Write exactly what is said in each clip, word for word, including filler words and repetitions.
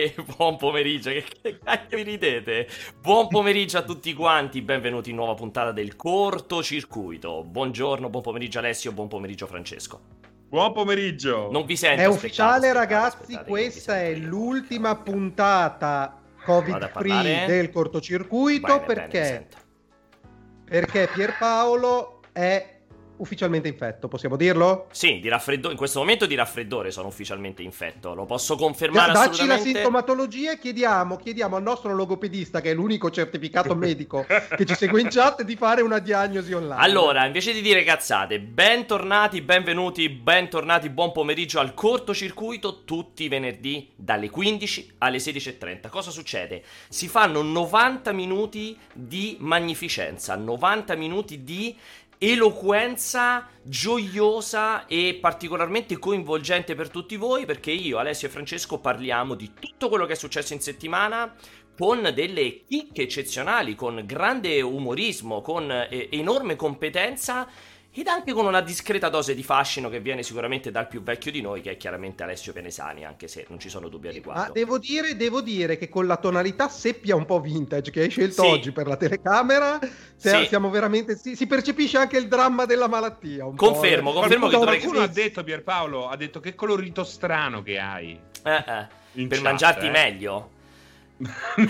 E buon pomeriggio, che, che cacchio vi ridete? Buon pomeriggio a tutti quanti, benvenuti in nuova puntata del cortocircuito. Buongiorno, buon pomeriggio Alessio, buon pomeriggio Francesco. Buon pomeriggio. Non vi sento. È aspettate, ufficiale, aspettate, ragazzi, aspettate, questa è io. l'ultima puntata Covid-free del cortocircuito. Bene, perché? bene, perché Pierpaolo è ufficialmente infetto, possiamo dirlo? Sì, di raffreddore, in questo momento di raffreddore sono ufficialmente infetto, lo posso confermare. Dacci assolutamente. la sintomatologia e chiediamo, chiediamo al nostro logopedista, che è l'unico certificato medico che ci segue in chat, di fare una diagnosi online. Allora, invece di dire cazzate, bentornati, benvenuti, bentornati, buon pomeriggio al cortocircuito, tutti i venerdì dalle quindici alle sedici e trenta. Cosa succede? Si fanno novanta minuti di magnificenza, novanta minuti di eloquenza gioiosa e particolarmente coinvolgente per tutti voi, perché io, Alessio e Francesco parliamo di tutto quello che è successo in settimana con delle chicche eccezionali, con grande umorismo, con eh, enorme competenza ed anche con una discreta dose di fascino che viene sicuramente dal più vecchio di noi, che è chiaramente Alessio Penesani, anche se non ci sono dubbi a riguardo. Ma devo dire, devo dire che con la tonalità seppia un po' vintage che hai scelto Sì. oggi per la telecamera, Sì. siamo veramente, si, si percepisce anche il dramma della malattia. Un Confermo, po', eh. confermo che Qualcuno, dovrei... qualcuno ha detto, Pierpaolo, ha detto che colorito strano che hai. Eh, eh, In per chat, mangiarti eh. meglio. No,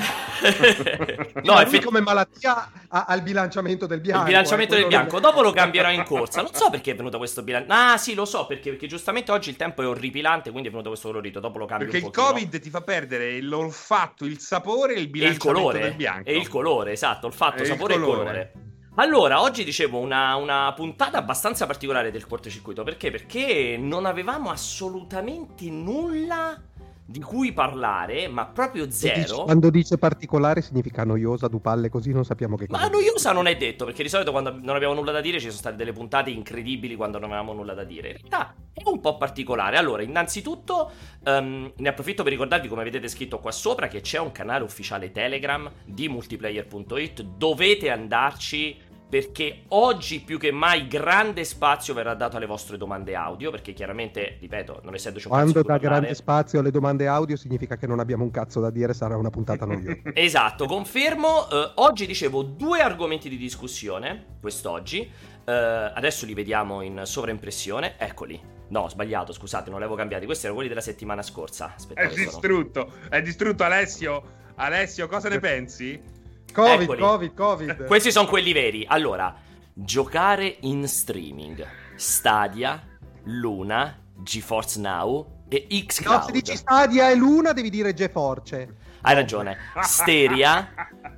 No, lui effett- come malattia ha, ha il bilanciamento del bianco. il bilanciamento eh, del quello bianco, non- dopo lo cambierò in corsa. Non so perché è venuto questo bilanciamento. Ah, sì, lo so perché, perché giustamente oggi il tempo è orripilante, quindi è venuto questo colorito. Dopo lo cambio Perché un il pochino. Covid ti fa perdere l'olfatto, il sapore e il E il bilanciamento colore. del bianco. E il colore, esatto, il fatto, E il sapore e colore. colore. Allora, oggi dicevo una, una puntata abbastanza particolare del cortocircuito. Perché? Perché non avevamo assolutamente nulla di cui parlare, ma proprio zero. Quando dice particolare significa noiosa, dupalle, così non sappiamo che cosa. Ma noiosa non è detto, perché di solito quando non abbiamo nulla da dire ci sono state delle puntate incredibili quando non avevamo nulla da dire. In realtà è un po' particolare. Allora, innanzitutto ehm, ne approfitto per ricordarvi, come vedete scritto qua sopra, che c'è un canale ufficiale Telegram di multiplayer punto it. Dovete andarci, perché oggi più che mai grande spazio verrà dato alle vostre domande audio, perché chiaramente, ripeto, non essendoci un cazzo Quando di cui dà parlare... grande spazio alle domande audio significa che non abbiamo un cazzo da dire, sarà una puntata noiosa. Esatto, confermo. Eh, oggi dicevo due argomenti di discussione, quest'oggi. Eh, adesso li vediamo in sovraimpressione. Eccoli. No, ho sbagliato, scusate, non li avevo cambiati. Questi erano quelli della settimana scorsa. È Aspettate, sono- distrutto, è distrutto Alessio. Alessio, cosa ne pensi? Covid, Eccoli. Covid, Covid. Questi sono quelli veri. Allora, giocare in streaming. Stadia, Luna, GeForce Now e No, xCloud. se dici Stadia e Luna devi dire GeForce. Hai ragione. Steria,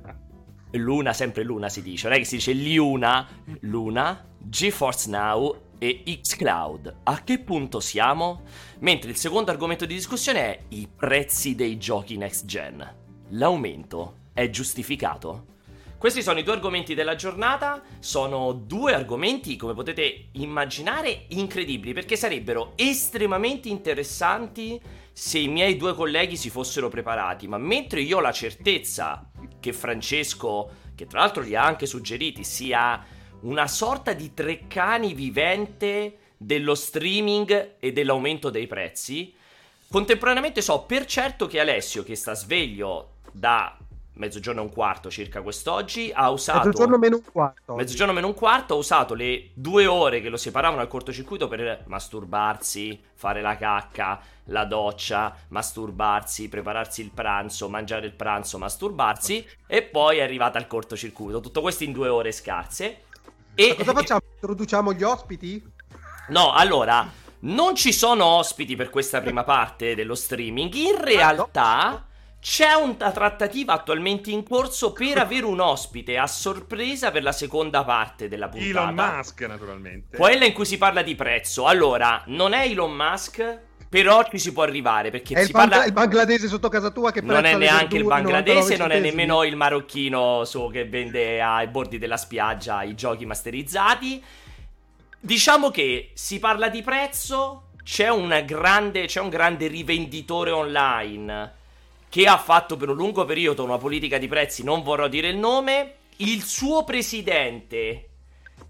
Luna, sempre Luna si dice, non è che si dice Liuna, Luna, GeForce Now e xCloud. A che punto siamo? Mentre il secondo argomento di discussione è i prezzi dei giochi next gen. L'aumento è giustificato? Questi sono i due argomenti della giornata. Sono due argomenti, come potete immaginare, incredibili, perché sarebbero estremamente interessanti se i miei due colleghi si fossero preparati. Ma mentre io ho la certezza che Francesco, che tra l'altro li ha anche suggeriti, sia una sorta di Treccani vivente dello streaming e dell'aumento dei prezzi, contemporaneamente so per certo che Alessio, che sta sveglio da mezzogiorno e un quarto circa quest'oggi, ha usato Mezzogiorno meno un quarto. mezzogiorno meno un quarto, ha usato le due ore che lo separavano al cortocircuito per masturbarsi, fare la cacca, la doccia, masturbarsi, prepararsi il pranzo, mangiare il pranzo, masturbarsi, e poi è arrivata al cortocircuito. Tutto questo in due ore scarse. E Ma cosa facciamo? Introduciamo gli ospiti? No, allora, non ci sono ospiti per questa prima parte dello streaming. In realtà c'è una trattativa attualmente in corso per avere un ospite a sorpresa per la seconda parte della puntata. Elon Musk, naturalmente. Quella in cui si parla di prezzo. Allora, non è Elon Musk, però ci si può arrivare, perché È il, si Bangla- parla... il bangladese sotto casa tua che Non prezza è le neanche il verdure, bangladese, novantanove non è centesimi. nemmeno il marocchino so, che vende ai bordi della spiaggia i giochi masterizzati. Diciamo che si parla di prezzo, c'è, una grande, c'è un grande rivenditore online che ha fatto per un lungo periodo una politica di prezzi, non vorrò dire il nome. Il suo presidente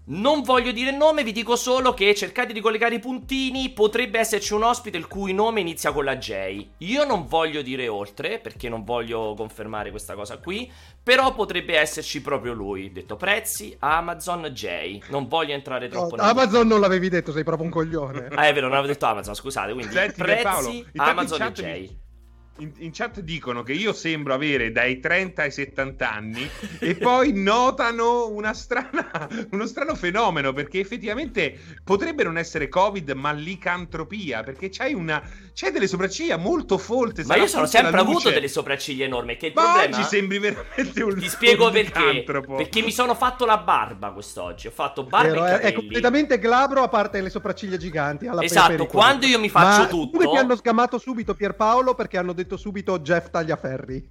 Non voglio dire il nome, vi dico solo che cercate di collegare i puntini, potrebbe esserci un ospite il cui nome inizia con la J. Io non voglio dire oltre, perché non voglio confermare questa cosa qui, però potrebbe esserci proprio lui. Detto prezzi, Amazon J. Non voglio entrare troppo No, nel... Amazon non l'avevi detto, sei proprio un coglione. Ah, è vero, non avevo detto Amazon, scusate, quindi Senti, prezzi, Paolo, intanto Amazon in e chat J. mi- In, in chat dicono che io sembro avere dai trenta ai settanta anni e poi notano una strana, uno strano fenomeno, perché effettivamente potrebbe non essere Covid ma licantropia, perché c'hai una c'hai delle sopracciglia molto folte. Ma sarà io sono forse sempre la luce. avuto delle sopracciglia enormi, che il Ma problema... oggi sembri veramente un Ti spiego un perché. licantropo. Perché mi sono fatto la barba quest'oggi. Ho fatto barba Vero, e è, è capelli. completamente glabro a parte le sopracciglia giganti alla Esatto, Perico. quando io mi faccio Ma tutto- comunque ti hanno sgamato subito Pierpaolo perché hanno detto subito Jeff Tagliaferri.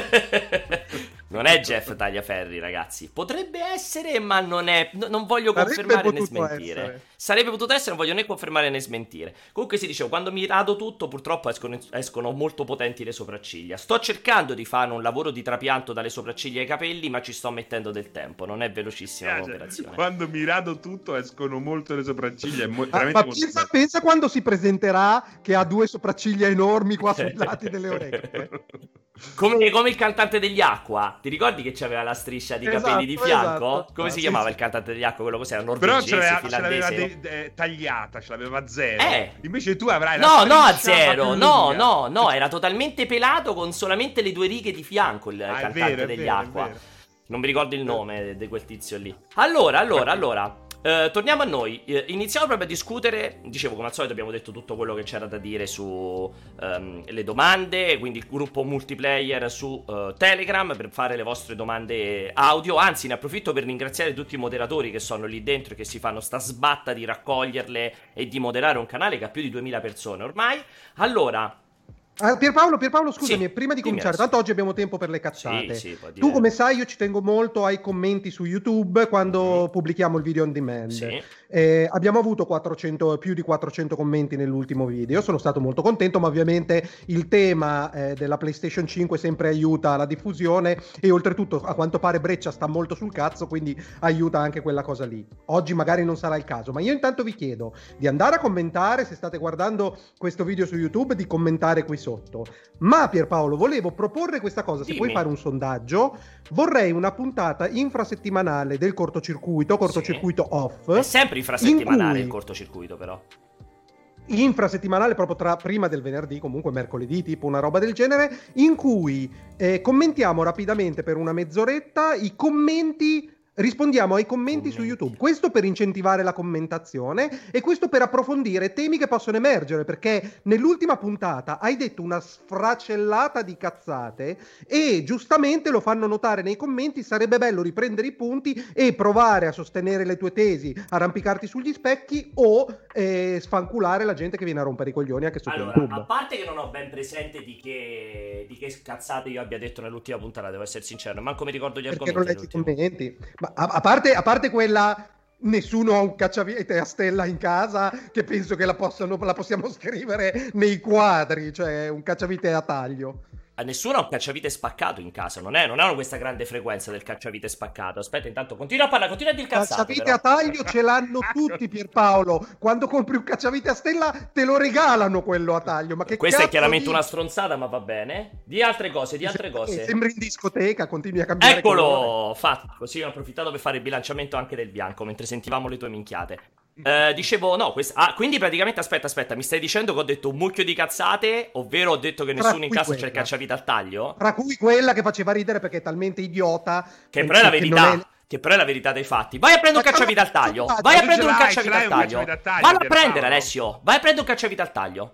Non è Jeff Tagliaferri, ragazzi. Potrebbe essere, ma non è. no- non voglio Sarebbe confermare né potuto smentire. essere. Sarebbe potuto essere, non voglio né confermare né smentire. Comunque si dicevo, quando mi rado tutto, purtroppo escono, escono molto potenti le sopracciglia. Sto cercando di fare un lavoro di trapianto dalle sopracciglia ai capelli, ma ci sto mettendo del tempo. Non è velocissima Piace. l'operazione. Quando mi rado tutto escono molto le sopracciglia, è mo- Ah, veramente ma molto pensa, bello. pensa quando si presenterà che ha due sopracciglia enormi qua sui lati delle orecchie. Come, come il cantante degli Aqua. Ti ricordi che c'aveva la striscia di Esatto, capelli di fianco? esatto. Come Ah, si sì, chiamava sì. il cantante degli Aqua? Quello cos'era? Però Norvegese, ce l'aveva, ce l'aveva finlandese? de- de- tagliata, ce l'aveva a zero. Eh. Invece tu avrai la No, no, a striscia zero. più No, lunga. no, no. Era totalmente pelato con solamente le due righe di fianco il Ah, è cantante vero, è degli vero, è Aqua. vero. Non mi ricordo il nome di quel tizio lì. Allora, allora, allora. eh, torniamo a noi. Eh, iniziamo proprio a discutere. Dicevo, come al solito, abbiamo detto tutto quello che c'era da dire su ehm, le domande. Quindi il gruppo multiplayer su eh, Telegram per fare le vostre domande audio. Anzi, ne approfitto per ringraziare tutti i moderatori che sono lì dentro e che si fanno sta sbatta di raccoglierle e di moderare un canale che ha più di duemila persone ormai. Allora. Ah, Pierpaolo, Pierpaolo, scusami, Sì, prima di dimmi cominciare, adesso. tanto oggi abbiamo tempo per le cazzate. Sì, sì, puoi dire. Tu, come sai, io ci tengo molto ai commenti su YouTube quando Mm. pubblichiamo il video on demand. Sì. Eh, abbiamo avuto quattrocento, più di quattrocento commenti nell'ultimo video, sono stato molto contento, ma ovviamente il tema eh, della PlayStation cinque sempre aiuta la diffusione e oltretutto a quanto pare Breccia sta molto sul cazzo, quindi aiuta anche quella cosa lì. Oggi magari non sarà il caso, ma io intanto vi chiedo di andare a commentare, se state guardando questo video su YouTube, di commentare qui sotto. Ma Pierpaolo, volevo proporre questa cosa, se Dimmi. puoi fare un sondaggio, vorrei una puntata infrasettimanale del cortocircuito, cortocircuito off. È sempre infrasettimanale in cui- il cortocircuito, però. infrasettimanale proprio tra prima del venerdì, comunque mercoledì, tipo una roba del genere, in cui eh, commentiamo rapidamente per una mezz'oretta i commenti. Rispondiamo ai commenti Commenti. su YouTube, questo per incentivare la commentazione e questo per approfondire temi che possono emergere, perché nell'ultima puntata hai detto una sfracellata di cazzate e giustamente lo fanno notare nei commenti. Sarebbe bello riprendere i punti e provare a sostenere le tue tesi, arrampicarti sugli specchi o eh, sfanculare la gente che viene a rompere i coglioni anche su Allora, YouTube. a parte che non ho ben presente di che, di che cazzate io abbia detto nell'ultima puntata, devo essere sincero, manco mi ricordo gli Perché non argomenti. leggi i dell'ultimo. commenti? Ma a, a parte, a parte quella, nessuno ha un cacciavite a stella in casa, che penso che la, possano, la possiamo scrivere nei quadri, cioè un cacciavite a taglio. A nessuno ha un cacciavite spaccato in casa, non, è, non hanno questa grande frequenza del cacciavite spaccato. Aspetta, intanto continua a parlare, continua a dire cazzate. Cacciavite però. a taglio ce l'hanno tutti, Pierpaolo. Quando compri un cacciavite a stella te lo regalano quello a taglio. Ma che Questa è cazzo chiaramente dici? una stronzata, ma va bene. Di altre cose, di altre Eh, cose. Sembri in discoteca, continui a cambiare colore. Eccolo, fatto. Così ho approfittato per fare il bilanciamento anche del bianco mentre sentivamo le tue minchiate. Eh, dicevo, no, quest- ah, quindi praticamente, aspetta, aspetta, mi stai dicendo che ho detto un mucchio di cazzate, ovvero ho detto che Tra nessuno in cui casa c'è il quella. cacciavite al taglio? Tra cui quella che faceva ridere perché è talmente idiota. Che però è la che verità. non è- Che però è la verità dei fatti. Vai a prendere un Ma cacciavite al taglio. Vai a tu prendere ce un l'hai, cacciavite ce l'hai al un taglio. cacciavite al taglio, Vallo a Pierpaolo. prendere, Alessio. Vai a prendere un cacciavite al taglio.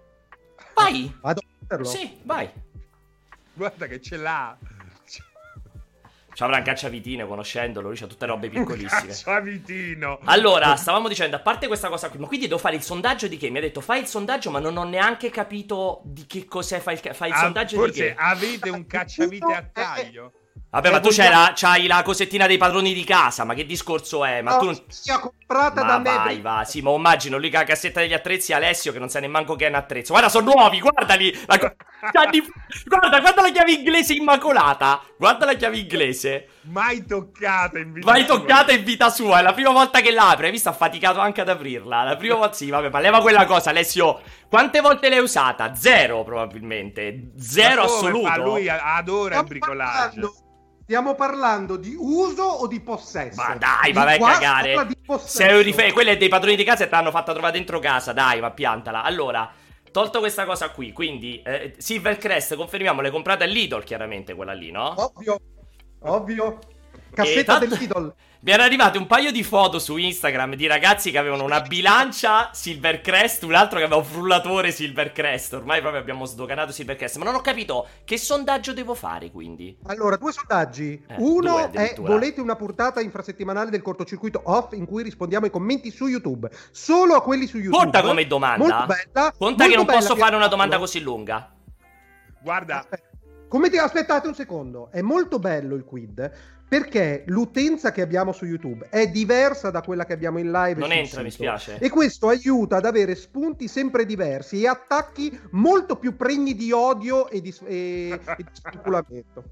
Vai. Vado a prenderlo. Sì, vai. Guarda che ce l'ha. Ci avrà un cacciavitino, conoscendolo. Lui c'ha tutte robe piccolissime. Cacciavitino. Allora, stavamo dicendo, a parte questa cosa qui, ma quindi devo fare il sondaggio di che? Mi ha detto fai il sondaggio, ma non ho neanche capito di che cos'è. Fai il, ca- fai il Ah, sondaggio di forse che? avete un cacciavite a taglio. Vabbè, Eh, ma tu c'hai vogliamo- la, c'hai la cosettina dei padroni di casa, ma che discorso è? Ma No, tu non... sia comprata Ma da me. vai, va, sì, ma immagino lui con la cassetta degli attrezzi Alessio che non sa nemmeno che è un attrezzo. Guarda, sono nuovi, guardali! La... co- Gianni- Guarda, guarda la chiave inglese immacolata! Guarda la chiave inglese! Mai toccata in vita Vai sua. toccata in vita sua, è la prima volta che l'apre, hai visto? Ha faticato anche ad aprirla. La prima volta, sì, vabbè, ma leva quella cosa, Alessio. Quante volte l'hai usata? Zero, probabilmente. Zero Ma come assoluto. fa? Lui adora il Stiamo bricolage. parlando, stiamo parlando di uso o di possesso? Ma dai, Di ma vai a qua si cagare. parla di possesso. Sei un rife- Quelle dei padroni di casa e te l'hanno fatta trovare dentro casa. Dai, ma piantala. Allora, tolto questa cosa qui, quindi eh, Silvercrest, confermiamo, l'hai comprata all'Idol, chiaramente quella lì, no? Ovvio, ovvio. Cassetta tanto- del Lidl. Mi erano arrivate un paio di foto su Instagram di ragazzi che avevano una bilancia Silvercrest, un altro che aveva un frullatore Silvercrest. Ormai proprio abbiamo sdoganato Silvercrest. Ma non ho capito che sondaggio devo fare, quindi. Allora, due sondaggi. Eh, Uno due è: addirittura. volete una puntata infrasettimanale del cortocircuito off in cui rispondiamo ai commenti su YouTube? Solo a quelli su YouTube. Conta come domanda. Molto bella. Conta che molto non bella, posso vi fare una assicuro. domanda così lunga. Guarda, Aspetta. Come ti aspettate un secondo? È molto bello il quid perché l'utenza che abbiamo su YouTube è diversa da quella che abbiamo in live. e Non sul entra, mi sito. spiace. E questo aiuta ad avere spunti sempre diversi e attacchi molto più pregni di odio e di, e, e di speculamento.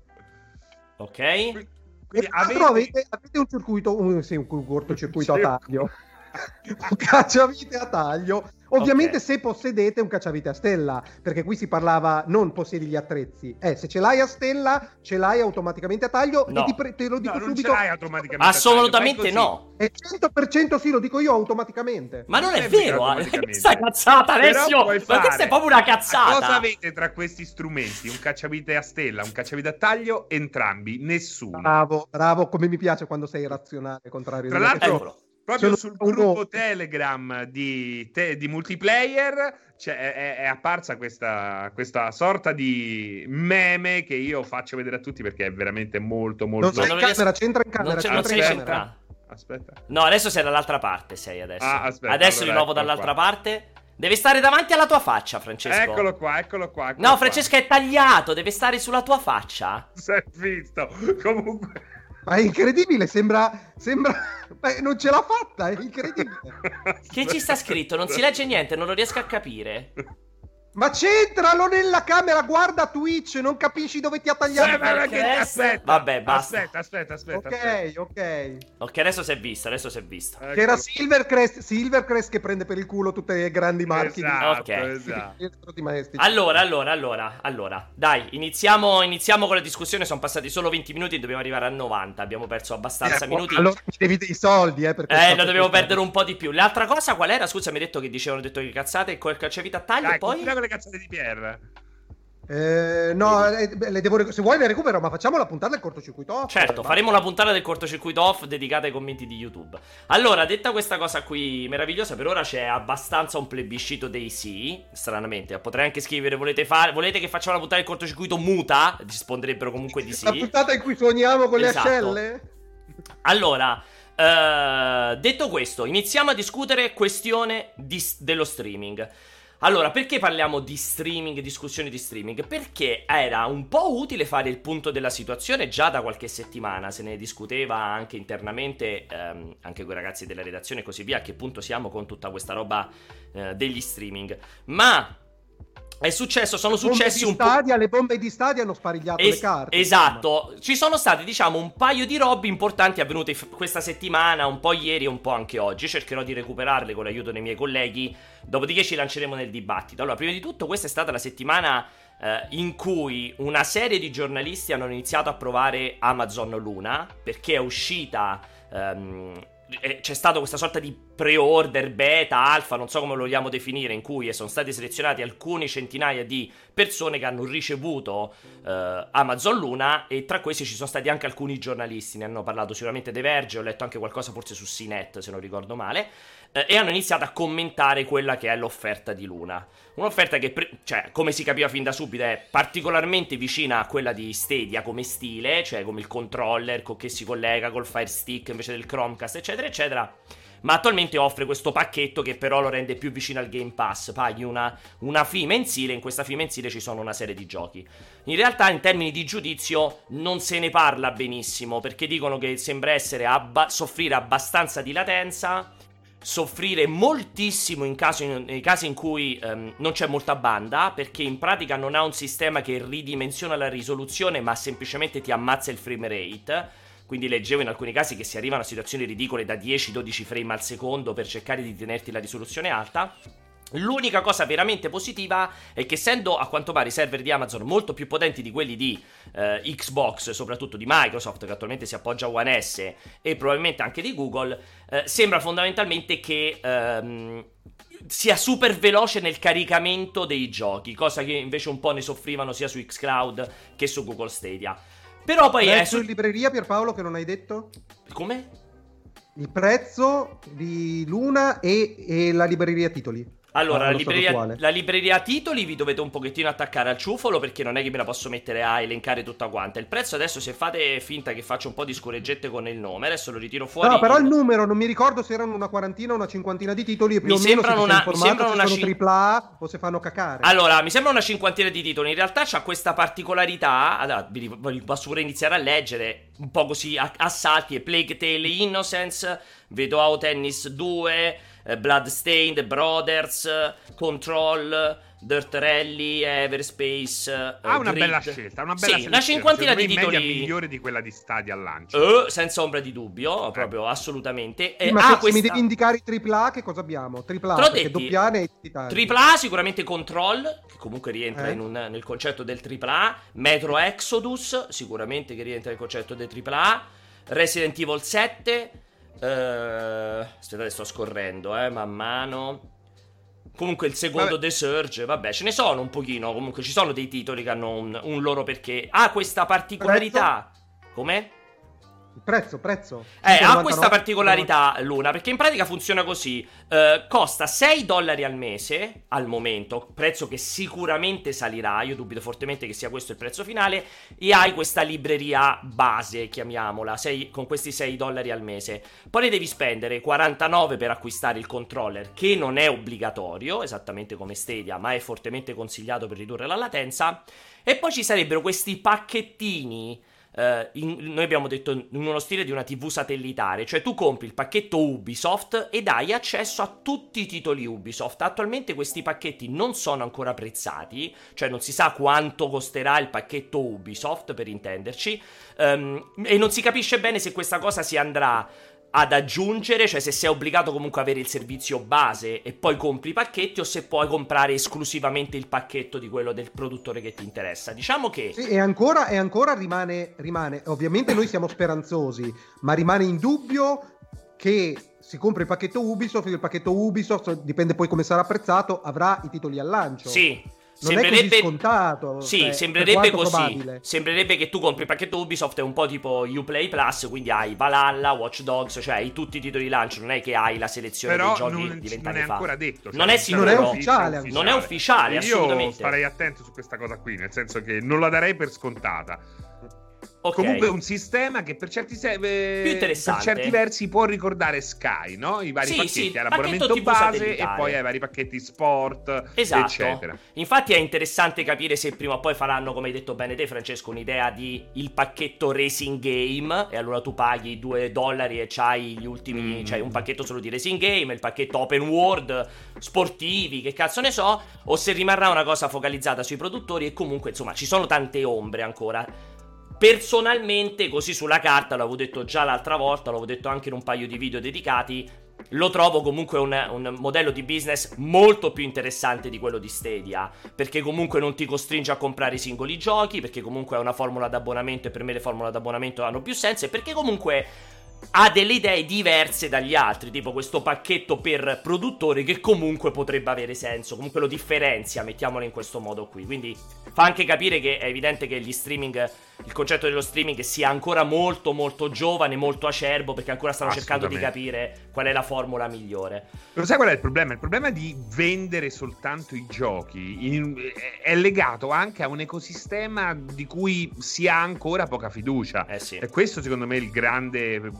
Ok? E quindi tra l'altro avete... avete, avete un circuito, un, sì, un cortocircuito Sì. a taglio. Un cacciavite a taglio. Ovviamente Ok. se possedete un cacciavite a stella, perché qui si parlava non possiedi gli attrezzi. Eh, se ce l'hai a stella, ce l'hai automaticamente a taglio No. e ti pre- te lo dico No, non ce subito. l'hai automaticamente. Assolutamente a taglio, fai no. E cento per cento sì, lo dico io automaticamente. Ma non Non è è vero, vero, eh. automaticamente. Questa cazzata, Però Alessio. puoi Ma fare. questa è proprio una Cosa cazzata. avete tra questi strumenti? Un cacciavite a stella, un cacciavite a taglio? Entrambi, nessuno. Bravo, bravo, come mi piace quando sei razionale, contrario. Tra a me, che l'altro, sono- Eccolo. proprio sono sul un gruppo uomo. Telegram di, te- di multiplayer c'è- è, è apparsa questa, questa sorta di meme che io faccio vedere a tutti perché è veramente molto non molto... sei non in riesco- camera, c'entra in camera, Non, c'è- c'entra non in sei Aspetta. camera. centrato. Aspetta. No, adesso sei dall'altra parte, sei adesso. Ah, aspetta, adesso allora di nuovo eccolo dall'altra qua. parte. Deve stare davanti alla tua faccia, Francesco. Eccolo qua, eccolo qua. eccolo No, qua. Francesco è tagliato, deve stare sulla tua faccia. Si è visto. Comunque... Ma è incredibile, sembra... sembra... Beh, non ce l'ha fatta, è incredibile. Che ci sta scritto? Non si legge niente, non lo riesco a capire. Ma c'entralo nella camera, guarda Twitch, non capisci dove ti ha tagliato. Aspetta, perché- aspetta, Vabbè, basta. Aspetta, aspetta, aspetta. Ok, aspetta. ok. Ok, adesso si è visto, adesso si è visto. Eccolo. C'era Silvercrest, Silvercrest che prende per il culo tutte le grandi marchi Esatto, Ok. esatto. di, di maestri. Allora, allora, allora, allora, dai, iniziamo, iniziamo con la discussione. Sono passati solo venti minuti e dobbiamo arrivare a novanta. Abbiamo perso abbastanza Eh, minuti. Allora mi devi dei soldi, eh, per Eh, questa- lo dobbiamo perdere un po' di più. L'altra cosa qual era? Scusa, mi hai detto che dicevano detto che cazzate col cacciavite a taglio Dai, e poi? continua con le cazzate di Pierre. Eh, no, eh, beh, le devo, se vuoi le recupero, ma facciamo la puntata del cortocircuito off. Certo, Va. faremo una puntata del cortocircuito off dedicata ai commenti di YouTube. Allora, detta questa cosa qui meravigliosa, per ora c'è abbastanza un plebiscito dei sì, stranamente. Potrei anche scrivere, volete, fare, volete che facciamo la puntata del cortocircuito muta? Risponderebbero comunque di La sì. puntata in cui suoniamo con Esatto. le ascelle? Allora, eh, detto questo, iniziamo a discutere questione di- dello streaming. Allora, perché parliamo di streaming, discussioni di streaming? Perché era un po' utile fare il punto della situazione già da qualche settimana, se ne discuteva anche internamente, ehm, anche con i ragazzi della redazione e così via, a che punto siamo con tutta questa roba eh, degli streaming. Ma è successo, sono successi un bombe di po'... Stadia, le bombe di Stadia hanno sparigliato Es- le carte. esatto, ci sono stati diciamo un paio di robe importanti avvenute f- questa settimana, un po' ieri e un po' anche oggi. Cercherò di recuperarle con l'aiuto dei miei colleghi, dopodiché ci lanceremo nel dibattito. Allora, prima di tutto questa è stata la settimana eh, in cui una serie di giornalisti hanno iniziato a provare Amazon Luna, perché è uscita... ehm, eh, c'è stata questa sorta di pre-order, beta, alfa, non so come lo vogliamo definire, in cui sono stati selezionati alcune centinaia di persone che hanno ricevuto eh, Amazon Luna, e tra questi ci sono stati anche alcuni giornalisti. Ne hanno parlato sicuramente The Verge, ho letto anche qualcosa forse su C net se non ricordo male, eh, e hanno iniziato a commentare quella che è l'offerta di Luna. Un'offerta che, pre- cioè, come si capiva fin da subito, è particolarmente vicina a quella di Stadia come stile, cioè come il controller con che si collega col Fire Stick invece del Chromecast, eccetera, eccetera. ma attualmente offre questo pacchetto che però lo rende più vicino al Game Pass. Paghi una, una fee mensile, in questa fee mensile ci sono una serie di giochi. In realtà in termini di giudizio non se ne parla benissimo, perché dicono che sembra essere abba- soffrire abbastanza di latenza, soffrire moltissimo in caso in, nei casi in cui um, non c'è molta banda, perché in pratica non ha un sistema che ridimensiona la risoluzione, ma semplicemente ti ammazza il frame rate. Quindi leggevo in alcuni casi che si arrivano a situazioni ridicole da dieci dodici frame al secondo per cercare di tenerti la risoluzione alta. L'unica cosa veramente positiva è che, essendo a quanto pare i server di Amazon molto più potenti di quelli di eh, Xbox, soprattutto di Microsoft, che attualmente si appoggia a One S, e probabilmente anche di Google, eh, sembra fondamentalmente che ehm, sia super veloce nel caricamento dei giochi, cosa che invece un po' ne soffrivano sia su xCloud che su Google Stadia. Però poi prezzo è su... in libreria, Pierpaolo, che non hai detto? Come? Il prezzo di Luna e, e la libreria titoli. Allora, Ah, la, libreria, la libreria titoli vi dovete un pochettino attaccare al ciufolo, perché non è che me la posso mettere a elencare tutta quanta. Il prezzo adesso, se fate finta che faccio un po' di scoreggette con il nome, adesso lo ritiro fuori. No, però il numero, non mi ricordo se erano una quarantina o una cinquantina di titoli, e più mi o meno se una, informato mi sembrano se una sono cin- tripla A o se fanno cacare. Allora, mi sembra una cinquantina di titoli. In realtà c'ha questa particolarità. Allora, vi, vi posso pure iniziare a leggere un po' così a, a salti. E Plague Tale Innocence, Vedo Ao Tennis due, Bloodstained, Brothers, Control, Dirt Rally, Everspace. Ha uh, una Grid. bella scelta, una bella sì, una selezione. cinquantina di Secondo me titoli. in media migliore di quella di Stadia al lancio. Uh, senza ombra di dubbio, proprio assolutamente. Sì, eh, ma ah, se, questa... se mi devi indicare i tripla A, che cosa abbiamo? Tripla A, Te l'ho perché detti. doppia A ne hai tanti. Tripla A sicuramente Control, che comunque rientra Eh. in un, nel concetto del tripla A. Metro Exodus, sicuramente che rientra nel concetto del tripla A. Resident Evil sette. Uh, aspettate, sto scorrendo, eh, man mano. Comunque il secondo Vabbè. The Surge, vabbè, ce ne sono un pochino. Comunque ci sono dei titoli che hanno un, un loro perché. Ha questa particolarità. Com'è? Il prezzo, prezzo. Eh, ha cinque questa novantanove. particolarità Luna, perché in pratica funziona così. Eh, costa sei dollari al mese al momento, prezzo che sicuramente salirà, io dubito fortemente che sia questo il prezzo finale, e hai questa libreria base, chiamiamola, sei, con questi sei dollari al mese. Poi ne devi spendere quarantanove per acquistare il controller, che non è obbligatorio, esattamente come Stadia, ma è fortemente consigliato per ridurre la latenza. E poi ci sarebbero questi pacchettini. Uh, in, noi abbiamo detto in uno stile di una tivù satellitare, cioè tu compri il pacchetto Ubisoft ed hai accesso a tutti i titoli Ubisoft. Attualmente questi pacchetti non sono ancora prezzati, cioè non si sa quanto costerà il pacchetto Ubisoft, per intenderci, um, e non si capisce bene se questa cosa si andrà ad aggiungere, cioè se sei obbligato comunque a avere il servizio base e poi compri i pacchetti, o se puoi comprare esclusivamente il pacchetto di quello del produttore che ti interessa. Diciamo che Sì, e ancora, e ancora rimane, rimane, ovviamente noi siamo speranzosi, ma rimane in dubbio che si compra il pacchetto Ubisoft, il pacchetto Ubisoft, dipende poi come sarà apprezzato, avrà i titoli al lancio. sì, Non è così scontato. Sì, cioè, sembrerebbe per quanto così. probabile. Sembrerebbe che tu compri il pacchetto Ubisoft, è un po' tipo Uplay Plus, quindi hai Valhalla, Watch Dogs, cioè hai tutti i titoli di lancio, non è che hai la selezione Però dei giochi non, di non vent'anni è fa. ancora detto, cioè, Non è sicuro. Non è ufficiale, non è ufficiale, Io assolutamente. starei attento su questa cosa qui, nel senso che non la darei per scontata. Ok. Comunque un sistema che per certi, se- eh, Più interessante. per certi versi può ricordare Sky, no? I vari Sì, pacchetti sì, a abbonamento pacchetto tivù base e satellitare. poi ai vari pacchetti sport, Esatto. eccetera. Infatti è interessante capire se prima o poi faranno, come hai detto bene te, Francesco, un'idea di il pacchetto Racing Game, e allora tu paghi due dollari e c'hai gli ultimi, Mm. c'hai un pacchetto solo di Racing Game, il pacchetto Open World, sportivi, che cazzo ne so, o se rimarrà una cosa focalizzata sui produttori. E comunque, insomma, ci sono tante ombre ancora. Personalmente, così sulla carta, l'avevo detto già l'altra volta, l'avevo detto anche in un paio di video dedicati, lo trovo comunque un, un modello di business molto più interessante di quello di Stadia, perché comunque non ti costringe a comprare i singoli giochi, perché comunque è una formula d'abbonamento e per me le formule d'abbonamento hanno più senso, e perché comunque ha delle idee diverse dagli altri, tipo questo pacchetto per produttori che comunque potrebbe avere senso, comunque lo differenzia, mettiamolo in questo modo qui. Quindi fa anche capire che è evidente che gli streaming, il concetto dello streaming sia ancora molto molto giovane, molto acerbo, perché ancora stanno cercando di capire qual è la formula migliore. Lo sai qual è il problema? Il problema di vendere soltanto i giochi in- è legato anche a un ecosistema di cui si ha ancora poca fiducia. Eh sì. E questo secondo me è il grande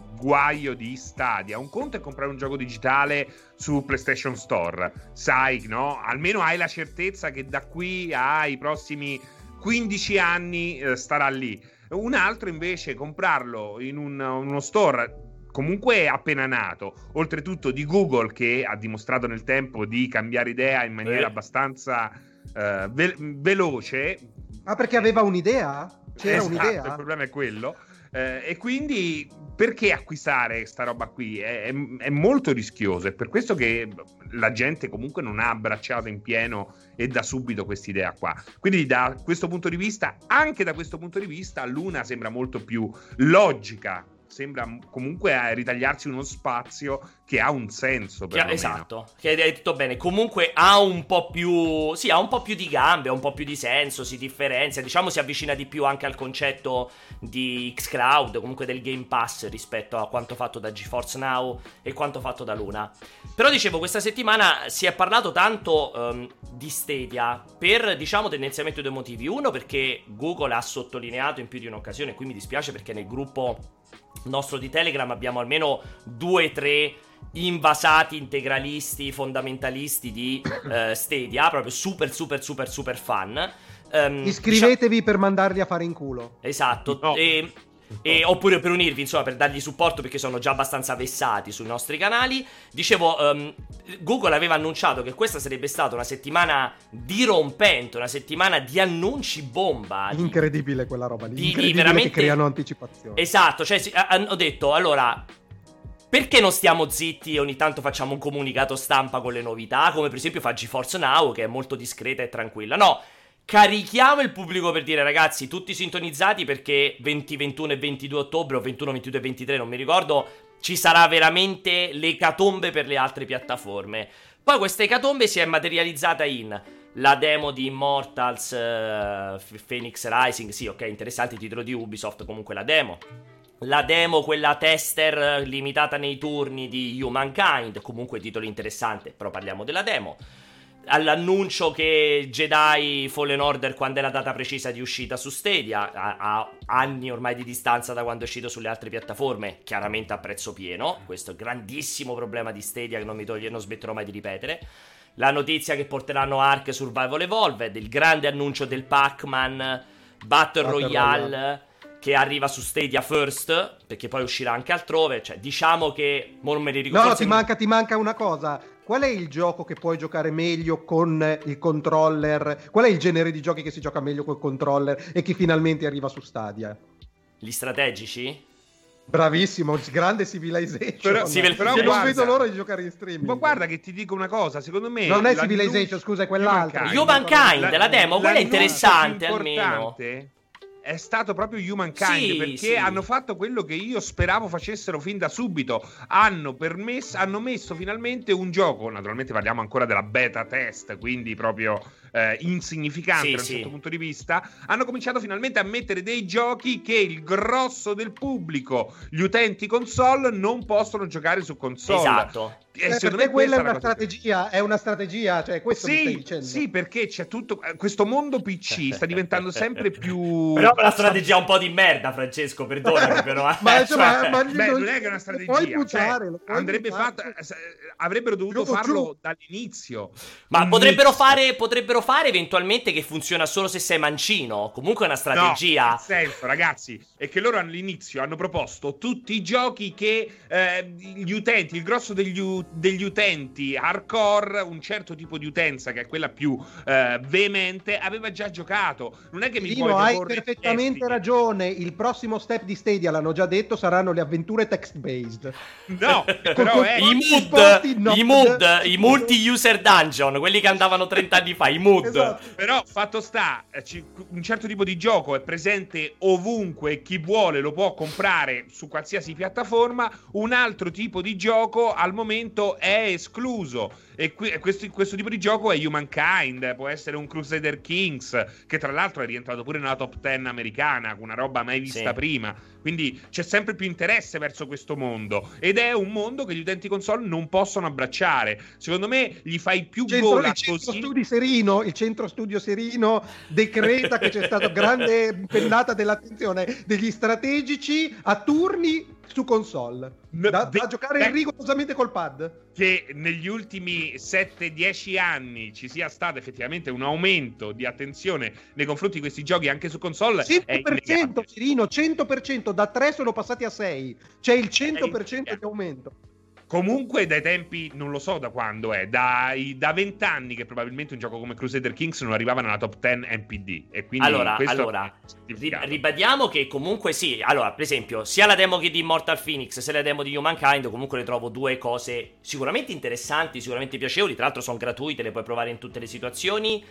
guaio di Stadia. Un conto è comprare un gioco digitale su PlayStation Store, sai, no? Almeno hai la certezza che da qui ai prossimi quindici anni eh, starà lì. Un altro invece comprarlo in un, uno store comunque appena nato, oltretutto di Google, che ha dimostrato nel tempo di cambiare idea in maniera eh. abbastanza uh, ve- veloce. Ah, perché aveva un'idea? C'era esatto, un'idea? Il problema è quello. Eh, e quindi perché acquistare sta roba qui? È, è, è molto rischioso, è per questo che la gente comunque non ha abbracciato in pieno e da subito quest'idea qua. Quindi da questo punto di vista, anche da questo punto di vista, Luna sembra molto più logica, sembra comunque ritagliarsi uno spazio che ha un senso, che, esatto, che hai detto bene. Comunque ha un po' più, sì, ha un po' più di gambe, ha un po' più di senso, si differenzia, diciamo si avvicina di più anche al concetto di xCloud, comunque del Game Pass, rispetto a quanto fatto da GeForce Now e quanto fatto da Luna. Però dicevo, questa settimana si è parlato tanto um, di Stadia per, diciamo, tendenzialmente due motivi. Uno, perché Google ha sottolineato in più di un'occasione, qui mi dispiace perché nel gruppo nostro di Telegram abbiamo almeno due o tre invasati integralisti fondamentalisti di uh, Stadia, proprio super super super super fan. Um, Iscrivetevi diciamo... per mandarli a fare in culo. Esatto. No. E, e, oppure per unirvi, insomma, per dargli supporto, perché sono già abbastanza vessati sui nostri canali. Dicevo, um, Google aveva annunciato che questa sarebbe stata una settimana dirompente, una settimana di annunci bomba. Incredibile quella roba lì, di, incredibile, di veramente... che creano anticipazioni. Esatto, cioè sì, hanno detto, allora, perché non stiamo zitti e ogni tanto facciamo un comunicato stampa con le novità, come per esempio fa GeForce Now, che è molto discreta e tranquilla. No, carichiamo il pubblico per dire, ragazzi, tutti sintonizzati, perché venti, ventuno e ventidue ottobre, o ventuno, ventidue e ventitré, non mi ricordo, ci sarà veramente l'ecatombe per le altre piattaforme. Poi questa ecatombe si è materializzata in la demo di Immortals, uh, Phoenix Rising, sì, ok, interessante titolo di Ubisoft, comunque la demo. La demo, quella tester limitata nei turni di Humankind, comunque titolo interessante, però parliamo della demo. All'annuncio che Jedi Fallen Order, quando è la data precisa di uscita su Stadia, a, a anni ormai di distanza da quando è uscito sulle altre piattaforme, chiaramente a prezzo pieno. Questo è il grandissimo problema di Stadia che non mi toglie, non smetterò mai di ripetere. La notizia che porteranno Ark Survival Evolved, il grande annuncio del Pac-Man Battle, Battle Royale, Royale che arriva su Stadia first, perché poi uscirà anche altrove. Cioè, diciamo che non me li ricordo. No, no, ti manca, ti manca una cosa. Qual è il gioco che puoi giocare meglio con il controller? Qual è il genere di giochi che si gioca meglio col controller e che finalmente arriva su Stadia? Gli strategici? Bravissimo, grande Civilization. Però, Civil... però guarda, non vedo l'ora di giocare in streaming. Ma guarda che ti dico una cosa, secondo me non è Civilization, scusa, è quell'altro. Humankind, la, la demo, quella è interessante almeno. È stato proprio Humankind, sì, perché sì. hanno fatto quello che io speravo facessero fin da subito. Hanno permesso, hanno messo finalmente un gioco. Naturalmente parliamo ancora della beta test, quindi proprio eh, insignificante sì, da un sì. certo punto di vista. Hanno cominciato finalmente a mettere dei giochi che il grosso del pubblico, gli utenti console, non possono giocare su console. Esatto. E eh, perché quella è una strategia, che... è una strategia, cioè questo sì, mi stai dicendo. Sì, perché c'è tutto questo mondo P C sta diventando sempre più. Però una strategia un po' di merda, Francesco, perdonami però. ma, cioè, ma, ma beh, non è che è una strategia, puoi buttare, cioè, puoi andrebbe fatto, avrebbero dovuto giù, farlo giù. dall'inizio. Ma un potrebbero mix. fare, potrebbero fare eventualmente che funziona solo se sei mancino. Comunque è una strategia. No, nel senso, ragazzi, è che loro all'inizio hanno proposto tutti i giochi che eh, gli utenti, il grosso degli, u- degli utenti hardcore, un certo tipo di utenza che è quella più eh, veemente, aveva già giocato. Non è che mi Dino, puoi hai proporre perfettamente testi. ragione. Il prossimo step di Stadia, l'hanno già detto, saranno le avventure text based. No, però è I mood, i mood, i multi-user dungeon, quelli che andavano trent'anni fa, i mood. Esatto. Però fatto sta, un certo tipo di gioco è presente ovunque, chi vuole lo può comprare su qualsiasi piattaforma. Un altro tipo di gioco al momento è escluso. E qui, questo, questo tipo di gioco è Humankind, può essere un Crusader Kings, che tra l'altro è rientrato pure nella top dieci americana, una roba mai vista sì. prima. Quindi c'è sempre più interesse verso questo mondo, ed è un mondo che gli utenti console non possono abbracciare. Secondo me gli fai più Centro, gola il centro così. studi Serino, il centro studio Serino decreta che c'è stata grande pennata dell'attenzione degli strategici a turni su console, No, da, de- da giocare de- rigorosamente col pad. Che negli ultimi sette dieci anni ci sia stato effettivamente un aumento di attenzione nei confronti di questi giochi anche su console cento per cento, è innegabile. Cirino, cento per cento, da tre sono passati a sei, c'è il cento per cento È di aumento. Comunque dai tempi, non lo so da quando è, dai, da vent'anni che probabilmente un gioco come Crusader Kings non arrivava nella top dieci N P D. E quindi allora, questo allora è certificato. ri- ribadiamo che comunque sì. Allora, per esempio, sia la demo che di Immortal Phoenix, sia la demo di Humankind, comunque le trovo due cose sicuramente interessanti, sicuramente piacevoli. Tra l'altro sono gratuite, le puoi provare in tutte le situazioni.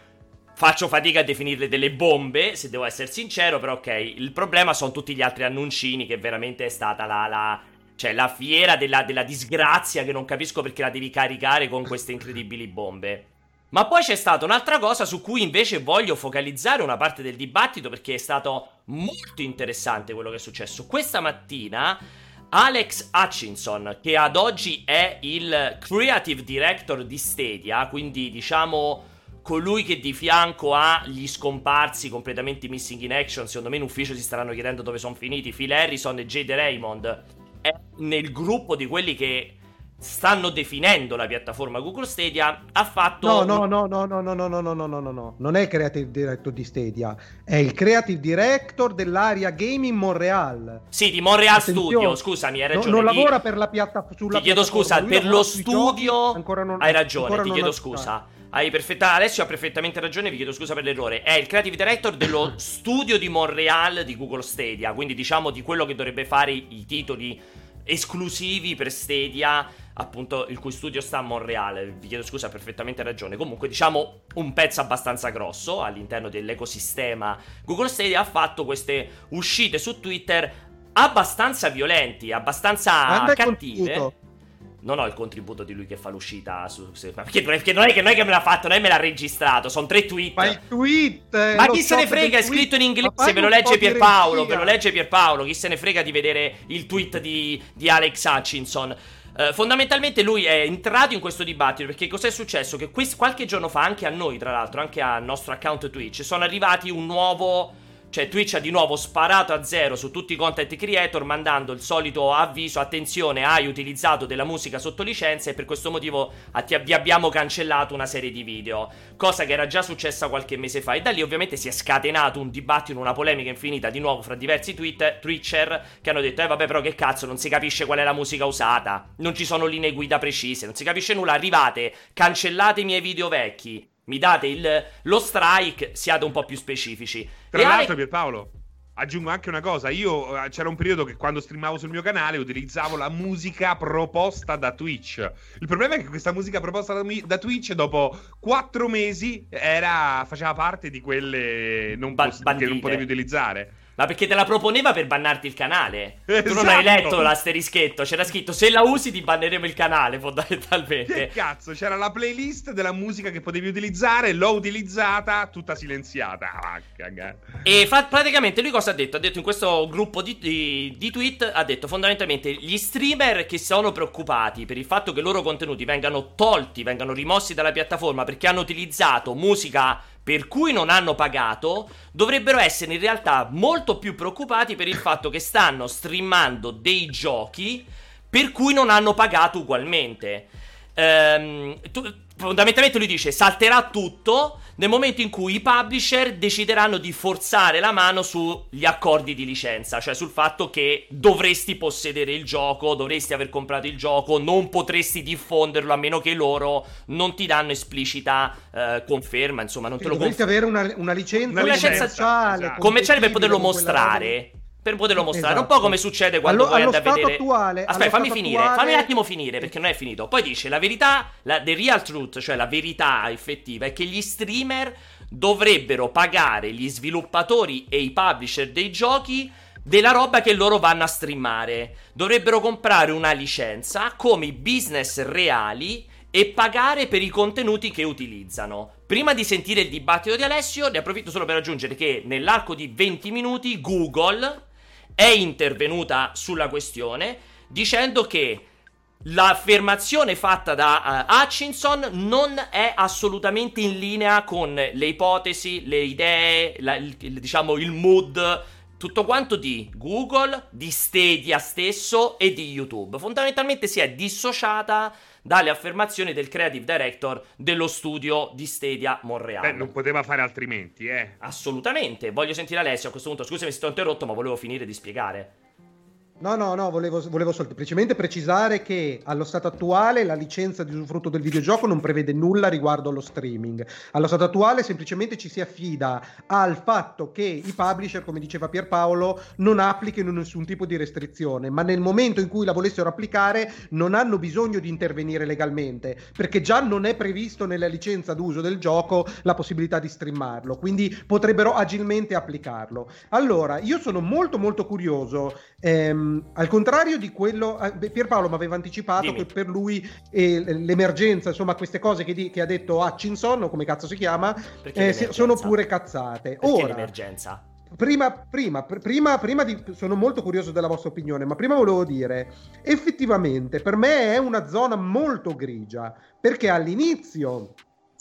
Faccio fatica a definirle delle bombe, se devo essere sincero, però ok. Il problema sono tutti gli altri annuncini, che veramente è stata la... la cioè la fiera della, della disgrazia, che non capisco perché la devi caricare con queste incredibili bombe. Ma poi c'è stata un'altra cosa su cui invece voglio focalizzare una parte del dibattito, perché è stato molto interessante quello che è successo. Questa mattina Alex Hutchinson, che ad oggi è il Creative Director di Stadia, quindi diciamo colui che di fianco agli scomparsi completamente missing in action, secondo me in ufficio si staranno chiedendo dove sono finiti, Phil Harrison e Jade Raymond, è nel gruppo di quelli che stanno definendo la piattaforma Google Stadia, ha fatto... No, no, no, no, no, no, no, no, no, no, no, no, non è il Creative Director di Stadia, è il Creative Director dell'area Gaming Montreal. Sì, di Montreal Attenzione. Studio, scusami, hai ragione. No, non Ti- lavora per la piatta- sulla Ti chiedo piattaforma, scusa, lui per lavora lo sui studio giochi, ancora non- hai ragione, ancora ti non chiedo ha- scusa. Hai perfetta... Alessio ha perfettamente ragione, vi chiedo scusa per l'errore. È il Creative Director dello studio di Montreal di Google Stadia, quindi diciamo di quello che dovrebbe fare i titoli esclusivi per Stadia, appunto il cui studio sta a Montreal. Vi chiedo scusa, ha perfettamente ragione. Comunque diciamo un pezzo abbastanza grosso all'interno dell'ecosistema Google Stadia. Ha fatto queste uscite su Twitter abbastanza violenti, abbastanza Guarda il cattive. contributo. Non ho il contributo di lui che fa l'uscita su, se- perché, perché non è che non è che me l'ha fatto, non è che me l'ha registrato, sono tre tweet. Ma il tweet, eh, Ma lo chi se ne stop frega, è del scritto in tweet. inglese, Ma fai ve lo un legge po' di Pierpaolo, regia. ve lo legge Pierpaolo, chi se ne frega di vedere il tweet di, di Alex Hutchinson. Eh, fondamentalmente lui è entrato in questo dibattito perché cos'è successo? Che quest- qualche giorno fa, anche a noi tra l'altro, anche al nostro account Twitch, sono arrivati un nuovo... Cioè Twitch ha di nuovo sparato a zero su tutti i content creator, mandando il solito avviso: attenzione, hai utilizzato della musica sotto licenza e per questo motivo a- ti- vi abbiamo cancellato una serie di video. Cosa che era già successa qualche mese fa. E da lì ovviamente si è scatenato un dibattito, una polemica infinita di nuovo fra diversi tweet- Twitcher che hanno detto: eh vabbè, però che cazzo, non si capisce qual è la musica usata, non ci sono linee guida precise, non si capisce nulla, arrivate, cancellate i miei video vecchi, mi date il, lo strike, siate un po' più specifici. Tra E l'altro, Ale- Pierpaolo, aggiungo anche una cosa. Io eh, c'era un periodo che quando streamavo sul mio canale utilizzavo la musica proposta da Twitch. Il problema è che questa musica proposta da, mi- da Twitch dopo quattro mesi era, faceva parte di quelle non Ba- poss- che bandite. non potevi utilizzare. Ma perché te la proponeva per bannarti il canale? Tu non Esatto. hai letto l'asterischetto, c'era scritto: se la usi ti banneremo il canale, fondamentalmente. Che cazzo, c'era la playlist della musica che potevi utilizzare, l'ho utilizzata tutta silenziata. Ah, cagà. E fa- praticamente lui cosa ha detto? Ha detto in questo gruppo di, di, di tweet, ha detto fondamentalmente: gli streamer che sono preoccupati per il fatto che i loro contenuti vengano tolti, vengano rimossi dalla piattaforma perché hanno utilizzato musica per cui non hanno pagato, dovrebbero essere in realtà molto più preoccupati per il fatto che stanno streamando dei giochi per cui non hanno pagato ugualmente. Ehm, tu- fondamentalmente lui dice: salterà tutto nel momento in cui i publisher decideranno di forzare la mano sugli accordi di licenza, cioè sul fatto che dovresti possedere il gioco, dovresti aver comprato il gioco, non potresti diffonderlo a meno che loro non ti danno esplicita eh, conferma, insomma non te lo Dovresti confermano. avere una, una licenza, Una licenza, commerciale, esatto. Commerciale per poterlo compatibile con quella roba. mostrare. Per poterlo mostrare, Esatto. un po' come succede quando Allo- vai allo andare a stato vedere. attuale- Aspetta, allo fammi stato finire, attuale- fammi un attimo finire perché non è finito. Poi dice: la verità, la the real truth, cioè la verità effettiva, è che gli streamer dovrebbero pagare gli sviluppatori e i publisher dei giochi della roba che loro vanno a streamare. Dovrebbero comprare una licenza come i business reali e pagare per i contenuti che utilizzano. Prima di sentire il dibattito di Alessio, ne approfitto solo per aggiungere che nell'arco di venti minuti Google è intervenuta sulla questione dicendo che l'affermazione fatta da uh, Hutchinson non è assolutamente in linea con le ipotesi, le idee, la- il, il- diciamo il mood tutto quanto di Google, di Stadia stesso e di YouTube. Fondamentalmente si è dissociata dalle affermazioni del creative director dello studio di Stadia Montreal. Beh, non poteva fare altrimenti, eh. Assolutamente. Voglio sentire Alessio a questo punto. Scusami se ti ho interrotto, ma volevo finire di spiegare. No, no, no, volevo, volevo semplicemente precisare che allo stato attuale la licenza di usufrutto del videogioco non prevede nulla riguardo allo streaming. Allo stato attuale semplicemente ci si affida al fatto che i publisher, come diceva Pierpaolo, non applichino nessun tipo di restrizione, ma nel momento in cui la volessero applicare non hanno bisogno di intervenire legalmente, perché già non è previsto nella licenza d'uso del gioco la possibilità di streamarlo, quindi potrebbero agilmente applicarlo. Allora, io sono molto molto curioso. Ehm, al contrario di quello, eh, Pierpaolo mi aveva anticipato Dimmi. che per lui eh, l'emergenza, insomma queste cose che, di, che ha detto Hutchinson, o come cazzo si chiama, eh, sono pure cazzate. Perché Ora, l'emergenza? Prima, prima, prima, prima di, sono molto curioso della vostra opinione, ma prima volevo dire, effettivamente per me è una zona molto grigia, perché all'inizio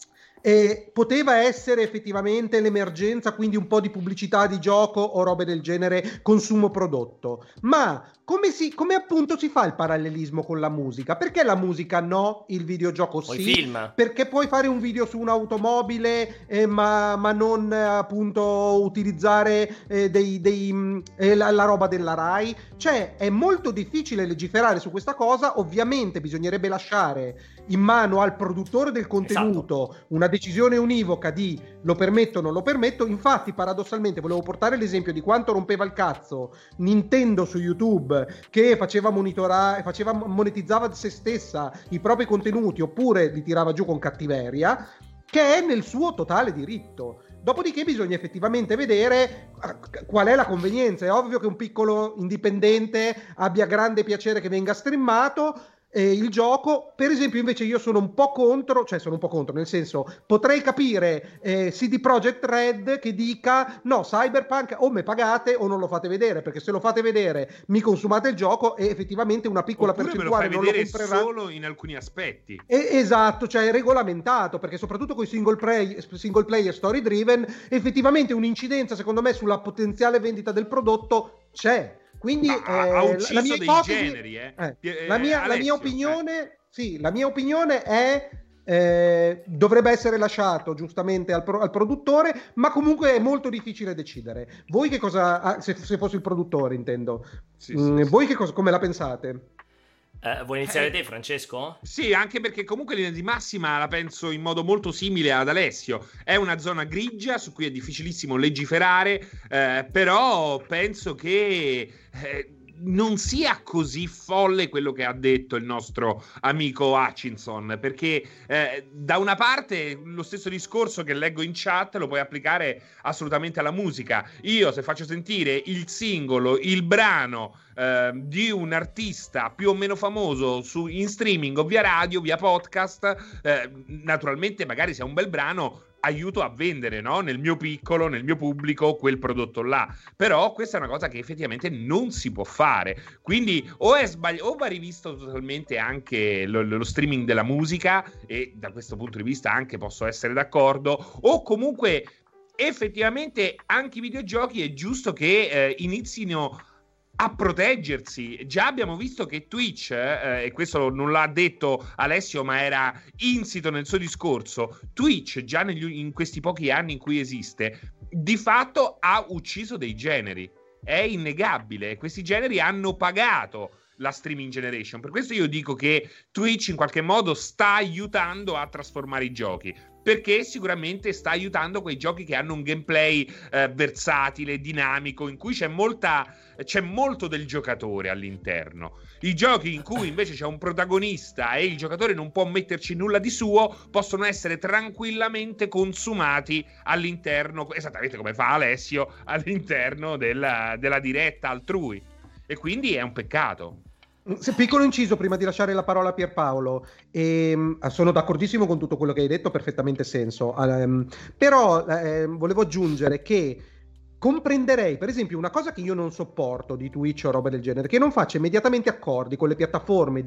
E poteva essere effettivamente l'emergenza, quindi un po' di pubblicità di gioco o robe del genere, consumo prodotto. Ma come, si, come appunto si fa il parallelismo con la musica? Perché la musica no, il videogioco O i sì? film. Perché puoi fare un video su un'automobile eh, ma, ma non eh, appunto utilizzare eh, dei, dei, mh, eh, la, la roba della Rai? Cioè è molto difficile legiferare su questa cosa. Ovviamente bisognerebbe lasciare in mano al produttore del contenuto Esatto. una decisione univoca di lo permetto o non lo permetto. Infatti paradossalmente volevo portare l'esempio di quanto rompeva il cazzo Nintendo su YouTube, che faceva monitorare, faceva monetizzava se stessa i propri contenuti oppure li tirava giù con cattiveria, che è nel suo totale diritto. Dopodiché bisogna effettivamente vedere qual è la convenienza. È ovvio che un piccolo indipendente abbia grande piacere che venga streamato eh, il gioco. Per esempio invece io sono un po' contro, cioè sono un po' contro, nel senso potrei capire eh, C D Projekt Red che dica no, Cyberpunk o me pagate o non lo fate vedere, perché se lo fate vedere mi consumate il gioco e effettivamente una piccola Oppure percentuale me lo non fai lo vedere comprerà. solo in alcuni aspetti. E, esatto, cioè è regolamentato, perché soprattutto con i single, play, single player story driven effettivamente un'incidenza secondo me sulla potenziale vendita del prodotto c'è. Quindi Ma ha, eh, ha ucciso la mia dei ipotesi, generi, eh. eh, Eh, la, mia, la Alessio, mia opinione, eh. sì, la mia opinione è eh, dovrebbe essere lasciato giustamente al, pro, al produttore, ma comunque è molto difficile decidere. Voi che cosa, ah, se, se fossi il produttore intendo, Sì, mm, sì, voi sì. che cosa, come la pensate? Eh, vuoi iniziare Eh, te, Francesco? Sì, anche perché comunque linea di massima la penso in modo molto simile ad Alessio. È una zona grigia su cui è difficilissimo legiferare, eh, però penso che eh, non sia così folle quello che ha detto il nostro amico Hutchinson, perché eh, da una parte lo stesso discorso che leggo in chat lo puoi applicare assolutamente alla musica. Io se faccio sentire il singolo, il brano eh, di un artista più o meno famoso su, in streaming o via radio, via podcast, eh, naturalmente magari se è un bel brano aiuto a vendere, no? Nel mio piccolo, nel mio pubblico, quel prodotto là. Però questa è una cosa che effettivamente non si può fare. Quindi o è sbagliato, o va rivisto totalmente anche lo, lo streaming della musica, e da questo punto di vista anche posso essere d'accordo, o comunque effettivamente anche i videogiochi è giusto che eh, inizino a proteggersi. Già abbiamo visto che Twitch, eh, e questo non l'ha detto Alessio ma era insito nel suo discorso, Twitch già negli, in questi pochi anni in cui esiste di fatto ha ucciso dei generi, è innegabile. Questi generi hanno pagato la streaming generation, per questo io dico che Twitch in qualche modo sta aiutando a trasformare i giochi, perché sicuramente sta aiutando quei giochi che hanno un gameplay eh, versatile, dinamico, in cui c'è molta c'è molto del giocatore all'interno. I giochi in cui invece c'è un protagonista e il giocatore non può metterci nulla di suo possono essere tranquillamente consumati all'interno, esattamente come fa Alessio all'interno della, della diretta altrui, e quindi è un peccato. Piccolo inciso prima di lasciare la parola a Pierpaolo, ehm, sono d'accordissimo con tutto quello che hai detto, perfettamente senso, ehm, però eh, volevo aggiungere che comprenderei, per esempio, una cosa che io non sopporto di Twitch o roba del genere, che non faccia immediatamente accordi con le piattaforme di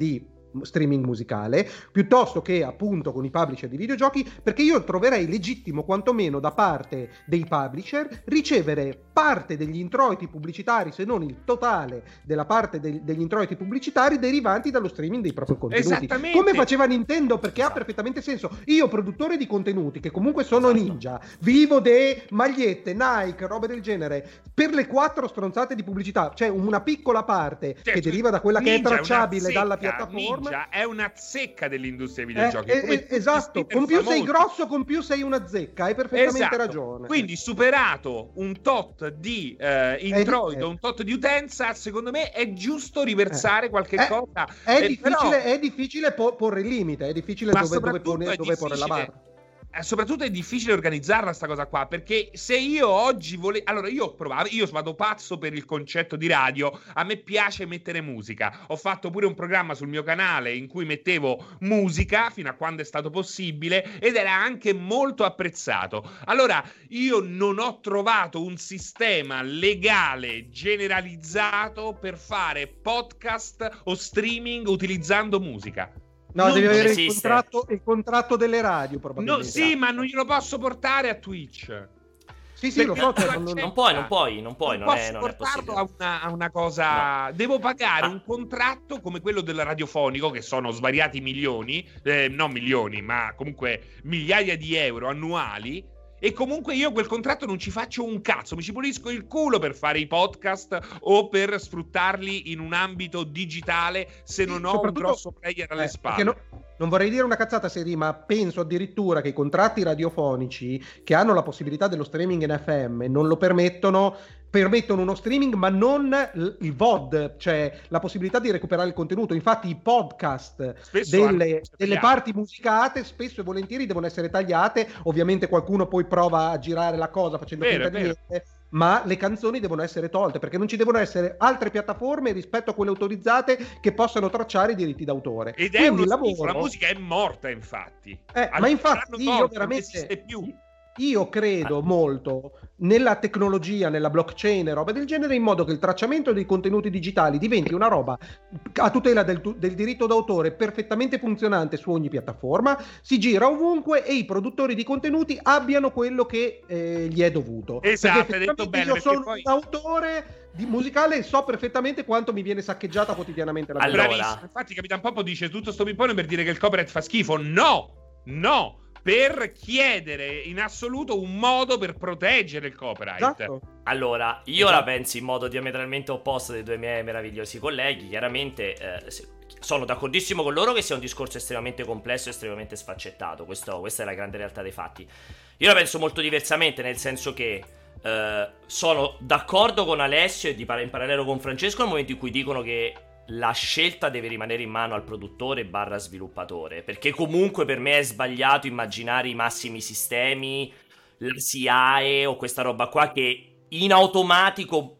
streaming musicale, piuttosto che appunto con i publisher di videogiochi, perché io troverei legittimo quantomeno da parte dei publisher ricevere parte degli introiti pubblicitari, se non il totale della parte de- degli introiti pubblicitari derivanti dallo streaming dei propri contenuti. Esattamente. Come faceva Nintendo, perché Esatto. ha perfettamente senso. Io, produttore di contenuti, che comunque sono Esatto. ninja, vivo de magliette, Nike, robe del genere, per le quattro stronzate di pubblicità, cioè una piccola parte Cioè, che deriva da quella che Ninja è tracciabile una zecca, dalla piattaforma. Ninja è una zecca dell'industria dei Eh, videogiochi. eh, come eh, tutti esatto, i con più sei famosi. grosso, con più sei una zecca, hai perfettamente Esatto. ragione. Quindi superato un tot di eh, introito, eh. un tot di utenza, secondo me è giusto riversare Eh. qualche Eh, cosa. È Eh, difficile, però- è difficile po- porre il limite, è difficile Ma dove, dove, soprattutto pone- è dove porre la difficile- barra. Eh, soprattutto è difficile organizzarla sta cosa qua, perché se io oggi volevo, allora io ho provato, io vado pazzo per il concetto di radio, a me piace mettere musica, ho fatto pure un programma sul mio canale in cui mettevo musica fino a quando è stato possibile ed era anche molto apprezzato. Allora io non ho trovato un sistema legale generalizzato per fare podcast o streaming utilizzando musica. No, Non devi avere il esiste. contratto, il contratto delle radio, No, probabilmente. sì, ma non glielo posso portare a Twitch. Sì, sì, lo so, Perché cioè, non non- c'è- Non puoi, non puoi, non puoi, non non, posso è, non è portarlo possibile. a una, a una cosa. Devo pagare Ah. un contratto come quello del radiofonico, che sono svariati milioni, eh, non milioni, ma comunque migliaia di euro annuali. E comunque io quel contratto non ci faccio un cazzo, mi ci pulisco il culo per fare i podcast o per sfruttarli in un ambito digitale se non ho un soprattutto- grosso player alle eh, spalle. perché no- non vorrei dire una cazzata, Seri, ma penso addirittura che i contratti radiofonici che hanno la possibilità dello streaming in F M non lo permettono, permettono uno streaming ma non l- il V O D, cioè la possibilità di recuperare il contenuto. Infatti i podcast Spesso hanno- delle, delle parti musicate spesso e volentieri devono essere tagliate, ovviamente qualcuno poi prova a girare la cosa facendo Vero, finta è di vero. niente, ma le canzoni devono essere tolte perché non ci devono essere altre piattaforme rispetto a quelle autorizzate che possano tracciare i diritti d'autore. Ed è Quindi uno il schifo, la lavoro- musica è morta, infatti. Eh, Allora, ma infatti l'hanno io tolto, non veramente esiste più. io credo molto nella tecnologia, nella blockchain e roba del genere, in modo che il tracciamento dei contenuti digitali diventi una roba a tutela del, tu- del diritto d'autore perfettamente funzionante su ogni piattaforma, si gira ovunque e i produttori di contenuti abbiano quello che eh, gli è dovuto. Esatto, Perché hai detto effettivamente bene, io perché sono poi- un autore di musicale e so perfettamente quanto mi viene saccheggiata quotidianamente la Allora- Bravissimo. Infatti Capitan Popo dice tutto sto pippone per dire che il copyright fa schifo. No, no, per chiedere in assoluto un modo per proteggere il copyright. Esatto. Allora, io Esatto. la penso in modo diametralmente opposto dei due miei meravigliosi colleghi. Chiaramente eh, se- sono d'accordissimo con loro che sia un discorso estremamente complesso e estremamente sfaccettato. Questo- questa è la grande realtà dei fatti. Io la penso molto diversamente, nel senso che eh, sono d'accordo con Alessio e di par- in parallelo con Francesco nel momento in cui dicono che la scelta deve rimanere in mano al produttore barra sviluppatore, perché comunque per me è sbagliato immaginare i massimi sistemi, la S I A E o questa roba qua che in automatico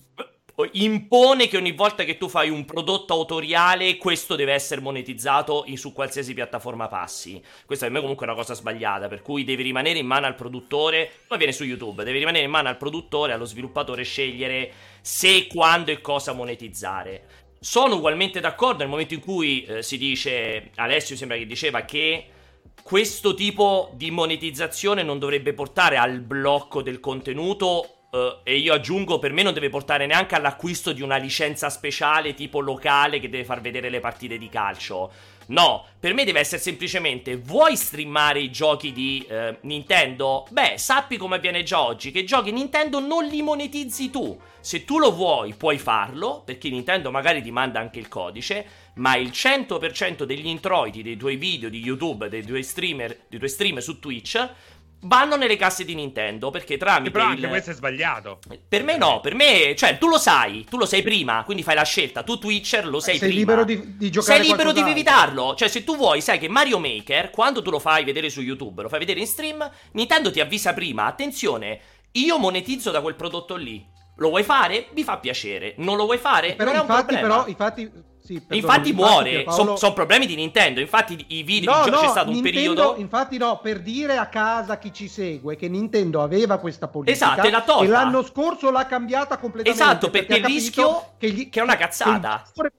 impone che ogni volta che tu fai un prodotto autoriale questo deve essere monetizzato in- su qualsiasi piattaforma passi. Questa per me comunque è una cosa sbagliata, per cui devi rimanere in mano al produttore, poi viene su YouTube, devi rimanere in mano al produttore, allo sviluppatore scegliere se, quando e cosa monetizzare. Sono ugualmente d'accordo nel momento in cui eh, si dice, Alessio sembra che diceva che questo tipo di monetizzazione non dovrebbe portare al blocco del contenuto eh, e io aggiungo, per me non deve portare neanche all'acquisto di una licenza speciale tipo locale che deve far vedere le partite di calcio. No, per me deve essere semplicemente: vuoi streamare i giochi di eh, Nintendo? Beh, sappi come avviene già oggi, che i giochi Nintendo non li monetizzi tu. Se tu lo vuoi, puoi farlo, perché Nintendo magari ti manda anche il codice, ma il cento per cento degli introiti dei tuoi video di YouTube, dei tuoi streamer, dei tuoi stream su Twitch vanno nelle casse di Nintendo, perché tramite E però anche il... questo è sbagliato. Per me no, per me, cioè tu lo sai, tu lo sai prima, quindi fai la scelta, tu Twitcher lo sai sei prima. libero di, di giocare Sei libero di qualcos'altro. evitarlo, cioè se tu vuoi, sai che Mario Maker, quando tu lo fai vedere su YouTube, lo fai vedere in stream, Nintendo ti avvisa prima: attenzione, io monetizzo da quel prodotto lì. Lo vuoi fare? Mi fa piacere. Non lo vuoi fare? Però non è un infatti, problema. però, infatti, sì, perdona, Infatti muore, Pierpaolo- sono problemi di Nintendo. Infatti i video, No, i gio- no, c'è stato un Nintendo- periodo. Infatti no, per dire a casa chi ci segue che Nintendo aveva questa politica Esatto, e l'ha tolta. e l'anno scorso l'ha cambiata completamente. Esatto, perché ha il capito rischio che, gli- che è una cazzata. che il-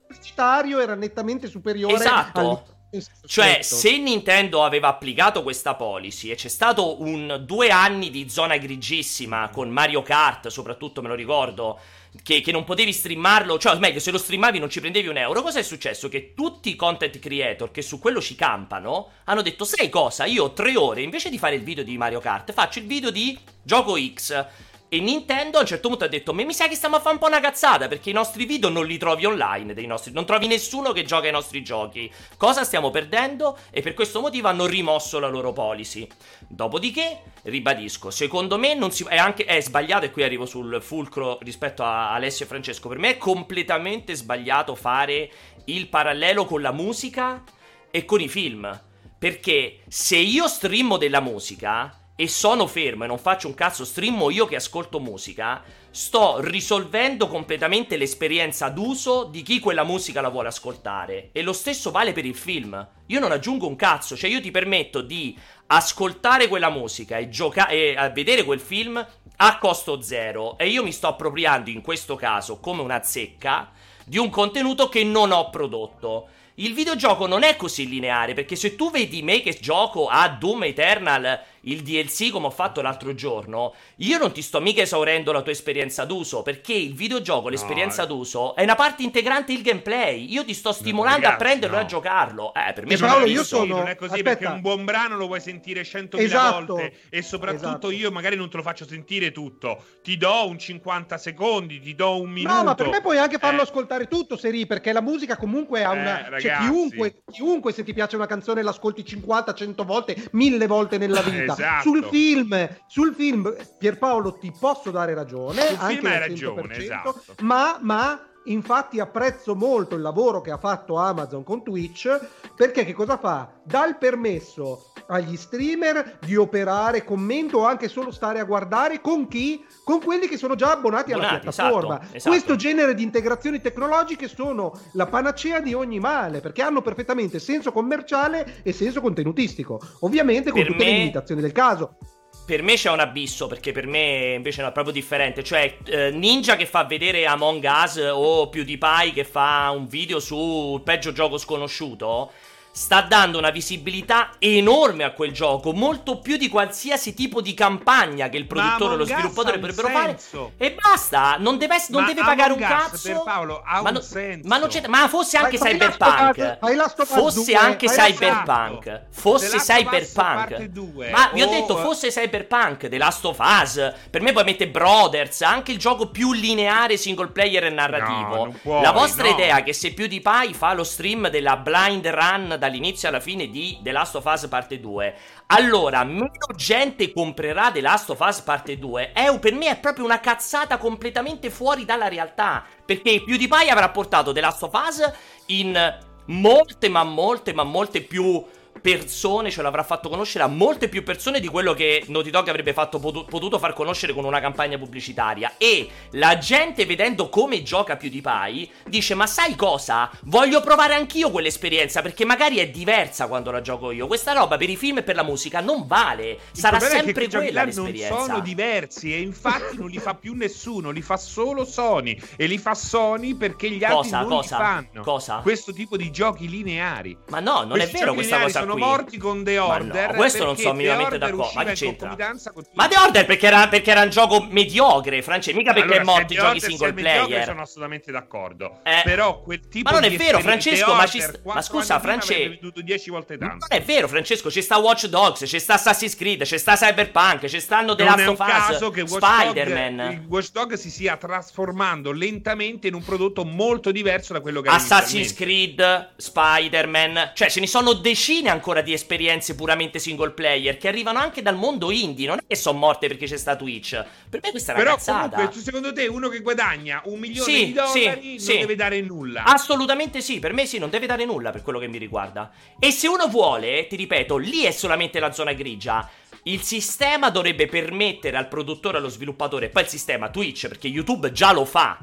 pubblicitario era nettamente superiore. Esatto. Al... Cioè, se Nintendo aveva applicato questa policy e c'è stato un due anni di zona grigissima con Mario Kart, soprattutto me lo ricordo, che, che non potevi streamarlo, cioè meglio, se lo streamavi non ci prendevi un euro, cosa è successo? Che tutti i content creator che su quello ci campano hanno detto, sai cosa? Io ho tre ore, invece di fare il video di Mario Kart, faccio il video di Gioco X. E Nintendo a un certo punto ha detto, ma mi sa che stiamo a fare un po' una cazzata, perché i nostri video non li trovi online, dei nostri, non trovi nessuno che gioca ai nostri giochi. Cosa stiamo perdendo? E per questo motivo hanno rimosso la loro policy. Dopodiché, ribadisco, secondo me non si, è anche è sbagliato, e qui arrivo sul fulcro rispetto a Alessio e Francesco. Per me è completamente sbagliato fare il parallelo con la musica e con i film. Perché se io streamo della musica e sono fermo e non faccio un cazzo, streamo io che ascolto musica, sto risolvendo completamente l'esperienza d'uso di chi quella musica la vuole ascoltare. E lo stesso vale per il film. Io non aggiungo un cazzo, cioè io ti permetto di ascoltare quella musica e giocare e a vedere quel film a costo zero, e io mi sto appropriando in questo caso come una zecca di un contenuto che non ho prodotto. Il videogioco non è così lineare, perché se tu vedi me che gioco a Doom Eternal, il D L C come ho fatto l'altro giorno, io non ti sto mica esaurendo la tua esperienza d'uso, perché il videogioco, l'esperienza no, d'uso è una parte integrante del gameplay. Io ti sto stimolando no, ragazzi, a prenderlo e no. a giocarlo. Eh, per me e Paolo, io sono... non è così. Aspetta. Perché un buon brano lo puoi sentire centomila esatto. volte, e soprattutto esatto. io magari non te lo faccio sentire tutto. Ti do un cinquanta secondi, ti do un minuto. No, ma per me puoi anche farlo eh. ascoltare tutto, Seri, perché la musica comunque ha una... Eh, cioè, chiunque, chiunque se ti piace una canzone l'ascolti cinquanta, cento volte, mille volte nella vita. Esatto. Sul film sul film Pierpaolo ti posso dare ragione, sul anche film hai al cento per cento, ragione, esatto. ma, ma infatti apprezzo molto il lavoro che ha fatto Amazon con Twitch, perché che cosa fa? Dà il permesso agli streamer di operare commento o anche solo stare a guardare con chi? Con quelli che sono già abbonati, abbonati alla piattaforma. Esatto, esatto. Questo genere di integrazioni tecnologiche sono la panacea di ogni male, perché hanno perfettamente senso commerciale e senso contenutistico, ovviamente con per tutte me... le limitazioni del caso. Per me c'è un abisso, perché per me invece no, è proprio differente. Cioè, eh, Ninja che fa vedere Among Us o PewDiePie che fa un video sul peggio gioco sconosciuto sta dando una visibilità enorme a quel gioco, molto più di qualsiasi tipo di campagna che il produttore o lo sviluppatore potrebbero fare. E basta, non deve, non deve pagare un cazzo. Per Paolo ha ma, un no, senso. ma, non c'è, ma fosse anche fai, Cyberpunk, fai la fosse due, anche fai Cyberpunk, la fosse Cyberpunk. due, ma vi ho oh, detto fosse Cyberpunk, The Last of Us, per me poi mette Brothers, anche il gioco più lineare single player e narrativo. No, non puoi, la vostra no. idea è che se PewDiePie fa lo stream della blind run dall'inizio alla fine di The Last of Us parte due, allora meno gente comprerà The Last of Us parte due, è, per me è proprio una cazzata completamente fuori dalla realtà, perché PewDiePie avrà portato The Last of Us in molte ma molte ma molte più persone, ce l'avrà fatto conoscere a molte più persone di quello che Naughty Dog avrebbe fatto, potu- potuto far conoscere con una campagna pubblicitaria. E la gente, vedendo come gioca PewDiePie, dice: ma sai cosa? Voglio provare anch'io quell'esperienza, perché magari è diversa quando la gioco io. Questa roba per i film e per la musica non vale. Sarà sempre quella l'esperienza. Non sono diversi, e infatti non li fa più nessuno, li fa solo Sony, e li fa Sony perché gli altri cosa, non cosa, li fanno. Cosa? Questo tipo di giochi lineari. Ma no, non Questi è vero questa cosa sono qui. morti con The Order. Ma no, questo non sono minimamente d'accordo. d'accordo. Ma che c'entra? Con Ma The Order perché era, perché era un gioco mediocre, Francesco, mica perché allora, è morto i giochi Order, single player. Sono assolutamente d'accordo. Eh, Però quel tipo ma non è di vero, Francesco, ma, ci st- ma scusa, Francesco, dieci volte tanto. Non è vero, Francesco, ci sta Watch Dogs, ci sta Assassin's Creed, ci sta Cyberpunk, ci stanno The Last of Us, Spider-Man. Il Watch Dog si sia trasformando lentamente in un prodotto molto diverso da quello che Assassin's Creed, Spider-Man, cioè ce ne sono decine ancora di esperienze puramente single player che arrivano anche dal mondo indie, non è che sono morte perché c'è sta Twitch. Per me questa è una Però cazzata. comunque, secondo te uno che guadagna un milione sì, di dollari sì, non sì. deve dare nulla? Assolutamente sì, per me sì, non deve dare nulla per quello che mi riguarda. E se uno vuole, ti ripeto, lì è solamente la zona grigia. Il sistema dovrebbe permettere al produttore, allo sviluppatore, poi il sistema Twitch, perché YouTube già lo fa,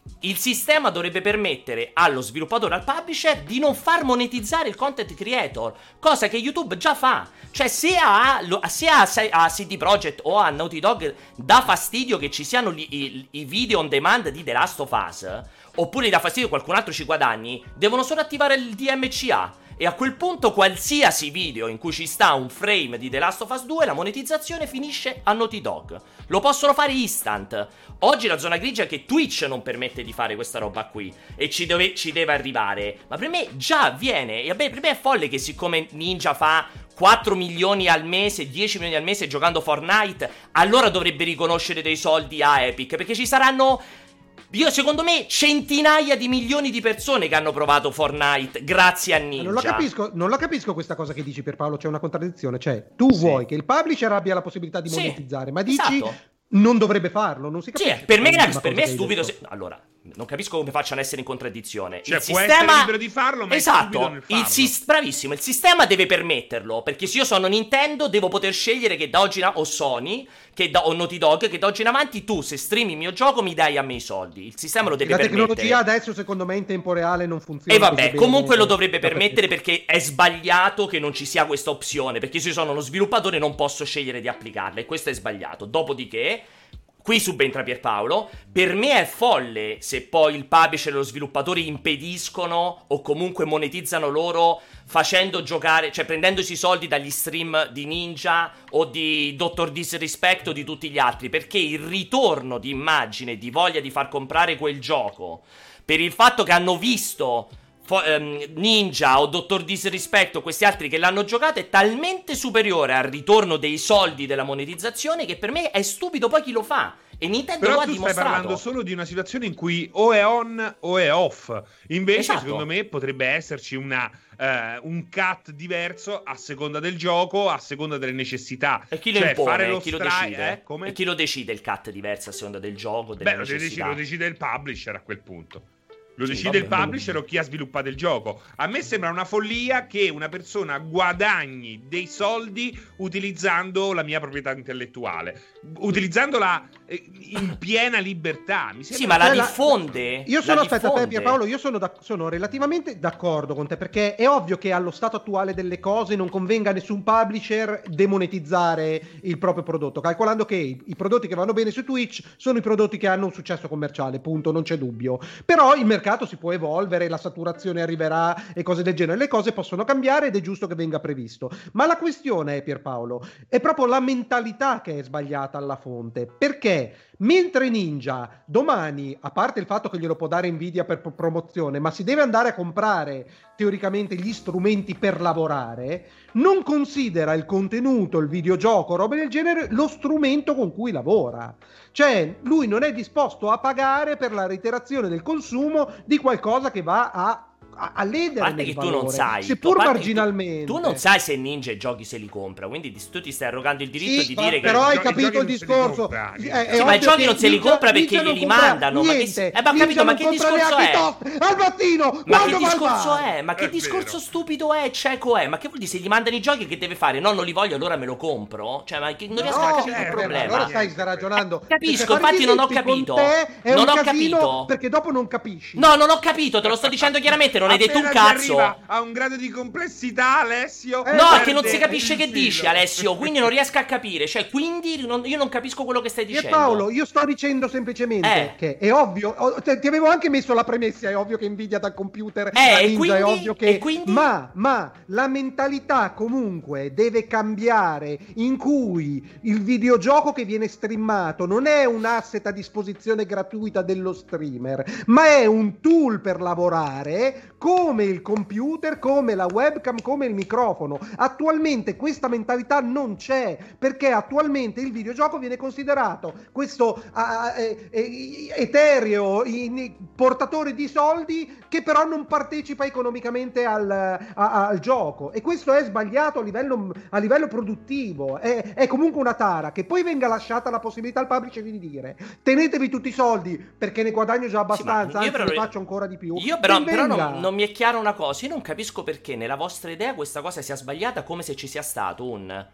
il sistema dovrebbe permettere allo sviluppatore, al publisher, di non far monetizzare il content creator, cosa che YouTube già fa. Cioè se a, se a, a C D Projekt o a Naughty Dog dà fastidio che ci siano li, i, i video on demand di The Last of Us, oppure dà fastidio che qualcun altro ci guadagni, devono solo attivare il D M C A. E a quel punto qualsiasi video in cui ci sta un frame di The Last of Us due, la monetizzazione finisce a Naughty Dog. Lo possono fare instant. Oggi la zona grigia è che Twitch non permette di fare questa roba qui, e ci, dove, ci deve arrivare. Ma per me già avviene. E vabbè, per me è folle che siccome Ninja fa quattro milioni al mese, dieci milioni al mese giocando Fortnite, allora dovrebbe riconoscere dei soldi a Epic, perché ci saranno... Io secondo me centinaia di milioni di persone che hanno provato Fortnite grazie a Ninja. Non la capisco, non la capisco questa cosa che dici, Pierpaolo, c'è una contraddizione. Cioè, tu sì. vuoi che il publisher abbia la possibilità di monetizzare, sì, ma dici esatto. non dovrebbe farlo, non si capisce. Sì, per me, è, per me è stupido se... Allora, non capisco come facciano a essere in contraddizione. Cioè, il può sistema... essere libero di farlo, ma esatto, è stupido nel farlo. Il sis... Bravissimo, il sistema deve permetterlo, perché se io sono Nintendo devo poter scegliere che da oggi in avanti, o Sony, che da... o Naughty Dog, che da oggi in avanti tu, se streami il mio gioco, mi dai a me i soldi. Il sistema lo deve la permettere. La tecnologia adesso, secondo me, in tempo reale non funziona. E vabbè, comunque bene, lo dovrebbe permettere, perché è sbagliato che non ci sia questa opzione, perché se io sono uno sviluppatore non posso scegliere di applicarla, e questo è sbagliato. Dopodiché... Qui subentra Pierpaolo. Per me è folle se poi il publisher e lo sviluppatore impediscono o comunque monetizzano loro facendo giocare, cioè prendendosi i soldi dagli stream di Ninja o di Doctor Disrespect o di tutti gli altri, perché il ritorno di immagine, di voglia di far comprare quel gioco per il fatto che hanno visto fo- ehm, Ninja o Doctor Disrespect o questi altri che l'hanno giocato è talmente superiore al ritorno dei soldi della monetizzazione che per me è stupido poi chi lo fa. E Nintendo Però lo ha tu dimostrato. stai parlando solo di una situazione in cui o è on o è off. Invece, esatto. secondo me, potrebbe esserci una, uh, un cut diverso a seconda del gioco, a seconda delle necessità. E chi lo cioè, impone? fare lo chi lo stri- decide? Eh? Come? E chi lo decide il cut diverso a seconda del gioco, delle Beh, necessità? lo decide, lo decide il publisher a quel punto. Lo Sì, decide vabbè, il publisher o chi ha sviluppato il gioco. A me sembra una follia che una persona guadagni dei soldi utilizzando la mia proprietà intellettuale, utilizzandola in piena libertà. Mi sì, ma la diffonde. Io sono, la aspetta, diffonde. te Pierpaolo, io sono, da, sono relativamente d'accordo con te, perché è ovvio che allo stato attuale delle cose non convenga a nessun publisher demonetizzare il proprio prodotto, calcolando che i, i prodotti che vanno bene su Twitch sono i prodotti che hanno un successo commerciale, punto, non c'è dubbio. Però il mercato si può evolvere, la saturazione arriverà e cose del genere, le cose possono cambiare ed è giusto che venga previsto. Ma la questione è, Pierpaolo, è proprio la mentalità che è sbagliata alla fonte, perché mentre Ninja domani, a parte il fatto che glielo può dare Nvidia per pro- promozione, ma si deve andare a comprare teoricamente gli strumenti per lavorare, non considera il contenuto, il videogioco, robe del genere, lo strumento con cui lavora. Cioè, lui non è disposto a pagare per la reiterazione del consumo di qualcosa che va a a, a ledere a parte nel che valore, tu non sai, seppur tu, marginalmente. Tu, tu non sai se Ninja i giochi se li compra, quindi tu ti stai arrogando il diritto sì, di ma, dire però che hai i capito giochi il discorso. compra, Sì, è, sì, ma i giochi non se li compra perché Ninja glieli mandano. Ma che, eh, ma ho capito, ma che discorso è? Al mattino, ma che va discorso al è? Ma che È discorso vero. stupido è? Cieco è? Ma che vuol dire? Se gli mandano i giochi che deve fare? No, non li voglio, allora me lo compro? Cioè, ma che, non riesco a capire il certo, problema. Allora stai ragionando. Capisco, infatti non ho capito. Non ho capito. Perché dopo non capisci. No, non ho capito, te lo sto dicendo chiaramente, non hai detto un Appena si cazzo. arriva a un grado di complessità, Alessio. Eh, No, è perde che non si capisce il che filo. dici, Alessio, quindi non riesco a capire. Cioè, quindi non- io non capisco quello che stai E dicendo. Paolo, io sto dicendo semplicemente Eh. che è ovvio, oh, te- ti avevo anche messo la premessa, è ovvio che Nvidia dal computer Eh, a e Ninja, quindi? è ovvio che... E quindi? Ma, ma la mentalità comunque deve cambiare, in cui il videogioco che viene streamato non è un asset a disposizione gratuita dello streamer, ma è un tool per lavorare come il computer, come la webcam, come il microfono. Attualmente questa mentalità non c'è, perché attualmente il videogioco viene considerato questo ah, eh, eh, etereo in- portatore di soldi che però non partecipa economicamente al, a- al gioco, e questo è sbagliato a livello, a livello produttivo. È, è comunque una tara che poi venga lasciata la possibilità al publisher di dire: tenetevi tutti i soldi perché ne guadagno già abbastanza, Sì, ma io anzi però- ne faccio ancora di più. Io però, Ben però non, venga. non mi è chiaro una cosa. Io non capisco perché nella vostra idea questa cosa sia sbagliata, come se ci sia stato un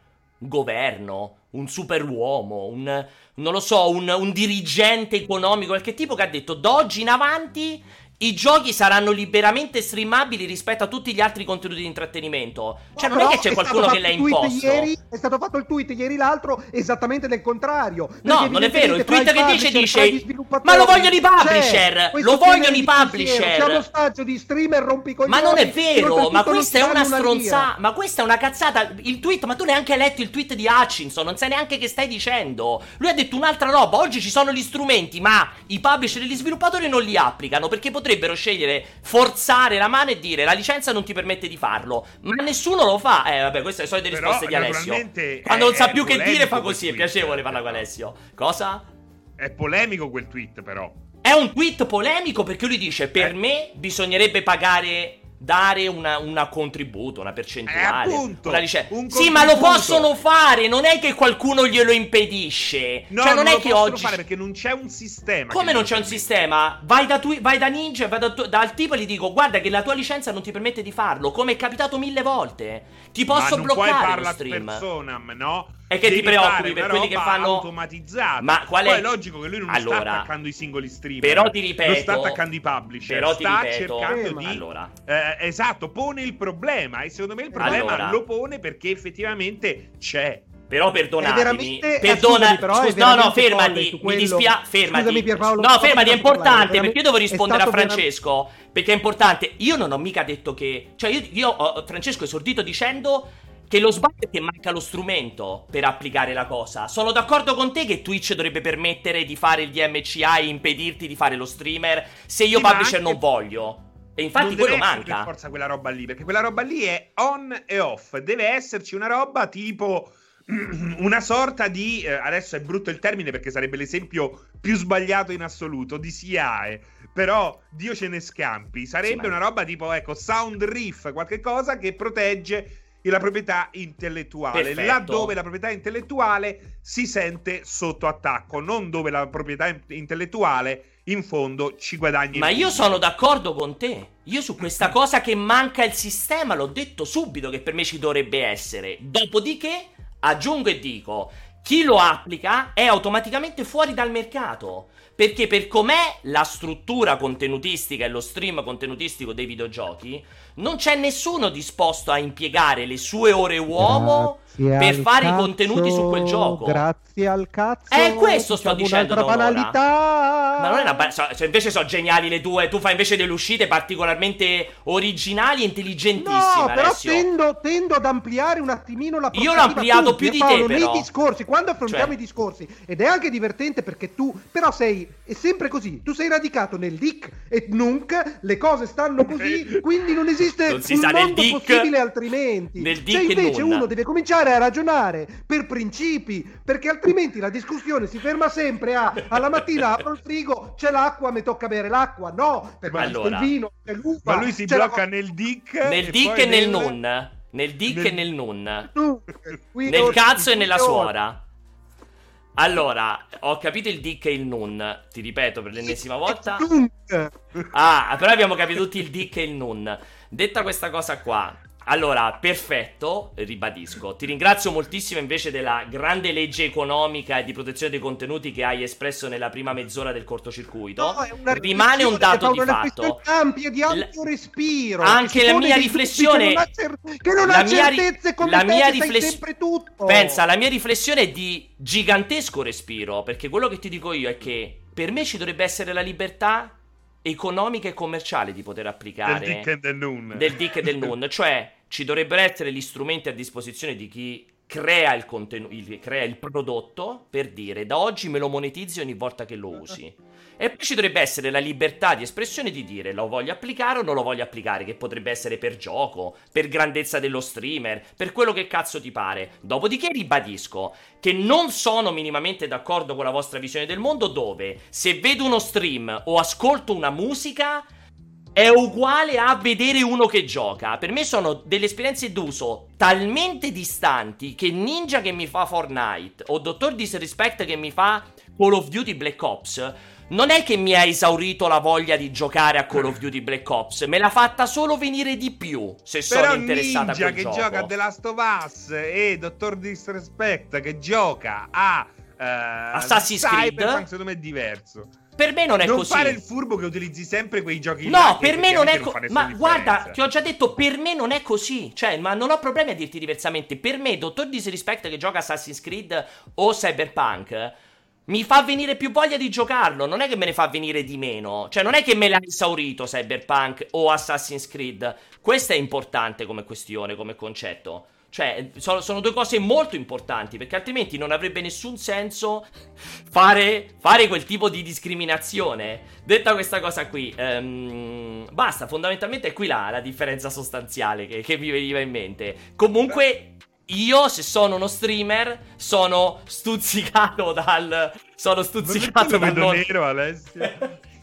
governo, un superuomo, un, non lo so, un, un dirigente economico, qualche tipo, che ha detto da oggi in avanti i giochi saranno liberamente streamabili rispetto a tutti gli altri contenuti di intrattenimento. Cioè, no, non è che c'è qualcuno che l'ha imposto. Ieri, è stato fatto il tweet ieri l'altro esattamente del contrario. No, non è vero. Il tweet che dice dice ma lo vogliono i publisher. Lo vogliono i publisher. C'è uno stagio di streamer rompicoglioni. Ma non è vero. Ma questa è una stronzata. Ma questa è una cazzata. Il tweet, ma tu neanche hai letto il tweet di Hutchinson. Non sai neanche che stai dicendo. Lui ha detto un'altra roba. Oggi ci sono gli strumenti, ma i publisher e gli sviluppatori non li applicano perché potrebbero scegliere, forzare la mano e dire la licenza non ti permette di farlo, ma nessuno lo fa. Eh vabbè, queste sono le solite risposte di Alessio. Quando è, non sa più che dire fa quel così, tweet, è piacevole parlare con Alessio. Cosa? È polemico quel tweet, però. È un tweet polemico perché lui dice per eh. me bisognerebbe pagare, dare una, una contributo, una percentuale. Eh, appunto, una lice- un sì, ma lo possono fare, non è che qualcuno glielo impedisce. No, cioè, non, non è lo che possono oggi fare perché non c'è un sistema. Come non c'è un sistema? Vai da, tu- vai da Ninja, vai da tu- dal tipo e gli dico guarda che la tua licenza non ti permette di farlo, come è capitato mille volte. Ti posso ma bloccare lo non stream. puoi farla no? E che devi ti preoccupi per quelli che fanno automatizzata. Ma qual è? Poi è logico che lui non allora, sta attaccando i singoli streamer. Però ti ripeto, non sta attaccando i publisher. Però ti sta ripeto, cercando eh, di allora. eh, esatto, pone il problema e secondo me il problema allora. lo pone perché effettivamente c'è. Però perdonatemi, è perdona, però scusa, no no fermati, mi dispiace, fermati. Scusami, Pierpaolo, no fermati, è importante è perché io devo rispondere a Francesco, veramente... perché è importante. Io non ho mica detto che, cioè io, io ho, Francesco è esordito dicendo che lo sbaglio è che manca lo strumento per applicare la cosa. Sono d'accordo con te che Twitch dovrebbe permettere di fare il D M C A e impedirti di fare lo streamer se io sì, publisher anche... non voglio. E infatti non quello deve manca. Per forza quella roba lì, perché quella roba lì è on e off. Deve esserci una roba tipo una sorta di eh, adesso è brutto il termine perché sarebbe l'esempio più sbagliato in assoluto di S I A E, però Dio ce ne scampi, sarebbe sì, una roba tipo ecco Sound Reef, qualche cosa che protegge la proprietà intellettuale. Perfetto. Laddove la proprietà intellettuale si sente sotto attacco, non dove la proprietà intellettuale in fondo ci guadagni. Ma io sono d'accordo con te. Io su questa cosa che manca il sistema l'ho detto subito che per me ci dovrebbe essere. Dopodiché aggiungo e dico, chi lo applica è automaticamente fuori dal mercato. Perché per com'è la struttura contenutistica e lo stream contenutistico dei videogiochi, non c'è nessuno disposto a impiegare le sue ore uomo grazie per fare cazzo, i contenuti su quel gioco. Grazie al cazzo. È questo sto dicendo da banalità. Ma non è una ba- so, cioè invece sono geniali le tue. Tu fai invece delle uscite particolarmente originali e intelligentissime. No, però Alessio. tendo, tendo ad ampliare un attimino la prospettiva. Io l'ho ampliato tu, più di Paolo, te però. nei discorsi, quando affrontiamo cioè. i discorsi, ed è anche divertente perché tu però sei è sempre così. Tu sei radicato nel dick e nunc, le cose stanno così, quindi non esiste non si un sa mondo dick, possibile altrimenti. Nel dick cioè invece non. uno deve cominciare a ragionare per principi, perché altrimenti la discussione si ferma sempre a alla mattina apro il frigo, c'è l'acqua, mi tocca bere l'acqua. No, perché allora. il vino, c'è l'uva. Ma lui si blocca la... nel dick nel e dick e nel nel... non. Nel dick nel... e nel non. Qui nel cazzo e nella ora. suora. Allora, ho capito il dick e il nun. Ti ripeto per l'ennesima volta. Ah, però abbiamo capito tutti il dick e il nun. Detta questa cosa qua, allora, perfetto, ribadisco. Ti ringrazio moltissimo invece della grande legge economica e di protezione dei contenuti che hai espresso nella prima mezz'ora del cortocircuito. No, rimane un dato di fatto ampia di alto respiro. Anche la mia riflessione che non ha, cer- che non ha certezze come la te mia che rifless- sai sempre tutto. Pensa, la mia riflessione è di gigantesco respiro, perché quello che ti dico io è che per me ci dovrebbe essere la libertà economica e commerciale di poter applicare del dick e del nun, del dick e del nun. Cioè ci dovrebbero essere gli strumenti a disposizione di chi crea il contenuto, crea il prodotto, per dire da oggi me lo monetizzi ogni volta che lo usi. E poi ci dovrebbe essere la libertà di espressione di dire lo voglio applicare o non lo voglio applicare, che potrebbe essere per gioco, per grandezza dello streamer, per quello che cazzo ti pare. Dopodiché ribadisco che non sono minimamente d'accordo con la vostra visione del mondo, dove se vedo uno stream o ascolto una musica è uguale a vedere uno che gioca. Per me sono delle esperienze d'uso talmente distanti che Ninja che mi fa Fortnite o Dottor Disrespect che mi fa Call of Duty Black Ops non è che mi ha esaurito la voglia di giocare a Call of Duty Black Ops, me l'ha fatta solo venire di più, se Però sono interessata a Ninja quel che gioco. gioca a The Last of Us e Doctor Disrespect che gioca a uh, Assassin's Creed, Cyberpunk, secondo me è diverso. Per me non è non così. fare il furbo che utilizzi sempre quei giochi No, là per me non è così. così. Ma guarda, ti ho già detto, per me non è così. Cioè, ma non ho problemi a dirti diversamente. Per me, Dottor Disrespect che gioca Assassin's Creed o Cyberpunk mi fa venire più voglia di giocarlo. Non è che me ne fa venire di meno. Cioè, non è che me l'ha esaurito Cyberpunk o Assassin's Creed. Questa è importante come questione, come concetto. Cioè, sono, sono due cose molto importanti, perché altrimenti non avrebbe nessun senso fare, fare quel tipo di discriminazione. Detta questa cosa qui, um, basta, fondamentalmente è qui là la differenza sostanziale che, che mi veniva in mente. Comunque, io, se sono uno streamer, sono stuzzicato dal... Sono stuzzicato dal... Non... nero, Alessio.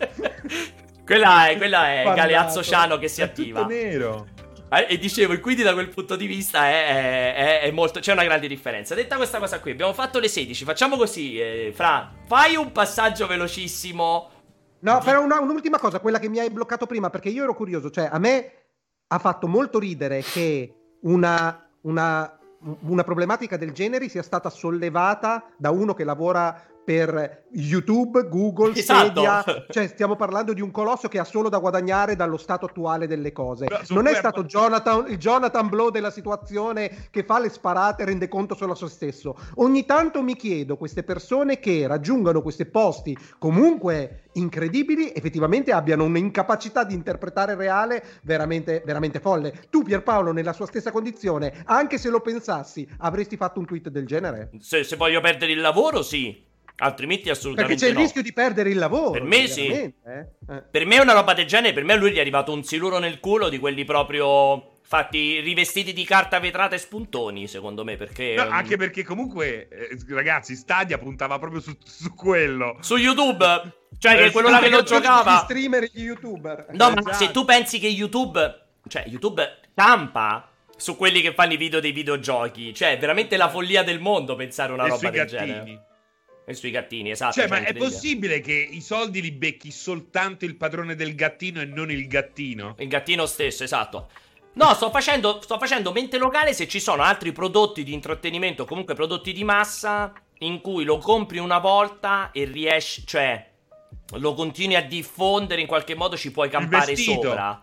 quella è, quella è Guardato. Galeazzo Ciano che si è attiva. Tutto nero. E dicevo, e quindi da quel punto di vista è, è, è molto, c'è una grande differenza. Detta questa cosa qui, abbiamo fatto le sedici. Facciamo così, eh, Fra, fai un passaggio velocissimo. No, però una, un'ultima cosa, quella che mi hai bloccato prima, perché io ero curioso. Cioè, a me ha fatto molto ridere che una, una, una problematica del genere sia stata sollevata da uno che lavora per YouTube, Google, Esatto. Stadia. Cioè, stiamo parlando di un colosso che ha solo da guadagnare dallo stato attuale delle cose. No, su non è cui stato abba- Jonathan, il Jonathan Blow della situazione che fa le sparate e rende conto solo a se stesso. Ogni tanto mi chiedo, queste persone che raggiungono questi posti comunque incredibili effettivamente abbiano un'incapacità di interpretare reale veramente, veramente folle. Tu, Pierpaolo, nella sua stessa condizione, anche se lo pensassi, avresti fatto un tweet del genere? Se, se voglio perdere il lavoro, sì. Altrimenti assolutamente Perché c'è no. il rischio di perdere il lavoro. Per me sì. Eh? Eh. Per me è una roba del genere. Per me a lui gli è arrivato un siluro nel culo di quelli proprio fatti rivestiti di carta vetrata e spuntoni, secondo me, perché No, um, anche perché comunque, eh, ragazzi, Stadia puntava proprio su, su quello. su YouTube, cioè Eh, che quello sì, là che lo Gli giocava. streamer e gli youtuber. No, ma Esatto. se tu pensi che YouTube, cioè YouTube campa su quelli che fanno i video dei videogiochi, cioè è veramente la follia del mondo pensare una E roba sui del gattini. genere. E sui gattini, esatto. Cioè, ma è incredibile. possibile che i soldi li becchi soltanto il padrone del gattino e non il gattino? Il gattino stesso, esatto. No, sto facendo, sto facendo mente locale se ci sono altri prodotti di intrattenimento, comunque prodotti di massa, in cui lo compri una volta e riesci, cioè, lo continui a diffondere, in qualche modo ci puoi campare vestito. sopra.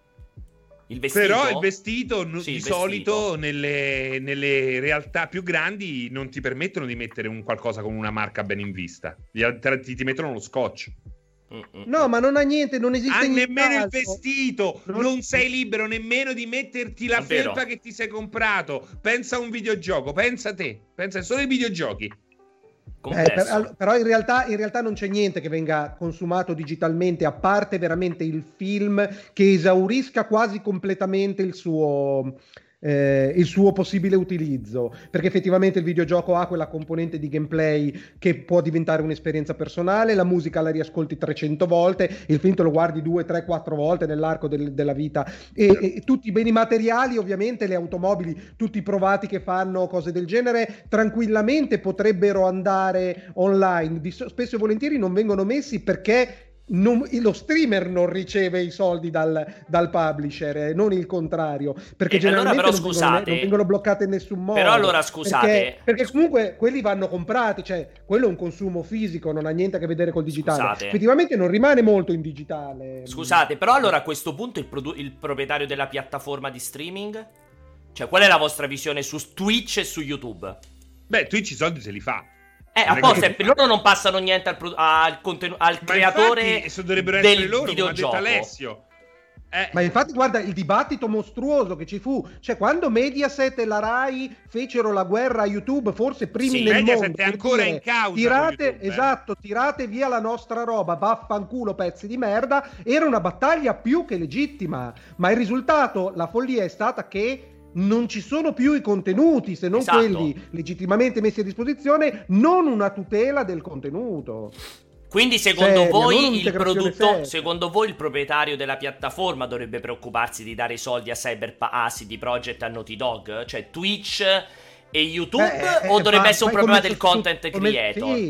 Il vestito? Però il vestito n- Sì, di il solito vestito. nelle, nelle realtà più grandi non ti permettono di mettere un qualcosa con una marca ben in vista. Gli altri- ti, ti mettono lo scotch. Mm-mm. No, ma non ha niente, non esiste Ah, niente nemmeno il altro. vestito! Non- Non sei libero nemmeno di metterti la È vero. felpa che ti sei comprato. Pensa a un videogioco, pensa a te. Pensa solo ai videogiochi. Eh, per- Complesso. all- però in realtà, in realtà non c'è niente che venga consumato digitalmente, a parte veramente il film che esaurisca quasi completamente il suo, eh, il suo possibile utilizzo, perché effettivamente il videogioco ha quella componente di gameplay che può diventare un'esperienza personale, la musica la riascolti trecento volte, il film te lo guardi due, tre, quattro volte nell'arco del- della vita e, e tutti i beni materiali, ovviamente le automobili, tutti i provati che fanno cose del genere tranquillamente potrebbero andare online. Di- spesso e volentieri non vengono messi perché non- lo streamer non riceve i soldi dal, dal publisher, eh, non il contrario, perché E allora generalmente però, non, vengono, scusate, non vengono bloccate in nessun modo. però allora, scusate. perché, perché comunque quelli vanno comprati, cioè quello è un consumo fisico, non ha niente a che vedere col digitale. Scusate. Effettivamente non rimane molto in digitale. Scusate, però allora a questo punto il, produ- il proprietario della piattaforma di streaming? Cioè, qual è la vostra visione su Twitch e su YouTube? Beh, Twitch i soldi se li fa. Eh, Non è apposta, che- loro non passano niente al, pro- al, contenu- al Ma creatore infatti, se dovrebbero del essere loro, come ha detto videogioco. Alessio. Eh, Ma infatti guarda il dibattito mostruoso che ci fu, cioè quando Mediaset e la Rai fecero la guerra a YouTube, forse primi Sì, nel Mediaset mondo, è per ancora dire, in causa con tirate, YouTube, eh. esatto, tirate via la nostra roba, vaffanculo pezzi di merda, era una battaglia più che legittima, ma il risultato, la follia è stata che non ci sono più i contenuti, se non Esatto. quelli legittimamente messi a disposizione, non una tutela del contenuto. Quindi secondo Seria, non voi il un'integrazione produttore, seria. secondo voi il proprietario della piattaforma dovrebbe preoccuparsi di dare i soldi a Cyberpunk, a C D Projekt, a Naughty Dog? Cioè Twitch e YouTube? Eh, o eh, dovrebbe fa- essere un fai problema come del su- content come- creator? Sì.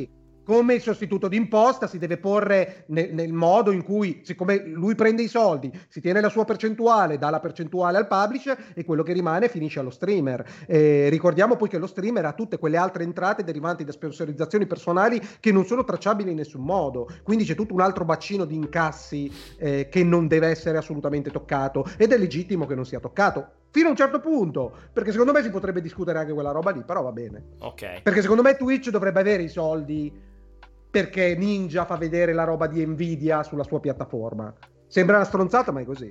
come il sostituto d'imposta si deve porre nel, nel modo in cui, siccome lui prende i soldi, si tiene la sua percentuale, dà la percentuale al publisher e quello che rimane finisce allo streamer. Eh, ricordiamo poi che lo streamer ha tutte quelle altre entrate derivanti da sponsorizzazioni personali che non sono tracciabili in nessun modo, quindi c'è tutto un altro bacino di incassi eh, che non deve essere assolutamente toccato, ed è legittimo che non sia toccato fino a un certo punto, perché secondo me si potrebbe discutere anche quella roba lì, però va bene. Ok. Perché secondo me Twitch dovrebbe avere i soldi perché Ninja fa vedere la roba di Nvidia sulla sua piattaforma. Sembra una stronzata, ma è così.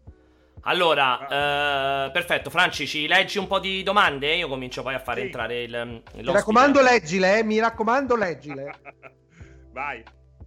Allora, eh, perfetto, Franci, ci leggi un po' di domande? Io comincio poi a fare sì. entrare il l'ospite. Mi raccomando, leggile, eh, mi raccomando, leggile. Vai.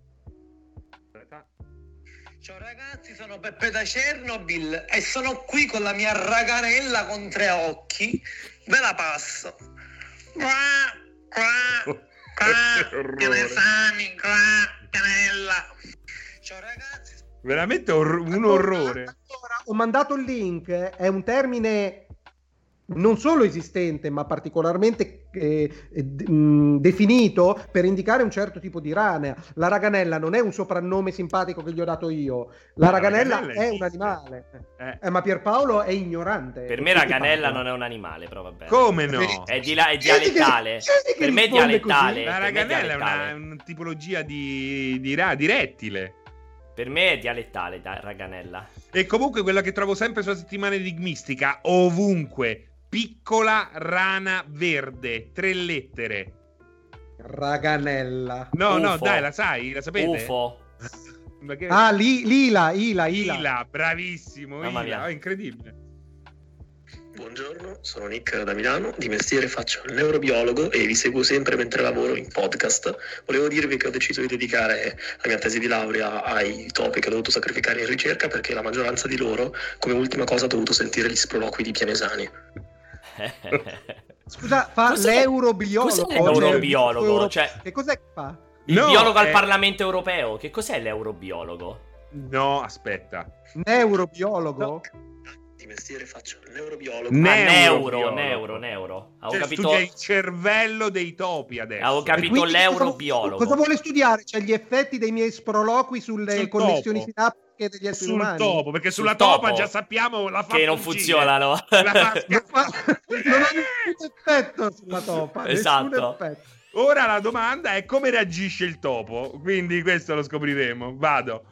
Ciao ragazzi, sono Peppe da Chernobyl e sono qui con la mia raganella con tre occhi. Ve la passo. Qua, qua, qua, Pianesani, qua, Pianella. Ciao ragazzi. Veramente or- un orrore. Allora, ho mandato il link, è un termine non solo esistente, ma particolarmente eh, d- mh, definito per indicare un certo tipo di rana. La raganella non è un soprannome simpatico che gli ho dato io. La, la raganella, raganella è un animale. Eh. Eh, ma Pierpaolo è ignorante. Per me raganella non è un animale, però vabbè. Come no? È, di la- è dialettale. Che, per me è dialettale. La raganella è una, una tipologia di, di, ra- di rettile. Per me è dialettale, da raganella. E comunque quella che trovo sempre sulla settimana enigmistica, ovunque. Piccola rana verde, tre lettere. Raganella. No, Ufo. no, dai, la sai? La sapete? Ufo. Che... Ah, li, Lila, Ila, Ila. Ila, bravissimo, Mamma Ila, mia. oh, incredibile. Buongiorno, sono Nick da Milano, di mestiere faccio il neurobiologo e vi seguo sempre mentre lavoro in podcast. Volevo dirvi che ho deciso di dedicare la mia tesi di laurea ai topi che ho dovuto sacrificare in ricerca perché la maggioranza di loro, come ultima cosa, ha dovuto sentire gli sproloqui di Pianesani. Scusa, fa Cos'è? l'eurobiologo? Cos'è l'eurobiologo? Euro... Cioè... Che cos'è che fa? Il No, biologo al è- Parlamento europeo. Che cos'è l'eurobiologo? No, aspetta. Neurobiologo? No. Di mestiere faccio il neurobiologo. Ah, neuro, Neurobiologo. neuro, neuro. Avevo Cioè, capito, studia il cervello dei topi adesso. avevo E capito quindi l'eurobiologo. Cosa, cosa vuole studiare? Cioè gli effetti dei miei sproloqui sulle Sul connessioni topo. sinaptiche degli esseri Sul umani? topo, perché Sul sulla topa topo. già sappiamo la fa Che non fuggire. funzionano. La fa Non fa- non ha nessun effetto sulla topa. Esatto. Nessun effetto. Ora la domanda è come reagisce il topo, quindi questo lo scopriremo. Vado.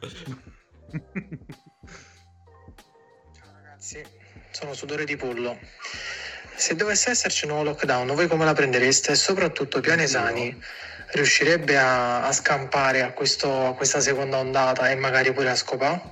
Ciao ragazzi, sono Sudore di Pollo. Se dovesse esserci un nuovo lockdown, voi come la prendereste? E soprattutto Pianesani riuscirebbe a, a scampare a, questo, a questa seconda ondata e magari pure a scopare?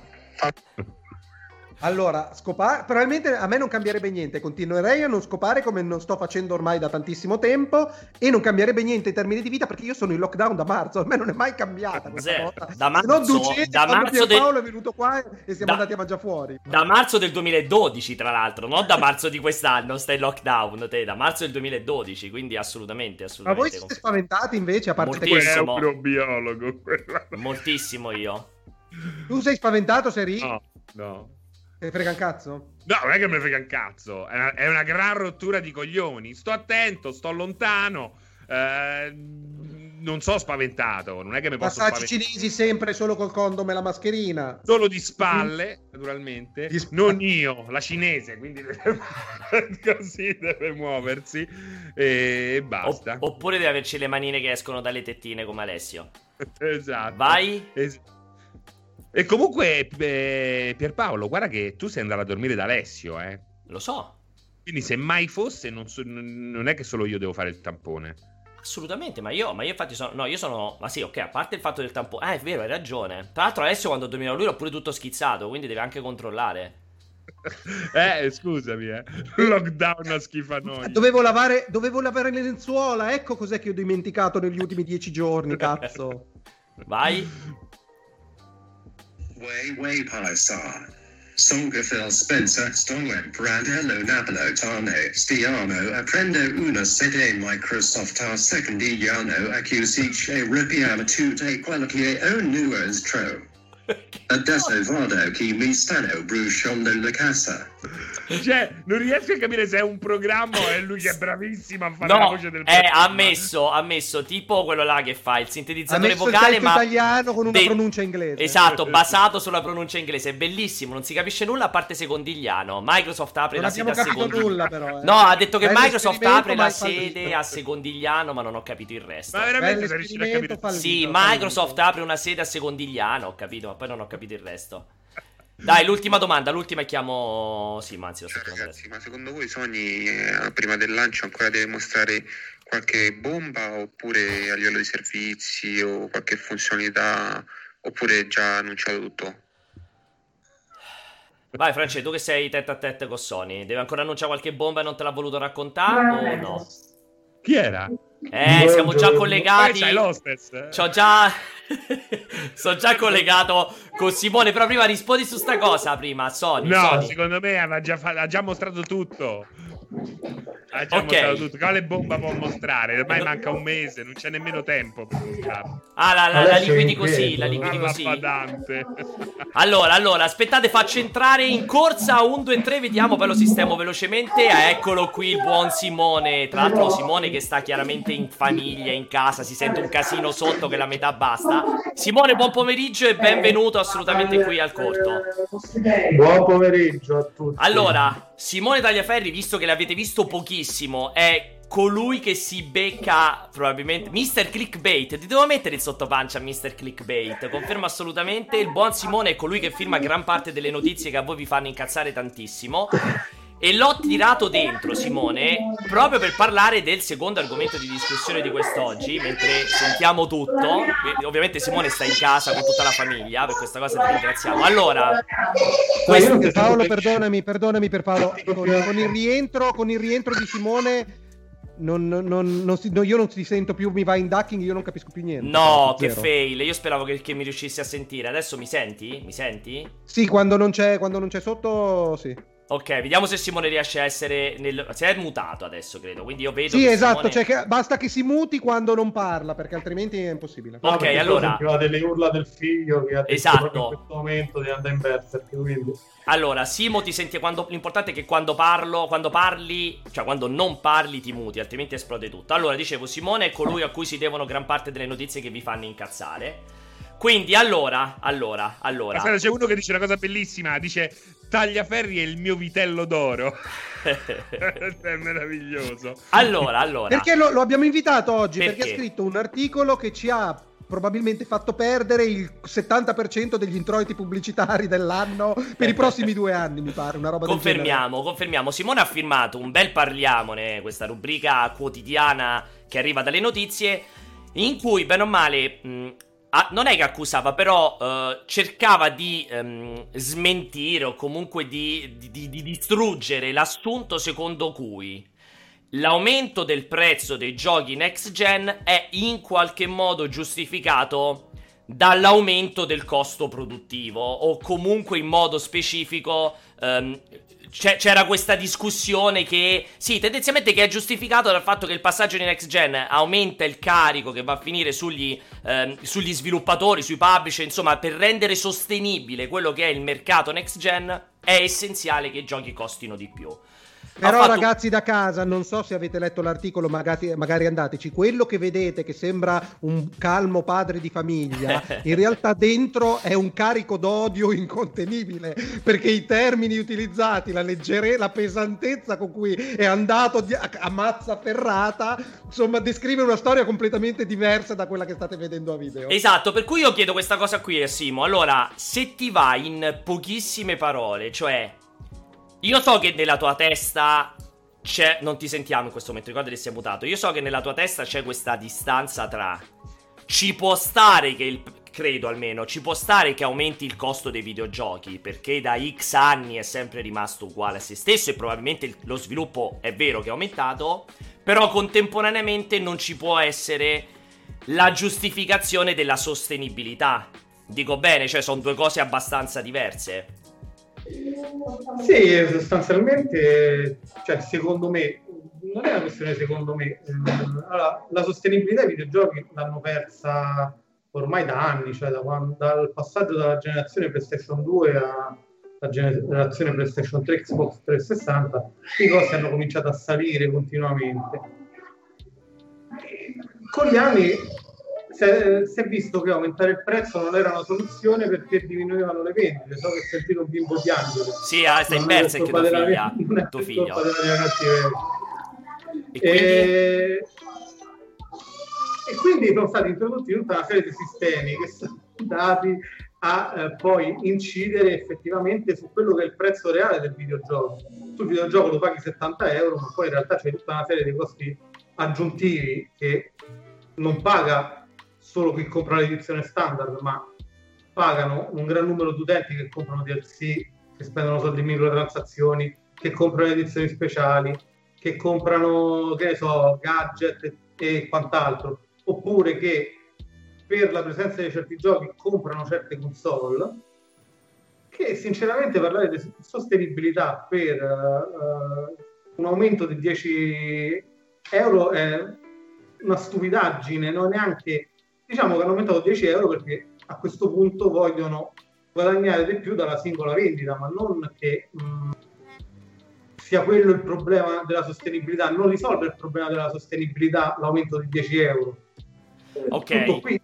Allora, scopare, probabilmente a me non cambierebbe niente, continuerei a non scopare come non sto facendo ormai da tantissimo tempo e non cambierebbe niente in termini di vita perché io sono in lockdown da marzo, a me non è mai cambiata questa Zero. cosa. Da marzo- Se no Ducete, da quando marzo Pierpaolo del- è venuto qua e siamo Da- andati a mangiare fuori. Da marzo del duemiladodici, tra l'altro, non da marzo di quest'anno, stai in lockdown, te, da marzo del duemiladodici, quindi assolutamente, Ma voi assolutamente. siete spaventati invece, a parte te Moltissimo. questo? Neurobiologo. quella- Moltissimo io. Tu sei spaventato, Seri? No, no. Te frega un cazzo? No, non è che me frega un cazzo, è una, è una gran rottura di coglioni. Sto attento, sto lontano, eh, non so spaventato, non è che mi posso Passaggi spaventare. cinesi sempre solo col condom e la mascherina. Solo di spalle, naturalmente, Di spalle. non io, la cinese, quindi deve... così deve muoversi e basta. Opp- oppure deve averci le manine che escono dalle tettine come Alessio. Esatto. Vai. Es- E comunque, eh, Pierpaolo, guarda che tu sei andato a dormire da Alessio, eh. Lo so. Quindi se mai fosse, non, so- non è che solo io devo fare il tampone. Assolutamente, ma io, ma io infatti sono... No, io sono... Ma sì, ok, a parte il fatto del tampone... Ah, è vero, hai ragione. Tra l'altro Alessio quando dormiva lui l'ho pure tutto schizzato, quindi deve anche controllare. Eh, scusami, eh. Lockdown a schifo a noi. Dovevo lavare, dovevo lavare le lenzuola, ecco cos'è che ho dimenticato negli ultimi dieci giorni, cazzo. Vai. Way way Palisar. Songa Phil Spencer Stoneweb Brandello Napolitano Stiano Aprendo una sede Microsoft a secondiano accusicce ripiamo tutte quelle che o nuas tro. Adesso vado che mi stanno bruciando la casa. Cioè, non riesco a capire se è un programma o è lui che è bravissimo a fare no, la voce del è programma. ammesso, ammesso, tipo quello là che fa il sintetizzatore messo vocale, il ma testo italiano con una de- pronuncia inglese. Esatto, basato sulla pronuncia inglese. È bellissimo, non si capisce nulla a parte secondigliano. Microsoft apre Non la abbiamo sede a capito Secondigliano. nulla, però. Eh. No, ha detto che Bello Microsoft esperimento, apre ma la è fallito. sede a Secondigliano, ma non ho capito il resto. Ma veramente Bello sei riuscito a capire? esperimento fallito, Sì, fallito. Microsoft apre una sede a Secondigliano, ho capito, ma poi non ho capito il resto. Dai, l'ultima domanda, l'ultima e chiamo... Sì, ma anzi, lo Ciao sottolineo ragazzi, ma secondo voi Sony eh, prima del lancio ancora deve mostrare qualche bomba oppure a livello di servizi o qualche funzionalità oppure già annunciato tutto? Vai Francesco, tu che sei tête a tête con Sony, deve ancora annunciare qualche bomba e non te l'ha voluto raccontare o no? Chi era? Eh, siamo già Eh, collegati. c'hai l'hostess. eh? C'ho già. Sono già collegato con Simone. Però prima rispondi su sta cosa. Prima, Sony. No, Sony. secondo me ha già, fa- ha già mostrato tutto. Ha già Ok. mostrato tutto. Quale bomba può mostrare? Ormai manca un mese, non c'è nemmeno tempo per mostrarlo. Ah, la, la, la liquidi così. La liquidi Alla così. badante. Allora, allora, aspettate, faccio entrare in corsa uno, due, tre, vediamo, poi lo sistemo velocemente. Ah, eccolo qui il buon Simone. Tra l'altro Simone che sta chiaramente in famiglia, in casa, si sente un casino sotto che la metà basta. Simone, buon pomeriggio e benvenuto assolutamente qui al corto. Buon pomeriggio a tutti. Allora, Simone Tagliaferri, visto che l'avete visto pochissimo, è colui che si becca probabilmente mister Clickbait. Ti devo mettere il sottopancia a mister Clickbait. Confermo assolutamente. Il buon Simone è colui che firma gran parte delle notizie che a voi vi fanno incazzare tantissimo. E l'ho tirato dentro, Simone, proprio per parlare del secondo argomento di discussione di quest'oggi, mentre sentiamo tutto. E ovviamente Simone sta in casa con tutta la famiglia, per questa cosa ti ringraziamo. Allora, Questo, io- Paolo, perdonami, perdonami per Paolo. Con, con il rientro, con il rientro di Simone, non, non, non, non si- no, io non si sento più, mi va in ducking, io non capisco più niente. no, che Zero. fail. Io speravo che, che mi riuscissi a sentire. Adesso mi senti? Mi senti? Sì, quando non c'è, quando non c'è sotto, sì. Ok, vediamo se Simone riesce a essere nel... Si è mutato adesso, credo. Quindi io vedo Sì, che esatto, Simone... cioè che basta che si muti quando non parla, perché altrimenti è impossibile. No, Ok, perché allora- poi sentiva delle urla del figlio che ha detto Esatto. proprio in questo momento di andare in berserk, quindi Allora, Simo ti senti quando... L'importante è che quando parlo, quando parli, cioè quando non parli ti muti, altrimenti esplode tutto. Allora, dicevo, Simone è colui a cui si devono gran parte delle notizie che vi fanno incazzare. Quindi, allora, allora, allora... Aspetta, c'è uno che dice una cosa bellissima. Dice: Tagliaferri è il mio vitello d'oro. È meraviglioso. allora, allora... Perché lo, lo abbiamo invitato oggi? Perché? Perché? ha scritto un articolo che ci ha probabilmente fatto perdere il settanta per cento degli introiti pubblicitari dell'anno per i prossimi due anni, mi pare, una roba del genere. Confermiamo, confermiamo. Simone ha firmato un bel Parliamone, questa rubrica quotidiana che arriva dalle notizie, in cui, bene o male, mh, ah, non è che accusava, però eh, cercava di ehm, smentire o comunque di, di, di distruggere l'assunto secondo cui l'aumento del prezzo dei giochi next gen è in qualche modo giustificato dall'aumento del costo produttivo, o comunque in modo specifico ehm, c'è- c'era questa discussione che sì, tendenzialmente che è giustificato dal fatto che il passaggio di next gen aumenta il carico che va a finire sugli, ehm, sugli sviluppatori, sui publisher, insomma, per rendere sostenibile quello che è il mercato next gen è essenziale che i giochi costino di più. Però Ha fatto- ragazzi da casa, non so se avete letto l'articolo, magari, magari andateci, quello che vedete che sembra un calmo padre di famiglia, in realtà dentro è un carico d'odio incontenibile, perché i termini utilizzati, la leggere, la pesantezza con cui è andato di- a, a mazza ferrata, insomma descrive una storia completamente diversa da quella che state vedendo a video. Esatto, per cui io chiedo questa cosa qui a Simo. Allora, se ti va in pochissime parole, cioè io so che nella tua testa c'è... Non ti sentiamo in questo momento, ricorda che sei mutato. Io so che nella tua testa c'è questa distanza tra... Ci può stare che il... Credo almeno, ci può stare che aumenti il costo dei videogiochi, perché da X anni è sempre rimasto uguale a se stesso e probabilmente il- lo sviluppo è vero che è aumentato, però contemporaneamente non ci può essere la giustificazione della sostenibilità. Dico bene, cioè sono due cose abbastanza diverse. sì, sostanzialmente, cioè, secondo me, non è una questione secondo me. Eh, allora, la sostenibilità dei videogiochi l'hanno persa ormai da anni, cioè da quando, dal passaggio dalla generazione PlayStation due alla generazione PlayStation tre, Xbox trecentosessanta, i costi hanno cominciato a salire continuamente. Con gli anni si è, si è visto che aumentare il prezzo non era una soluzione perché diminuivano le vendite. So che ho sentito un bimbo piangere. Sì, ah, sta in Berserk tua figlia, tuo figlio. E, e, e quindi sono stati introdotti tutta una serie di sistemi che sono andati a eh, poi incidere effettivamente su quello che è il prezzo reale del videogioco. Tu il videogioco lo paghi settanta euro, ma poi in realtà c'è tutta una serie di costi aggiuntivi che non paga solo chi compra l'edizione standard, ma pagano un gran numero di utenti che comprano D L C, che spendono soldi in microtransazioni, che comprano edizioni speciali, che comprano, che ne so, gadget e, e quant'altro, oppure che per la presenza di certi giochi comprano certe console, che sinceramente parlare di sostenibilità per uh, un aumento di dieci euro è una stupidaggine. Non neanche, diciamo che hanno aumentato dieci euro perché a questo punto vogliono guadagnare di più dalla singola vendita, ma non che mh, sia quello il problema della sostenibilità. Non risolve il problema della sostenibilità l'aumento di dieci euro. Ok. Tutto qui.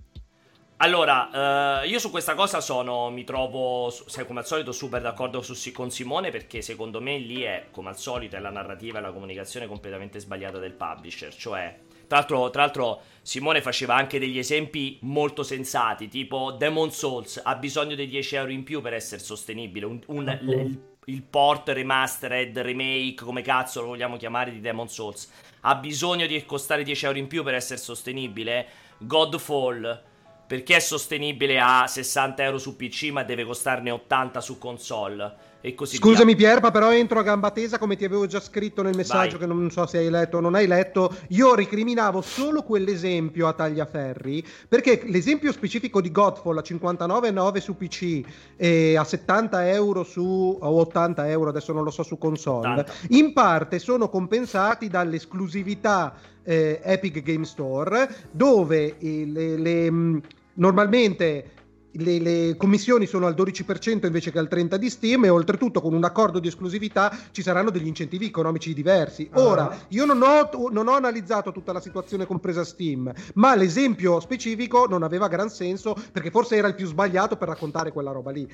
Allora, uh, io su questa cosa sono, mi trovo, sai, come al solito super d'accordo su, con Simone, perché secondo me lì è, come al solito, è la narrativa e la comunicazione completamente sbagliata del publisher. Cioè, tra l'altro, tra l'altro Simone faceva anche degli esempi molto sensati, tipo Demon's Souls ha bisogno dei dieci euro in più per essere sostenibile, un, un, uh-huh. il, il port remastered, remake, come cazzo lo vogliamo chiamare, di Demon's Souls ha bisogno di costare dieci euro in più per essere sostenibile. Godfall, perché è sostenibile a sessanta euro su P C ma deve costarne ottanta su console, e così Scusami via. Pierpa, però entro a gamba tesa, come ti avevo già scritto nel messaggio. Vai. Che non so se hai letto o non hai letto. Io ricriminavo solo quell'esempio a tagliaferri, perché l'esempio specifico di Godfall a cinquantanove virgola nove su P C e a settanta euro su, o ottanta euro, adesso non lo so, su console, ottanta, in parte sono compensati dall'esclusività eh, Epic Game Store, dove eh, le, le, mh, normalmente Le, le commissioni sono al dodici per cento invece che al trenta per cento di Steam, e oltretutto con un accordo di esclusività ci saranno degli incentivi economici diversi. Ora, io non ho, non ho analizzato tutta la situazione compresa Steam, ma l'esempio specifico non aveva gran senso, perché forse era il più sbagliato per raccontare quella roba lì.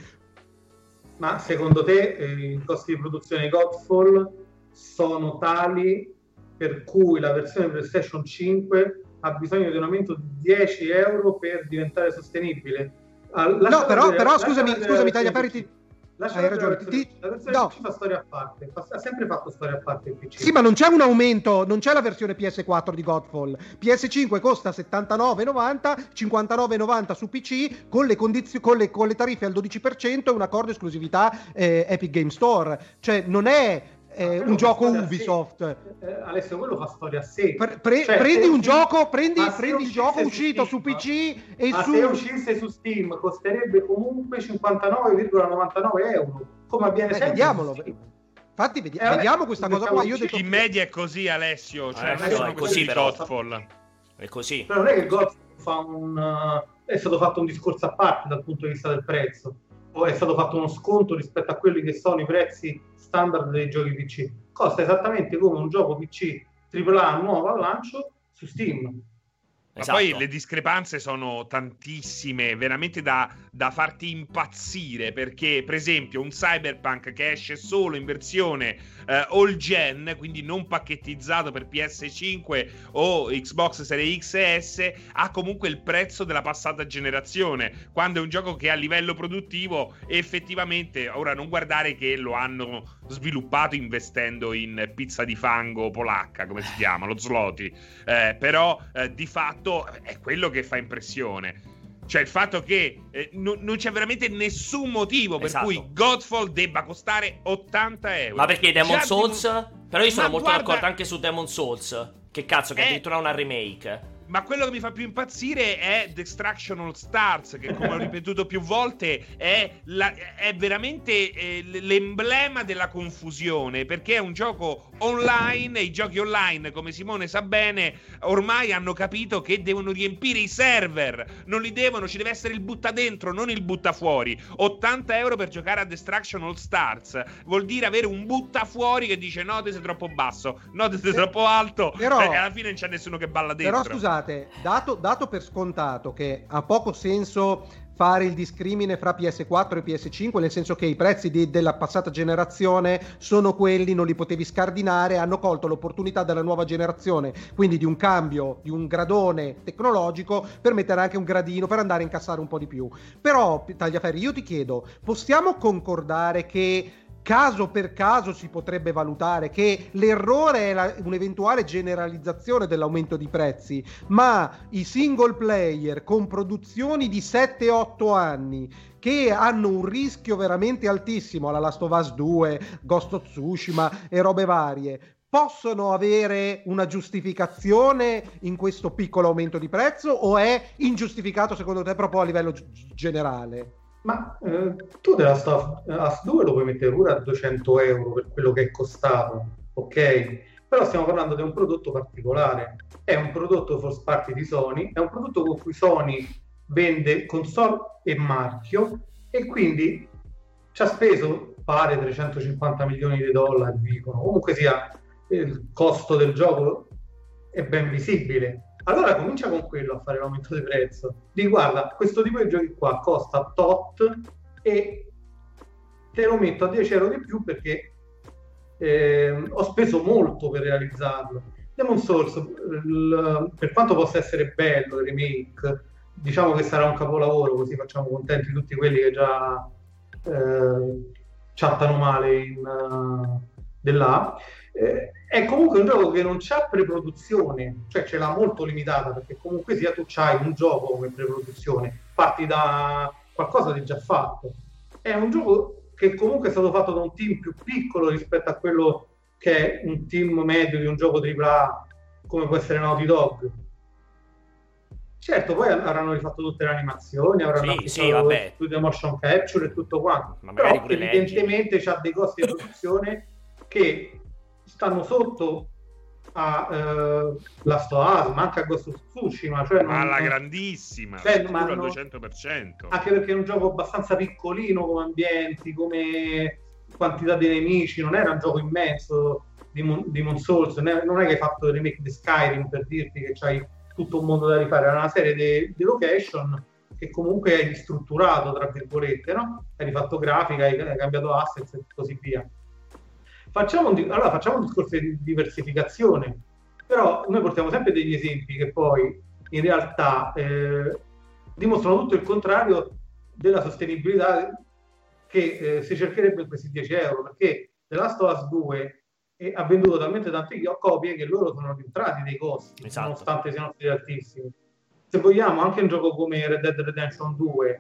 Ma secondo te eh, i costi di produzione di Godfall sono tali per cui la versione PlayStation cinque ha bisogno di un aumento di dieci euro per diventare sostenibile? No, però, vedere, però scusami, scusami Tagliaferri, ti... hai ragione. La ti... versione no. P C fa storia a parte, ha sempre fatto storia a parte il P C. Sì, ma non c'è un aumento, non c'è la versione P S quattro di Godfall. P S cinque costa settantanove virgola novanta, cinquantanove virgola novanta su P C, con le, condiz- con le, con le tariffe al dodici per cento e un accordo esclusività eh, Epic Game Store. Cioè, non è... Eh, un gioco Ubisoft. Eh, Alessio, quello fa storia a sé. Pre- pre- cioè, prendi un uscisse, gioco, prendi, prendi il gioco uscito su, su P C e ma su... se uscisse su Steam costerebbe comunque cinquantanove virgola novantanove euro, come avviene Beh, sempre. Vediamolo. Infatti vedi- eh, vediamo questa cosa qua. Io detto... in media è così, Alessio. Cioè, eh, no, è così, però. Godfall. È così. Però non è che Godfall fa un uh, è stato fatto un discorso a parte dal punto di vista del prezzo, o è stato fatto uno sconto rispetto a quelli che sono i prezzi standard dei giochi P C. Costa esattamente come un gioco P C tripla A nuovo al lancio su Steam. Ma esatto. poi le discrepanze sono tantissime, veramente da, da farti impazzire, perché per esempio un Cyberpunk che esce solo in versione eh, all gen, quindi non pacchettizzato per P S cinque o Xbox Series X e S, ha comunque il prezzo della passata generazione, quando è un gioco che a livello produttivo effettivamente, ora non guardare che lo hanno sviluppato investendo in pizza di fango polacca, come si chiama, lo zloty, eh, però eh, di fatto è quello che fa impressione, cioè il fatto che eh, no, non c'è veramente nessun motivo per esatto. cui Godfall debba costare ottanta euro. Ma perché Demon's Souls? Dim- Però io sono Ma molto guarda... d'accordo anche su Demon's Souls, che cazzo, che eh... addirittura è una remake. ma quello che mi fa più impazzire è Destruction All Stars, che come ho ripetuto più volte è, la, è veramente eh, l'emblema della confusione, perché è un gioco online e i giochi online, come Simone sa bene, ormai hanno capito che devono riempire i server, non li devono, ci deve essere il butta dentro, non il butta fuori. Ottanta euro per giocare a Destruction All Stars vuol dire avere un butta fuori che dice no, te sei troppo basso, no, te sei troppo alto, però, e alla fine non c'è nessuno che balla dentro. Però scusate, dato, dato per scontato che ha poco senso fare il discrimine fra P S quattro e P S cinque, nel senso che i prezzi di, della passata generazione sono quelli, non li potevi scardinare, hanno colto l'opportunità della nuova generazione, quindi di un cambio, di un gradone tecnologico per mettere anche un gradino, per andare a incassare un po' di più. Però, Tagliaferri, io ti chiedo, possiamo concordare che caso per caso si potrebbe valutare che l'errore è la, un'eventuale generalizzazione dell'aumento di prezzi, ma i single player con produzioni di sette otto anni che hanno un rischio veramente altissimo, alla Last of Us due, Ghost of Tsushima e robe varie, possono avere una giustificazione in questo piccolo aumento di prezzo, o è ingiustificato secondo te proprio a livello g- generale? Ma eh, tu della Last of Us due lo puoi mettere pure a duecento euro per quello che è costato, ok? Però stiamo parlando di un prodotto particolare, è un prodotto first party di Sony, è un prodotto con cui Sony vende console e marchio, e quindi ci ha speso, pare, trecentocinquanta milioni di dollari, dicono. Comunque sia, il costo del gioco è ben visibile. Allora comincia con quello a fare l'aumento di prezzo. Di guarda, questo tipo di giochi qua costa tot e te lo metto a dieci euro di più perché eh, ho speso molto per realizzarlo. Demon's Souls, il, per quanto possa essere bello il remake, diciamo che sarà un capolavoro, così facciamo contenti tutti quelli che già eh, chattano male in uh, dell'A. Eh, è comunque un gioco che non c'ha preproduzione, cioè ce l'ha molto limitata, perché comunque sia tu c'hai un gioco come preproduzione, parti da qualcosa di già fatto. È un gioco che comunque è stato fatto da un team più piccolo rispetto a quello che è un team medio di un gioco tripla A come può essere Naughty Dog. Certo, poi avranno rifatto tutte le animazioni, avranno sì, sì, vabbè. tutte le motion capture e tutto quanto, ma però evidentemente c'ha dei costi di produzione che stanno sotto a uh, Last of Us, ma anche a Ghost of Tsushima, cioè ma non, alla grandissima, cioè, ma al no, duecento per cento, anche perché è un gioco abbastanza piccolino come ambienti, come quantità di nemici, non era un gioco immenso di Mon- Demon's Souls, non è, non è che hai fatto il remake di Skyrim per dirti che c'hai tutto un mondo da rifare, era una serie di location che comunque hai ristrutturato, tra virgolette, no? Hai rifatto grafica, hai, hai cambiato assets e così via. Facciamo un, allora facciamo un discorso di diversificazione, però noi portiamo sempre degli esempi che poi in realtà eh, dimostrano tutto il contrario della sostenibilità che eh, si cercherebbe in questi dieci euro, perché The Last of Us due eh, ha venduto talmente tante copie che loro sono rientrati dei costi, esatto, nonostante siano stati altissimi. Se vogliamo, anche un gioco come Red Dead Redemption due,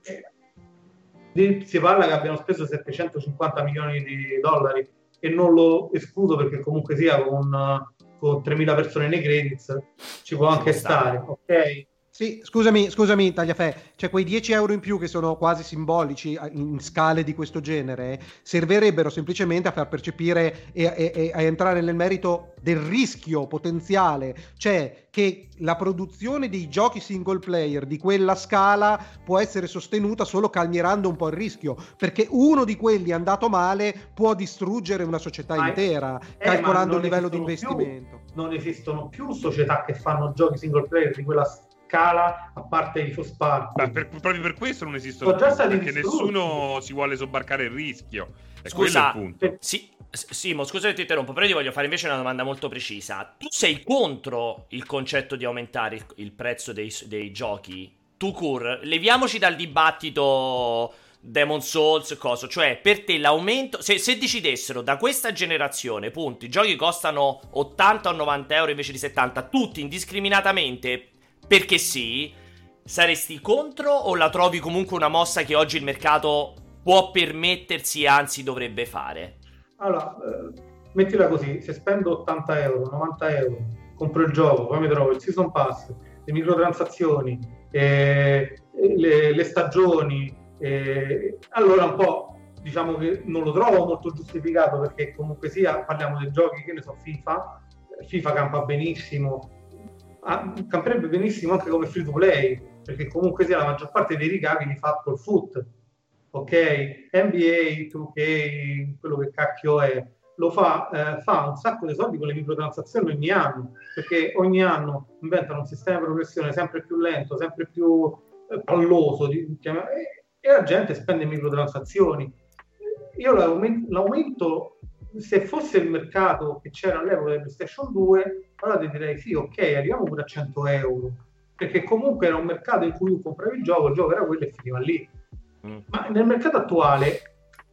eh, si parla che abbiano speso settecentocinquanta milioni di dollari, e non lo escludo perché comunque sia con, con tremila persone nei credits ci può anche stare, ok? Sì, scusami, scusami Tagliafè, cioè quei dieci euro in più che sono quasi simbolici in scale di questo genere servirebbero semplicemente a far percepire e, e, e a entrare nel merito del rischio potenziale, cioè che la produzione dei giochi single player di quella scala può essere sostenuta solo calmierando un po' il rischio, perché uno di quelli andato male può distruggere una società ma intera, eh, calcolando il livello di investimento. Più, non esistono più società che fanno giochi single player di quella scala scala a parte i first party. Ma per, proprio per questo non esistono più, perché nessuno si vuole sobbarcare il rischio. E scusa, quello è il punto. Sì, Simo, scusa che ti interrompo, però ti voglio fare invece una domanda molto precisa. Tu sei contro il concetto di aumentare il, il prezzo dei, dei giochi? Tu, Kur, leviamoci dal dibattito Demon's Souls, cosa, cioè per te l'aumento, se, se decidessero da questa generazione, punto, i giochi costano ottanta o novanta euro invece di settanta, tutti indiscriminatamente, perché sì, saresti contro o la trovi comunque una mossa che oggi il mercato può permettersi e anzi dovrebbe fare? Allora, eh, mettila così, se spendo ottanta euro, novanta euro compro il gioco, poi mi trovo il season pass, le microtransazioni, eh, le, le stagioni, eh, allora un po' diciamo che non lo trovo molto giustificato, perché comunque sia parliamo dei giochi, che ne so, FIFA, FIFA campa benissimo, ah, camperebbe benissimo anche come free to play, perché comunque sia la maggior parte dei ricavi li fa col foot, ok? N B A, due K, quello che cacchio è, lo fa, eh, fa un sacco di soldi con le microtransazioni ogni anno, perché ogni anno inventano un sistema di progressione sempre più lento, sempre più eh, palloso, di, e, e la gente spende microtransazioni. Io l'aumento, l'aumento, se fosse il mercato che c'era all'epoca del PlayStation due, allora ti direi sì, ok, arriviamo pure a cento euro, perché comunque era un mercato in cui tu compravi il gioco, il gioco era quello e finiva lì. Mm. Ma nel mercato attuale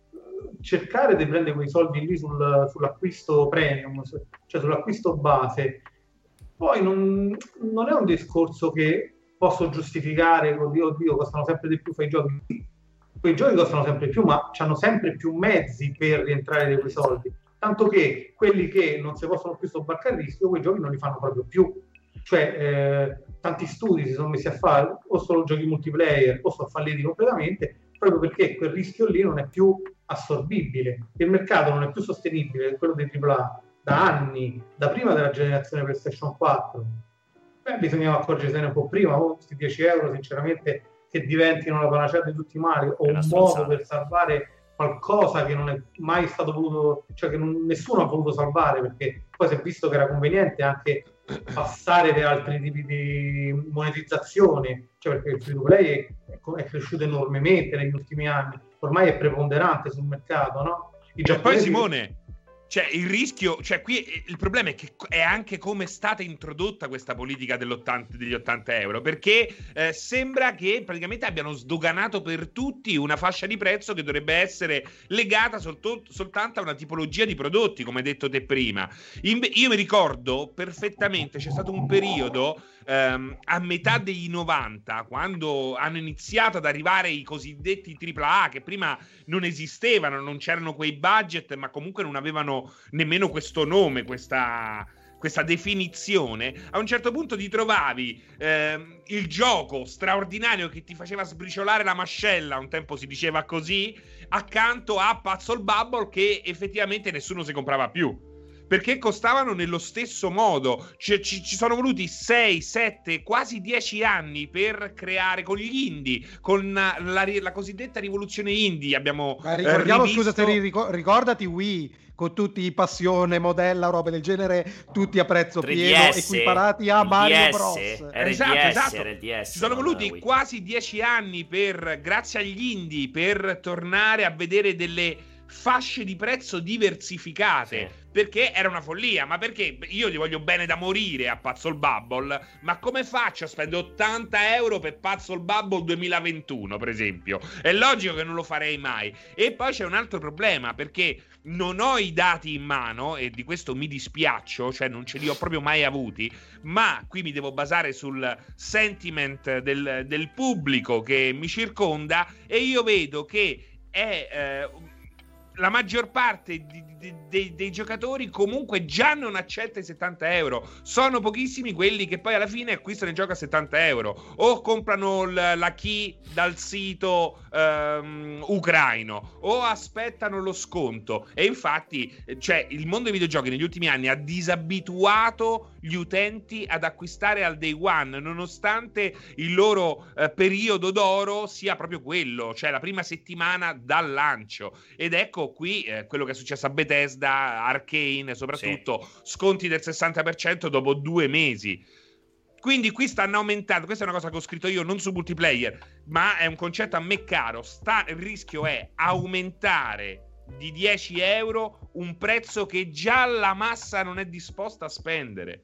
cercare di prendere quei soldi lì sul, sull'acquisto premium, cioè sull'acquisto base, poi non, non è un discorso che posso giustificare con Dio, Dio, costano sempre di più, fai giochi. Quei giochi costano sempre più, ma hanno sempre più mezzi per rientrare di quei soldi, tanto che quelli che non si possono più sobbarcare il rischio, quei giochi non li fanno proprio più. Cioè eh, tanti studi si sono messi a fare o solo giochi multiplayer o sono falliti completamente, proprio perché quel rischio lì non è più assorbibile, il mercato non è più sostenibile, quello dei tripla A, da anni, da prima della generazione PlayStation quattro. Beh, bisognava accorgersene un po' prima, o questi dieci euro sinceramente che diventino la panacea di tutti i mali, o un modo per salvare qualcosa che non è mai stato voluto, cioè che non, nessuno ha voluto salvare, perché poi si è visto che era conveniente anche passare per altri tipi di monetizzazione, cioè perché il free to play è, è cresciuto enormemente negli ultimi anni, ormai è preponderante sul mercato, no? I giapponesi... Poi Simone, cioè il rischio, cioè qui il problema è che è anche come è stata introdotta questa politica dell'ottanta, degli ottanta euro, perché eh, sembra che praticamente abbiano sdoganato per tutti una fascia di prezzo che dovrebbe essere legata solto, soltanto a una tipologia di prodotti, come hai detto te prima. In, io mi ricordo perfettamente, c'è stato un periodo ehm, a metà degli novanta, quando hanno iniziato ad arrivare i cosiddetti tripla A, che prima non esistevano, non c'erano quei budget, ma comunque non avevano nemmeno questo nome, questa, questa definizione. A un certo punto ti trovavi eh, il gioco straordinario che ti faceva sbriciolare la mascella, un tempo si diceva così, accanto a Puzzle Bubble che effettivamente nessuno si comprava più, perché costavano nello stesso modo. Cioè, ci, ci sono voluti sei, sette, quasi dieci anni per creare con gli indie, con la, la cosiddetta rivoluzione indie. Abbiamo Ma ricordiamo, rivisto... scusate, ricordati Wii, con tutti i passione, modella, robe del genere, tutti a prezzo tre D S, pieno, equiparati a Mario D S, Bros. R D S, esatto, esatto. R D S, ci sono voluti quasi dieci anni per, grazie agli indie, per tornare a vedere delle fasce di prezzo diversificate, sì. Perché era una follia. Ma perché io gli voglio bene da morire a Puzzle Bubble, ma come faccio a spendere ottanta euro per Puzzle Bubble duemilaventuno, per esempio? È logico che non lo farei mai. E poi c'è un altro problema, perché non ho i dati in mano e di questo mi dispiaccio, cioè non ce li ho proprio mai avuti, ma qui mi devo basare sul sentiment del, del pubblico che mi circonda, e io vedo che è eh, la maggior parte di, di, di, dei giocatori comunque già non accetta i settanta euro. Sono pochissimi quelli che poi alla fine acquistano il gioco a settanta euro o comprano l- la key dal sito um, ucraino o aspettano lo sconto. E infatti, cioè, il mondo dei videogiochi negli ultimi anni ha disabituato gli utenti ad acquistare al day one, nonostante il loro eh, periodo d'oro sia proprio quello, cioè la prima settimana dal lancio. Ed ecco qui eh, quello che è successo a Bethesda, Arcane soprattutto, sì. Sconti del sessanta per cento dopo due mesi. Quindi qui stanno aumentando. Questa è una cosa che ho scritto io, non su multiplayer, ma è un concetto a me caro. Sta, il rischio è aumentare di dieci euro un prezzo che già la massa non è disposta a spendere.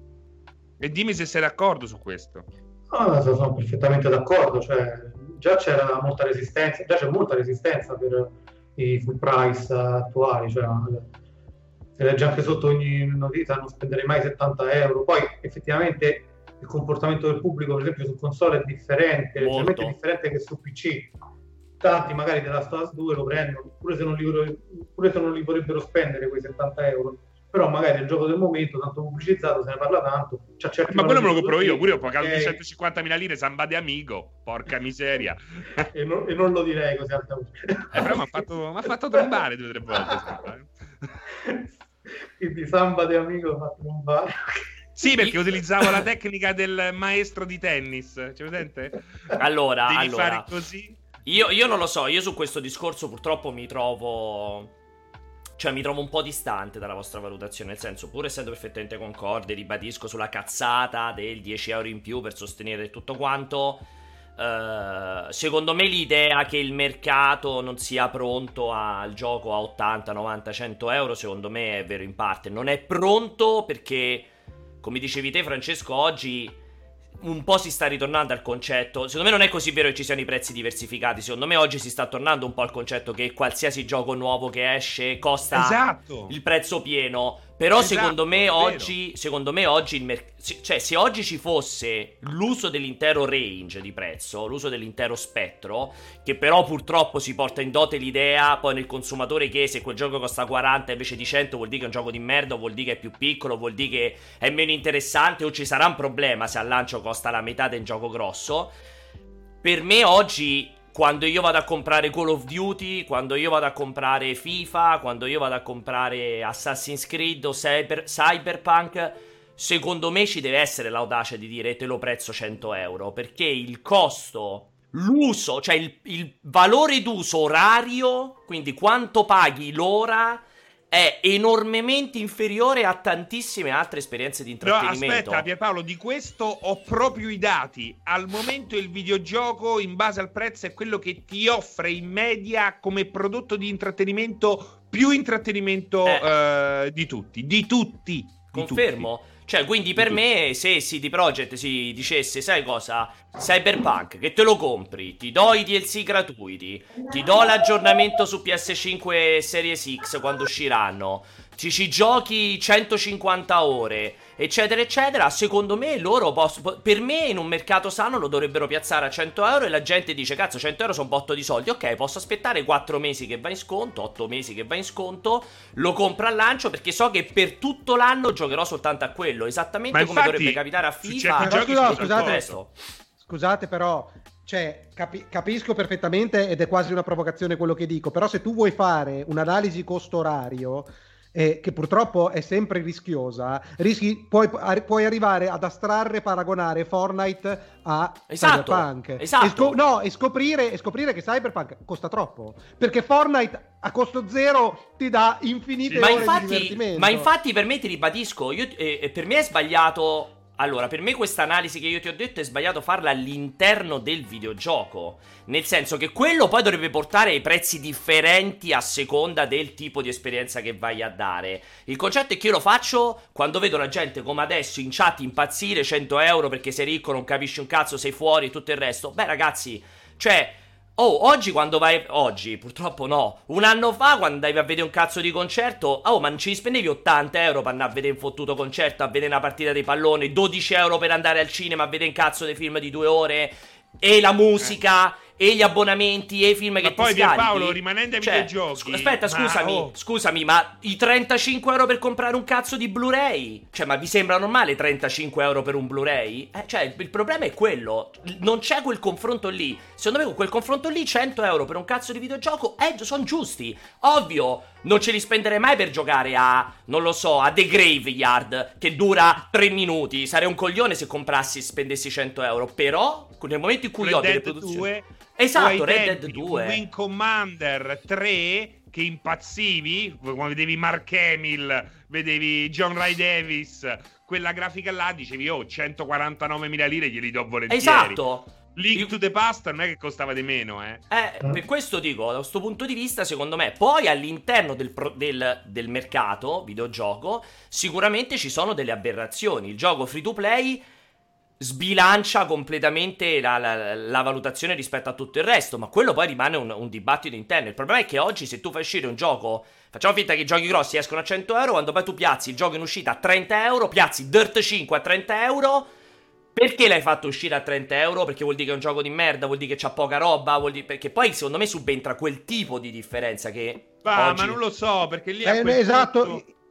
E dimmi se sei d'accordo su questo. No, sono perfettamente d'accordo. Cioè, già c'era molta resistenza, già c'è molta resistenza per i full price attuali, cioè si legge anche sotto ogni notizia non spenderei mai settanta euro. Poi effettivamente il comportamento del pubblico, per esempio su console, è differente, leggermente differente che su P C. Tanti magari della Last of Us due lo prendono pure se non li, pure se non li vorrebbero spendere quei settanta euro, però magari è il gioco del momento, tanto pubblicizzato, se ne parla tanto. Cioè, ma quello me lo compro io, pure io ho pagato okay. duecentocinquantamila lire Samba de Amigo, porca miseria. e, non, e non lo direi così alta voce. Eh, però mi ha fatto, fatto trombare due o tre volte. Quindi Samba de Amigo l'ha fatto trombare. Sì, perché utilizzavo la tecnica del maestro di tennis, c'è presente? Allora, Devi allora fare così. Io, io non lo so, io su questo discorso purtroppo mi trovo... Cioè mi trovo un po' distante dalla vostra valutazione, nel senso, pur essendo perfettamente concorde, ribadisco sulla cazzata del dieci euro in più per sostenere tutto quanto, eh, secondo me l'idea che il mercato non sia pronto al gioco a ottanta, novanta, cento euro, secondo me è vero in parte. Non è pronto perché, come dicevi te Francesco, oggi un po' si sta ritornando al concetto. Secondo me non è così vero che ci siano i prezzi diversificati. Secondo me oggi si sta tornando un po' al concetto che qualsiasi gioco nuovo che esce costa esatto. il prezzo pieno. Però esatto, secondo me oggi Secondo me oggi il merc- Cioè se oggi ci fosse l'uso dell'intero range di prezzo, l'uso dell'intero spettro, che però purtroppo si porta in dote l'idea poi nel consumatore che se quel gioco costa quaranta invece di cento vuol dire che è un gioco di merda, o vuol dire che è più piccolo, vuol dire che è meno interessante, o ci sarà un problema se al lancio costa la metà del gioco grosso. Per me oggi, quando io vado a comprare Call of Duty, quando io vado a comprare FIFA, quando io vado a comprare Assassin's Creed o Cyber, Cyberpunk, secondo me ci deve essere l'audacia di dire te lo prezzo cento euro, perché il costo, l'uso, cioè il, il valore d'uso orario, quindi quanto paghi l'ora, è enormemente inferiore a tantissime altre esperienze di intrattenimento. No, aspetta Pierpaolo, di questo ho proprio i dati. Al momento il videogioco, in base al prezzo, è quello che ti offre in media come prodotto di intrattenimento più intrattenimento eh. Eh, di tutti. Di tutti. Confermo. Di tutti. Cioè, quindi per me, se C D Projekt si dicesse, sai cosa? Cyberpunk, che te lo compri, ti do i D L C gratuiti, ti do l'aggiornamento su P S cinque Series X quando usciranno, ci ci giochi centocinquanta ore, eccetera eccetera, secondo me loro posso, per me in un mercato sano lo dovrebbero piazzare a cento euro e la gente dice cazzo cento euro sono un botto di soldi, ok, posso aspettare quattro mesi che va in sconto, otto mesi che va in sconto, lo compro al lancio perché so che per tutto l'anno giocherò soltanto a quello, esattamente ma come infatti, dovrebbe capitare a FIFA. Però, scusa, scusate, questo. scusate però, cioè, capi- capisco perfettamente ed è quasi una provocazione quello che dico, però se tu vuoi fare un'analisi costo-orario, Eh, che purtroppo è sempre rischiosa, rischi, puoi, puoi arrivare ad astrarre, paragonare Fortnite a esatto, Cyberpunk esatto. E, scop- no, e, scoprire, e scoprire che Cyberpunk costa troppo, perché Fortnite a costo zero ti dà infinite ma ore infatti, di divertimento. Ma infatti per me, ti ribadisco, io, eh, per me è sbagliato. Allora, per me questa analisi che io ti ho detto è sbagliato farla all'interno del videogioco, nel senso che quello poi dovrebbe portare ai prezzi differenti a seconda del tipo di esperienza che vai a dare. Il concetto è che io lo faccio quando vedo la gente come adesso in chat impazzire, cento euro perché sei ricco, non capisci un cazzo, sei fuori e tutto il resto. Beh ragazzi, cioè... Oh, oggi quando vai... Oggi, purtroppo no. Un anno fa, quando andavi a vedere un cazzo di concerto... Oh, ma non ci spendevi ottanta euro per andare a vedere un fottuto concerto, a vedere una partita di pallone, dodici euro per andare al cinema a vedere un cazzo di film di due ore, e la musica... e gli abbonamenti e i film ma che poi ti scarichi. Pierpaolo, rimanendo ai cioè, videogiochi scu- aspetta, ma, scusami, oh. scusami, ma i trentacinque euro per comprare un cazzo di Blu-ray? Cioè, ma vi sembra normale trentacinque euro per un Blu-ray? Eh, cioè, il, il problema è quello. Non c'è quel confronto lì. Secondo me con quel confronto lì cento euro per un cazzo di videogioco eh, sono giusti. Ovvio, non ce li spenderei mai per giocare a, non lo so, a The Graveyard, che dura tre minuti. Sarei un coglione se comprassi e spendessi cento euro. Però, nel momento in cui Red ho delle Dead produzioni... due, Esatto, Red tempi, Dead due, Wing Commander tre, che impazzivi quando vedevi Mark Hamill, vedevi John Ray Davis, quella grafica là, dicevi oh, centoquarantanovemila lire glieli do volentieri. Esatto. Link Io... to the Past non è che costava di meno, eh. Eh, per questo dico, da questo punto di vista, secondo me, poi all'interno del, pro- del, del mercato videogioco, sicuramente ci sono delle aberrazioni. Il gioco free to play sbilancia completamente la, la, la valutazione rispetto a tutto il resto, ma quello poi rimane un, un dibattito interno. Il problema è che oggi se tu fai uscire un gioco, facciamo finta che i giochi grossi escono a cento euro, quando poi tu piazzi il gioco in uscita a trenta euro, piazzi Dirt cinque a trenta euro, perché l'hai fatto uscire a trenta euro? Perché vuol dire che è un gioco di merda, vuol dire che c'ha poca roba, vuol dire... perché poi secondo me subentra quel tipo di differenza che bah, oggi... ma non lo so, perché lì eh, a quel esatto punto...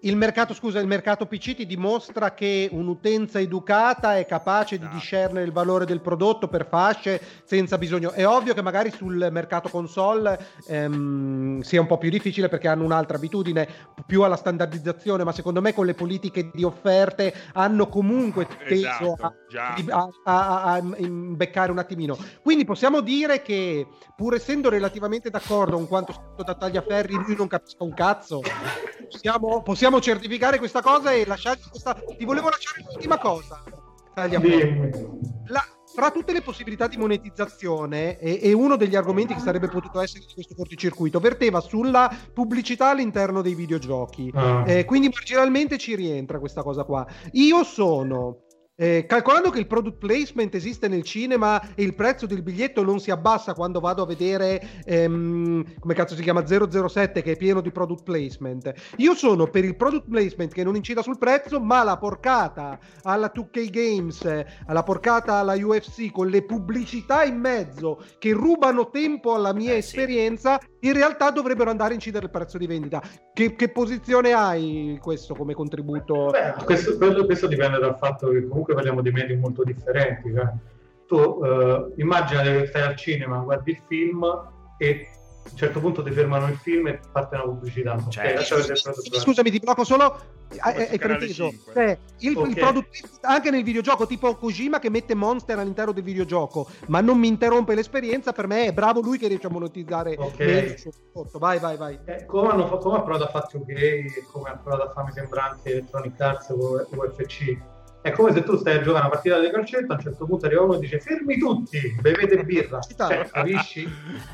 il mercato, scusa, il mercato P C ti dimostra che un'utenza educata è capace di Esatto. discernere il valore del prodotto per fasce senza bisogno. È ovvio che magari sul mercato console ehm, sia un po' più difficile perché hanno un'altra abitudine più alla standardizzazione, ma secondo me con le politiche di offerte hanno comunque teso Esatto, a, già. a, a, a imbeccare un attimino. Quindi possiamo dire che, pur essendo relativamente d'accordo con quanto scritto da Tagliaferri, lui non capisca un cazzo. Possiamo, possiamo certificare questa cosa e lasciare questa. Ti volevo lasciare l'ultima cosa. Dimmi. La, tra tutte le possibilità di monetizzazione, e, e uno degli argomenti che sarebbe potuto essere di questo cortocircuito verteva sulla pubblicità all'interno dei videogiochi. Ah. Eh, quindi marginalmente ci rientra questa cosa qua. Io sono. Eh, calcolando che il product placement esiste nel cinema e il prezzo del biglietto non si abbassa quando vado a vedere ehm, come cazzo si chiama zero zero sette, che è pieno di product placement, io sono per il product placement che non incida sul prezzo, ma la porcata alla due K Games, alla porcata alla U F C con le pubblicità in mezzo che rubano tempo alla mia Eh, sì. esperienza, in realtà dovrebbero andare a incidere il prezzo di vendita. Che, che posizione hai questo come contributo? Beh, questo, quello- questo dipende dal fatto che comunque parliamo di medium molto differenti. Cioè, tu eh, immagina che stai al cinema, guardi il film e a un certo punto ti fermano il film e parte una pubblicità. Ok, Certo. lascia vedere il prodotto. Scusami, ti blocco solo. Hai hai giocare alle preteso cinque. cioè, il, Ok. il product anche nel videogioco, tipo Kojima che mette Monster all'interno del videogioco, ma non mi interrompe l'esperienza. Per me è bravo lui che riesce a monetizzare Ok. meglio il suo prodotto. Vai, vai, vai. Eh, come, hanno fatto, come ha provato a fare due K e come ha provato a fare mi sembra anche Electronic Arts con U F C. È come se tu stai a giocare una partita di calcetto, a un certo punto arriva uno e dice fermi tutti, bevete birra. Cioè, capisci?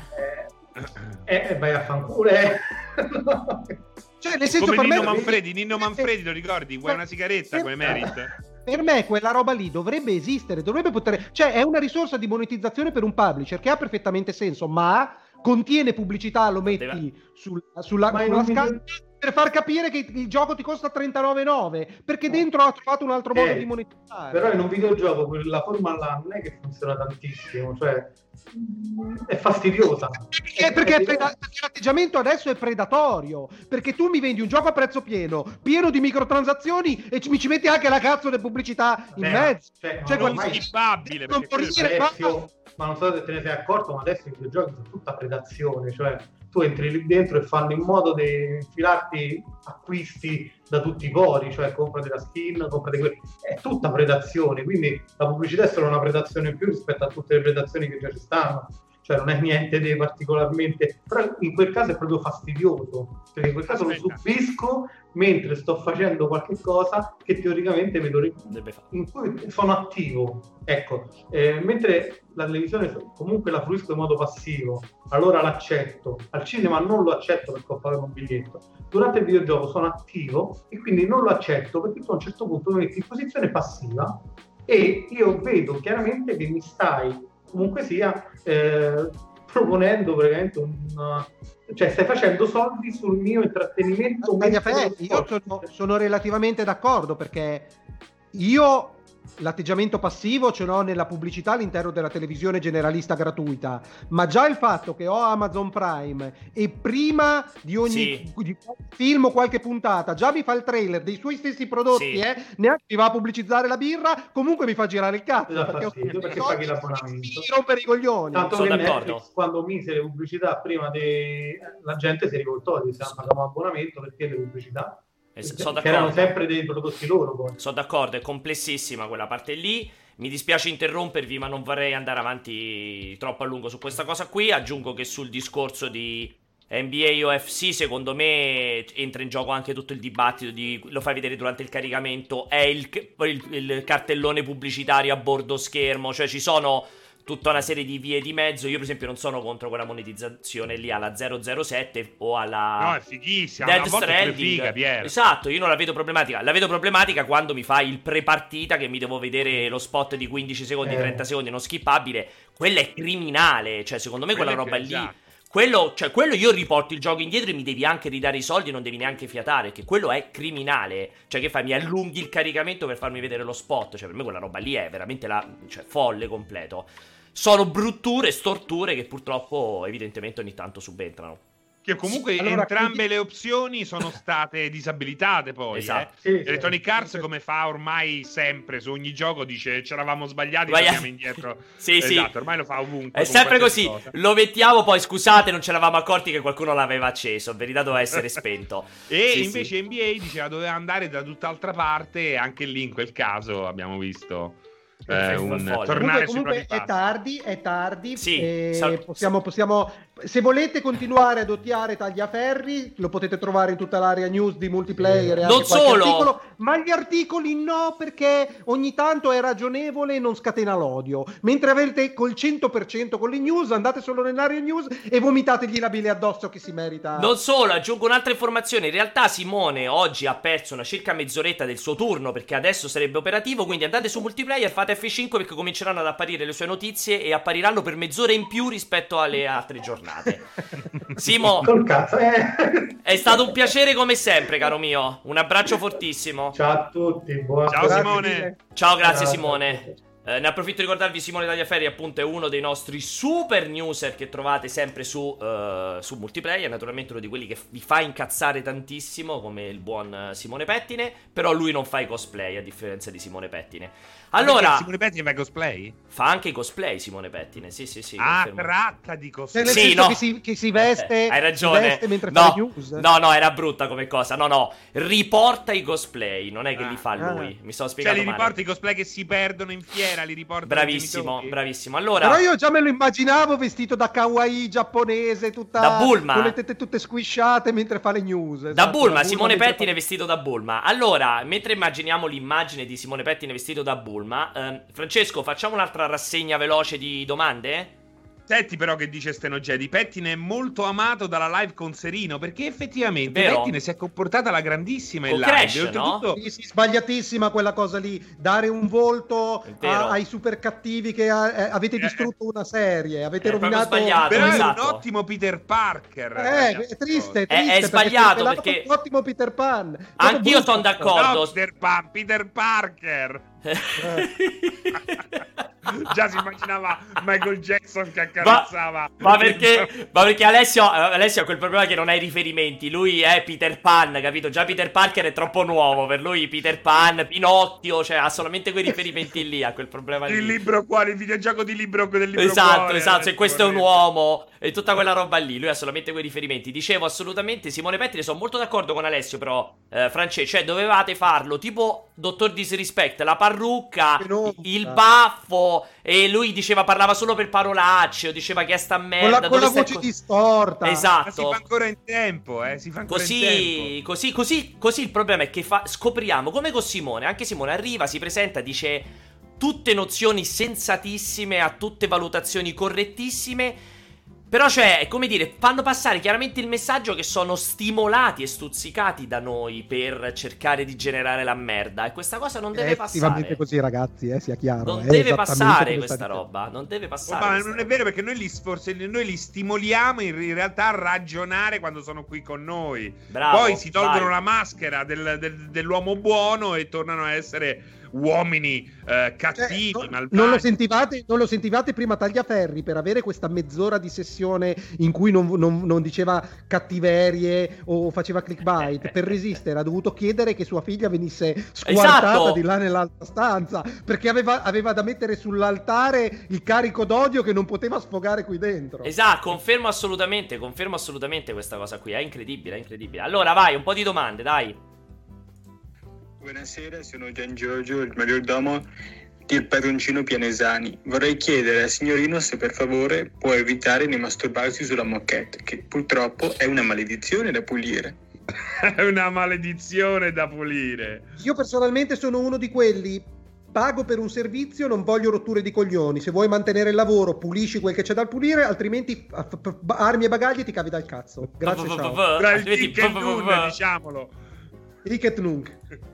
Eh, e vai a fanculo. Eh. Cioè, nel senso, Come per Nino me, Manfredi, Nino Manfredi, lo ricordi? Vuoi una sigaretta Per- come Merit? Per me quella roba lì dovrebbe esistere, dovrebbe poter, cioè è una risorsa di monetizzazione per un publisher che ha perfettamente senso, ma contiene pubblicità, lo metti Deve- sul- sulla, Ma in sulla un video- scala per far capire che il gioco ti costa trentanove virgola nove, perché dentro ha trovato un altro modo Eh, di monetizzare. Però in un videogioco quella forma là non è che funziona tantissimo, cioè è fastidiosa. Perché, perché è preda- perché l'atteggiamento adesso è predatorio, perché tu mi vendi un gioco a prezzo pieno, pieno di microtransazioni e ci- mi ci metti anche la cazzo di pubblicità in Beh, mezzo. cioè, Cioè, ma Non quando- ormai- skippabile, non perché quello- fornire- Alessio, ma non so se te ne sei accorto, ma adesso i videogiochi sono tutta predazione, cioè tu entri lì dentro e fanno in modo di infilarti acquisti da tutti i pori, cioè comprati la skin, comprati quelli, è tutta predazione, quindi la pubblicità è solo una predazione in più rispetto a tutte le predazioni che già ci stanno, cioè non è niente di particolarmente, però in quel caso è proprio fastidioso, perché in quel caso Aspetta. lo subisco mentre sto facendo qualche cosa che teoricamente vedo ri- Dovrebbe fare. in cui sono attivo, ecco, eh, mentre la televisione comunque la fruisco in modo passivo, allora l'accetto. Al cinema non lo accetto perché ho pagato un biglietto. Durante il videogioco sono attivo e quindi non lo accetto perché tu a un certo punto mi metti in posizione passiva e io vedo chiaramente che mi stai comunque sia eh, proponendo praticamente un, cioè stai facendo soldi sul mio intrattenimento. Tagliaferri, io sono, sono relativamente d'accordo, perché io l'atteggiamento passivo ce l'ho nella pubblicità all'interno della televisione generalista gratuita, ma già il fatto che ho Amazon Prime e prima di ogni Sì. di qualche film o qualche puntata già mi fa il trailer dei suoi stessi prodotti, Sì. eh, neanche mi va a pubblicizzare la birra, comunque mi fa girare il cazzo, Dà perché, ho- fastidio, perché soldi paghi l'abbonamento. mi rompere i coglioni. Tanto Sono che d'accordo. Netflix, quando mise le pubblicità prima de... la gente si rivoltò, disse paghiamo abbonamento perché le pubblicità Eh, sono che erano d'accordo. sempre dei prodotti loro poi. Sono d'accordo, è complessissima quella parte lì. Mi dispiace interrompervi, ma non vorrei andare avanti troppo a lungo su questa cosa qui. Aggiungo che sul discorso di N B A O F C, secondo me entra in gioco anche tutto il dibattito di, lo fai vedere durante il caricamento, è il, il, il cartellone pubblicitario a bordo schermo, cioè ci sono tutta una serie di vie di mezzo. Io per esempio non sono contro quella monetizzazione lì alla zero zero sette o alla No, è fighissima, Death una volta è pure Stranding. figa, Pier. Esatto, io non la vedo problematica. La vedo problematica quando mi fai il pre-partita che mi devo vedere lo spot di quindici secondi, Eh. trenta secondi non skippabile. Quella è criminale, cioè secondo me quella, Quella è roba che- lì esatto. quello, cioè, quello io riporto il gioco indietro e mi devi anche ridare i soldi, non devi neanche fiatare, che quello è criminale. Cioè, che fai? Mi allunghi il caricamento per farmi vedere lo spot. Cioè, per me quella roba lì è veramente la, cioè, folle completo. Sono brutture, storture che purtroppo evidentemente ogni tanto subentrano. Che comunque allora, entrambe quindi... le opzioni sono state disabilitate poi. Esatto. Eh. Sì, Electronic sì, Arts, sì. come fa ormai sempre su ogni gioco, dice ci eravamo sbagliati, Sbagliati. torniamo indietro. Sì, esatto, sì. ormai lo fa ovunque. È con sempre qualsiasi così. cosa. Lo mettiamo, poi scusate, non ce l'avamo accorti che qualcuno l'aveva acceso. In verità doveva essere spento. E Sì, invece sì. N B A diceva doveva andare da tutt'altra parte, e anche lì in quel caso abbiamo visto eh, un folle. tornare Comunque, sui comunque propri è passi. tardi, è tardi. Sì, e sal- possiamo, possiamo, se volete continuare ad odiare Tagliaferri, lo potete trovare in tutta l'area news di multiplayer. E Non anche qualche solo! articolo, ma gli articoli no, perché ogni tanto è ragionevole e non scatena l'odio. Mentre avete col cento per cento con le news, andate solo nell'area news e vomitategli la bile addosso che si merita. Non solo, aggiungo un'altra informazione. In realtà Simone oggi ha perso una circa mezz'oretta del suo turno, perché adesso sarebbe operativo, quindi andate su multiplayer, fate F cinque perché cominceranno ad apparire le sue notizie e appariranno per mezz'ora in più rispetto alle altre giornate. Simo, Col cazzo, eh. è stato un piacere come sempre, caro mio. Un abbraccio fortissimo. Ciao a tutti, buona Ciao, serata. Simone. Ciao, grazie Ciao, Simone. ciao. Eh, ne approfitto di ricordarvi Simone Tagliaferri, appunto, è uno dei nostri super newser che trovate sempre su, eh, su multiplayer. Naturalmente uno di quelli che vi fa incazzare tantissimo, come il buon eh, Simone Pettine. Però lui non fa i cosplay, a differenza di Simone Pettine. Allora, Perché Simone Pettine fa cosplay? fa anche i cosplay Simone Pettine, sì sì sì. Ah, confermo. tratta di Cioè, cosplay. nel Sì, senso no. che, si, che si veste, Eh, hai ragione. si veste mentre no, fa le news. no, no, era brutta come cosa. No, no, riporta i cosplay, non è che Ah. li fa Ah. lui. Mi sono Cioè, spiegato li male. riporta i cosplay che si perdono in fiera, li riporta ai Bravissimo, genitori? bravissimo. Allora, Però io già me lo immaginavo vestito da kawaii giapponese, tutta Da Bulma. con le tette tutte squisciate mentre fa le news. da esatto, Bulma, Simone mentre Pettine fa- vestito da Bulma. Allora, mentre immaginiamo l'immagine di Simone Pettine vestito da Bulma, ehm, Francesco, facciamo un'altra rassegna veloce di domande? Senti però che dice Steno Jedi, Pettine è molto amato dalla live con Serino, perché effettivamente Vero? Pettine si è comportata alla grandissima in Con live. Crash, e oltretutto, Sì, sì, sbagliatissima quella cosa lì, dare un volto È vero. a- ai super cattivi che ha- eh, avete Eh, distrutto una serie, avete è proprio rovinato. sbagliato, però è esatto. un ottimo Peter Parker. Eh, ragazzi. è triste, è È- triste è perché sbagliato, si è pelato perché- con un ottimo Peter Pan. Proprio Anch'io brutto. sono d'accordo. No, Peter Pan, Peter Parker. Già si immaginava Michael Jackson che accarezzava. Ma perché, ma perché Alessio, Alessio ha quel problema che non ha i riferimenti. Lui è Peter Pan, capito? Già Peter Parker è troppo nuovo. Per lui Peter Pan, Pinocchio, cioè ha solamente quei riferimenti lì, ha quel problema lì. Il libro cuore, il videogioco di libro del libro Esatto, cuore, esatto, adesso se questo è un vorrei- uomo e tutta quella roba lì, lui ha solamente quei riferimenti. Dicevo assolutamente, Simone Pettine, sono molto d'accordo con Alessio, però eh, Francesco, cioè dovevate farlo tipo Dottor Disrespect, la parrucca, Che non- il baffo, e lui diceva, parlava solo per parolacce, o diceva che è sta merda, Con la, con dove la stai voce co- distorta. Ma si Esatto. fa ancora in tempo, eh, si fa ancora in Così, tempo. così, così, così il problema è che fa- scopriamo come con Simone. Anche Simone arriva, si presenta, dice tutte nozioni sensatissime, ha tutte valutazioni correttissime. Però, cioè, è come dire, fanno passare chiaramente il messaggio che sono stimolati e stuzzicati da noi per cercare di generare la merda. E questa cosa non È deve effettivamente passare. così, ragazzi, eh, sia chiaro. Non è deve esattamente passare come questa sta dicendo. roba. Non deve Oh, passare. ma questa non è roba. vero, perché noi li, forse, noi li stimoliamo in, in realtà a ragionare quando sono qui con noi. Bravo, Poi si tolgono vai. la maschera del- del- dell'uomo buono e tornano a essere uomini eh, cattivi, Cioè, no- malvagi. non, lo sentivate, non lo sentivate prima Tagliaferri per avere questa mezz'ora di sessione in cui non, non- non diceva cattiverie o faceva clickbait? Per resistere ha dovuto chiedere che sua figlia venisse squartata Esatto. di là nell'altra stanza perché aveva, aveva da mettere sull'altare il carico d'odio che non poteva sfogare qui dentro. Esatto, confermo assolutamente, confermo assolutamente questa cosa qui, è incredibile, è incredibile. Allora vai, un po' di domande, dai. Buonasera, sono Gian Giorgio, il maggiordomo del padroncino Pianesani. Vorrei chiedere al signorino se per favore può evitare di masturbarsi sulla moquette, che purtroppo è una maledizione da pulire. È una maledizione da pulire. Io personalmente sono uno di quelli. Pago per un servizio, non voglio rotture di coglioni. Se vuoi mantenere il lavoro, pulisci quel che c'è da pulire, altrimenti a- f- f- armi e bagagli ti cavi dal cazzo. Grazie, ciao. Tra il Altrimenti- tic e il dun, diciamolo. Ricket Nunc.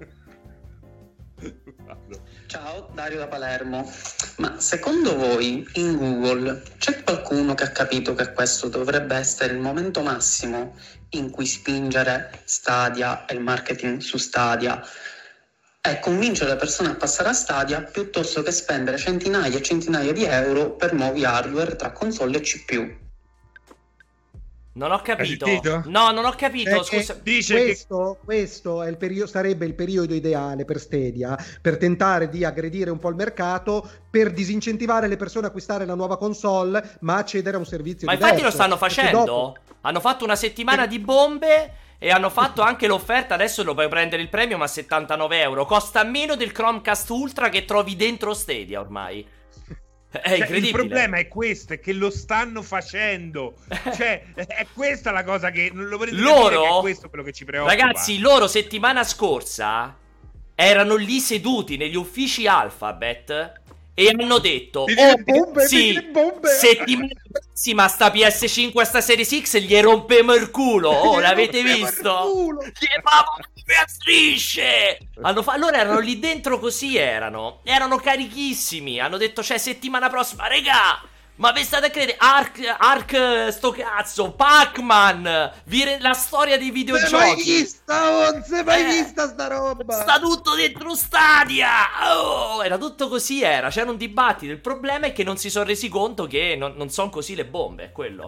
Ciao, Dario da Palermo. Ma secondo voi in Google c'è qualcuno che ha capito che questo dovrebbe essere il momento massimo in cui spingere Stadia e il marketing su Stadia e convincere le persone a passare a Stadia piuttosto che spendere centinaia e centinaia di euro per nuovi hardware tra console e C P U? Non ho capito. Hai sentito? No, non ho capito. Perché Scusa. Dice questo, questo è il periodo, sarebbe il periodo ideale per Stadia, per tentare di aggredire un po' il mercato, per disincentivare le persone a acquistare la nuova console, ma accedere a un servizio Ma diverso. infatti lo stanno Perché facendo. dopo- Hanno fatto una settimana di bombe e hanno fatto anche l'offerta. Adesso lo puoi prendere il premium a settantanove euro. Costa meno del Chromecast Ultra che trovi dentro Stadia ormai. È Cioè, incredibile. il problema è questo, è che lo stanno facendo. Cioè, è questa la cosa che non lo volete Loro, dire, che è questo quello che ci preoccupa. ragazzi, loro settimana scorsa erano lì seduti negli uffici Alphabet e hanno detto: Vedi le oh, bombe, sì, vedi le bombe." settimana prossima sta P S cinque e sta Series X gli rompemo il culo. Oh, Gli l'avete rompemo il visto? culo. Gli mamma a strisce. Hanno fa- loro erano lì dentro così, erano erano carichissimi. Hanno detto: cioè, settimana prossima, regà, ma vi state a credere? Ark, Ark, sto cazzo, Pac-Man, vire- la storia dei Non si è videogiochi. mai vista, non si è mai Eh, vista sta roba. Sta tutto dentro Stadia. Oh, era tutto così, era. C'era un dibattito. Il problema è che non si sono resi conto che non, non sono così le bombe, è quello.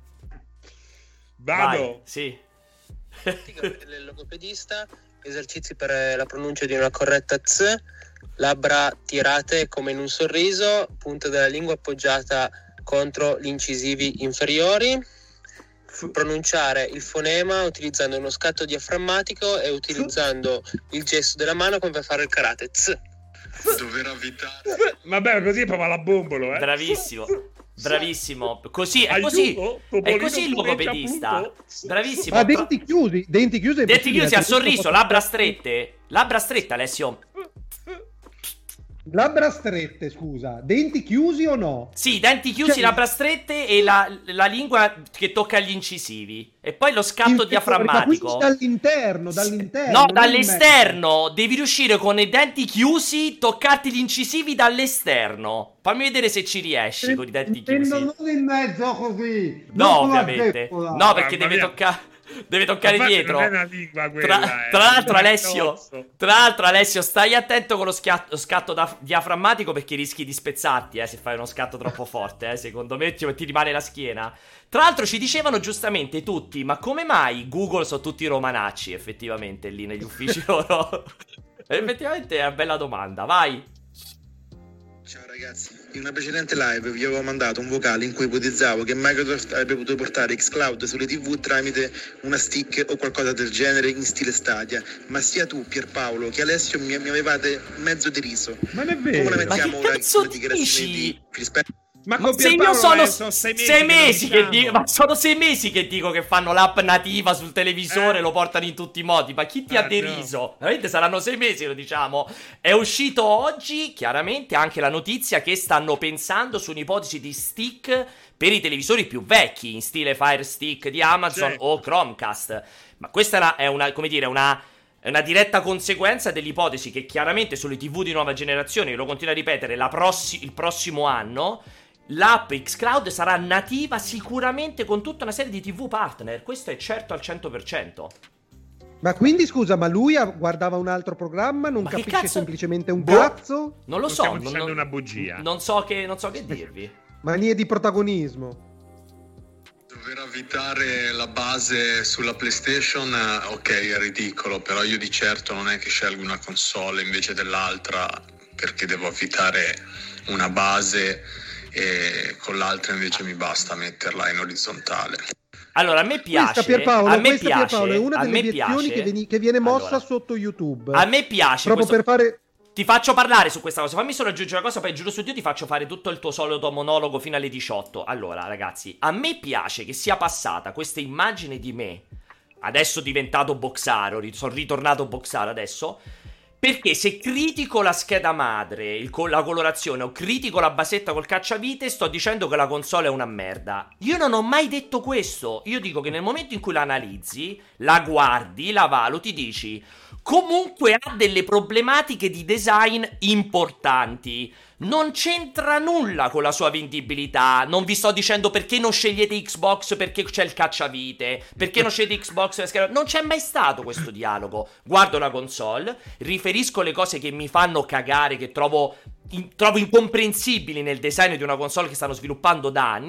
Vado. Vai, sì. Il logopedista, esercizi per la pronuncia di una corretta Z, labbra tirate come in un sorriso, punta della lingua appoggiata contro gli incisivi inferiori, F- pronunciare il fonema utilizzando uno scatto diaframmatico e utilizzando il gesto della mano come per fare il karate. Z. Dover avvitare. Vabbè, così è proprio la bombolo, eh. Bravissimo. Bravissimo. Così, è così. Aiuto, È Topolino così il Puleggia, logopedista. appunto. Bravissimo. Ma denti chiusi, denti chiusi, è Denti impossibile, chiusi, ha anche questo sorriso, posso- labbra strette. Labbra strette, Alessio. Labbra strette, scusa, denti chiusi o no? Sì, denti chiusi, Cioè- labbra strette e la, la lingua che tocca gli incisivi. E poi lo scatto In- Ma diaframmatico. quindi dall'interno, dall'interno. No, non in dall'esterno. Devi riuscire con i denti chiusi, toccarti gli incisivi dall'esterno. Fammi vedere se ci riesci mezzo. con i denti Intendo chiusi. non in mezzo così. No, non con la ovviamente. zeppola. No, perché Mamma deve mia. toccare. Deve toccare Infatti dietro. non è una lingua quella, Tra, eh. tra l'altro, È un Alessio. cazzo. Tra l'altro, Alessio, stai attento con lo, scatto, lo scatto da- diaframmatico perché rischi di spezzarti, eh, se fai uno scatto troppo forte, eh, secondo me ti, ti rimane la schiena. Tra l'altro ci dicevano giustamente tutti: ma come mai Google sono tutti romanacci, effettivamente, lì negli uffici loro? Effettivamente è una bella domanda, vai. Ciao ragazzi, in una precedente live vi avevo mandato un vocale in cui ipotizzavo che Microsoft avrebbe potuto portare xCloud sulle tivù tramite una stick o qualcosa del genere in stile Stadia, ma sia tu Pierpaolo che Alessio mi, mi avevate mezzo deriso. Ma non è Come vero. la Ma mettiamo che ora cazzo in dichiarazione dici? di rispetto? Ma Ma con se io Pierpaolo, sono, eh, sono sei mesi, sei che lo mesi che diciamo. dico, ma sono sei mesi che dico che fanno l'app nativa sul televisore, Eh. lo portano in tutti i modi. Ma chi ti Ah, ha deriso? Veramente saranno sei mesi, lo diciamo. È uscito oggi, chiaramente, anche la notizia che stanno pensando su un'ipotesi di stick per i televisori più vecchi, in stile Fire Stick di Amazon Sì. o Chromecast. Ma questa è una, è una come dire, una... È una diretta conseguenza dell'ipotesi che chiaramente sulle tivù di nuova generazione, lo continuo a ripetere, la prossi- il prossimo anno l'app xCloud sarà nativa sicuramente con tutta una serie di tivù partner. Questo è certo al cento per cento. Ma quindi scusa, ma lui ha- guardava un altro programma, non Ma che capisce cazzo? semplicemente un Boh. cazzo? Non lo Non so. stiamo non, dicendo non- una bugia. Non so che, non so che dirvi. Manie di protagonismo. Dover avvitare la base sulla PlayStation, eh, ok, è ridicolo, però io di certo non è che scelgo una console invece dell'altra perché devo avvitare una base e con l'altra invece mi basta metterla in orizzontale. Allora, a me piace. Questa Pierpaolo, a me questa piace, Pierpaolo è una a delle me obiezioni piace. che, veni- che viene mossa Allora, sotto YouTube. A me piace Proprio questo- per fare... Ti faccio parlare su questa cosa. Fammi solo aggiungere una cosa, poi giuro su Dio ti faccio fare tutto il tuo solito monologo fino alle diciotto. Allora, ragazzi, a me piace che sia passata questa immagine di me, adesso diventato boxaro, ri- sono ritornato boxaro adesso, perché se critico la scheda madre, il co- la colorazione, o critico la basetta col cacciavite, sto dicendo che la console è una merda. Io non ho mai detto questo. Io dico che nel momento in cui la analizzi, la guardi, la valuti, dici... Comunque ha delle problematiche di design importanti. Non c'entra nulla con la sua vendibilità. Non vi sto dicendo perché non scegliete Xbox perché c'è il cacciavite, perché non scegliete Xbox perché... Non c'è mai stato questo dialogo. Guardo la console, riferisco le cose che mi fanno cagare, che trovo, in- trovo incomprensibili nel design di una console che stanno sviluppando da anni.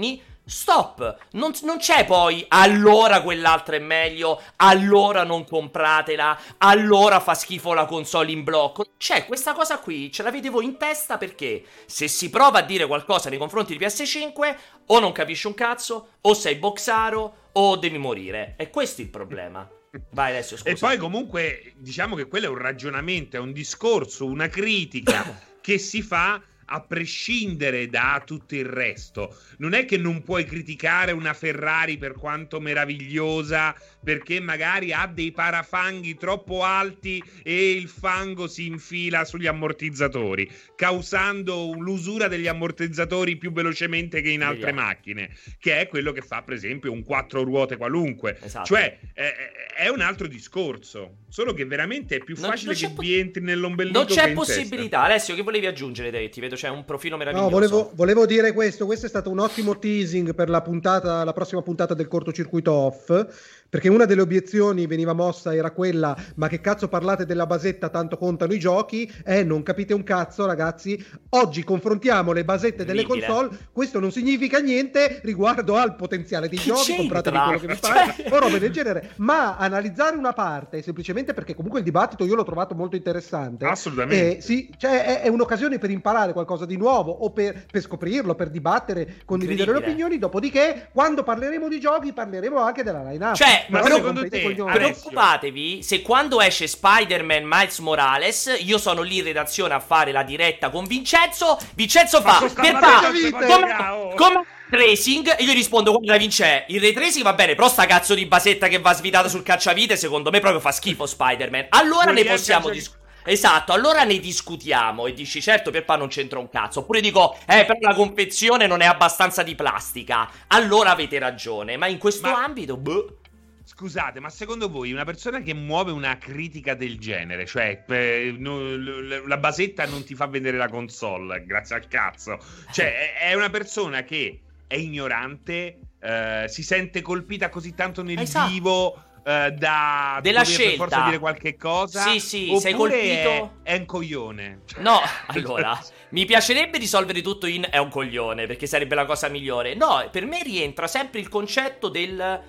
Stop, non, non c'è poi allora quell'altra è meglio, allora non compratela, allora fa schifo la console in blocco. C'è questa cosa qui, ce l'avete voi in testa, perché se si prova a dire qualcosa nei confronti di P S cinque o non capisci un cazzo, o sei boxaro o devi morire. E questo è il problema. Vai Alessio, scusa. E poi comunque diciamo che quello è un ragionamento, è un discorso, una critica che si fa a prescindere da tutto il resto. Non è che non puoi criticare una Ferrari per quanto meravigliosa perché magari ha dei parafanghi troppo alti e il fango si infila sugli ammortizzatori, causando l'usura degli ammortizzatori più velocemente che in altre Vediamo. macchine, che è quello che fa per esempio un quattro ruote qualunque. Esatto. Cioè è, è un altro discorso, solo che veramente è più Non- facile non c'è che po- vi entri nell'ombelico Non che c'è in possibilità. Alessio, che volevi aggiungere? Te? Ti vedo c'è un profilo meraviglioso. No, volevo, volevo dire questo. Questo è stato un ottimo teasing per la puntata, la prossima puntata del cortocircuito off. Perché una delle obiezioni veniva mossa era quella: ma che cazzo parlate della basetta, tanto contano i giochi? Eh, non capite un cazzo, ragazzi. Oggi confrontiamo le basette delle Incredibile. console. Questo non significa niente riguardo al potenziale dei Che giochi, compratevi c'entra? quello che vi pare Cioè- o robe del genere. Ma analizzare una parte semplicemente perché comunque il dibattito io l'ho trovato molto interessante. Assolutamente. Eh, sì, cioè è, è un'occasione per imparare qualcosa di nuovo o per, per scoprirlo, per dibattere, condividere le Incredibile. opinioni. Dopodiché, quando parleremo di giochi, parleremo anche della line-up. Cioè, Ma Però secondo rompete te, i coglioni. Alessio, Preoccupatevi se quando esce Spider-Man Miles Morales io sono lì in redazione a fare la diretta con Vincenzo. Vincenzo Ma fa con sta per maledetta fa vita, come, oh." come tracing e io gli rispondo: guarda Vince, il ray tracing va bene, però sta cazzo di basetta che va svitata sul cacciavite secondo me proprio fa schifo Spider-Man. Allora Vuol ne dire possiamo caccia- discutere. Esatto, allora ne discutiamo e dici certo Pierpa non c'entra un cazzo. Oppure dico eh però la confezione non è abbastanza di plastica. Allora avete ragione, ma in questo Ma- ambito boh. Scusate, ma secondo voi una persona che muove una critica del genere, cioè eh, no, l- la basetta non ti fa vedere la console, grazie al cazzo, cioè è è una persona che è ignorante, eh, si sente colpita così tanto nel Esatto. vivo eh, da Della dover per scelta. forza dire qualche cosa, Sì, sì, oppure sei colpito? è, è un coglione. No, allora, mi piacerebbe risolvere tutto in è un coglione, perché sarebbe la cosa migliore. No, per me rientra sempre il concetto del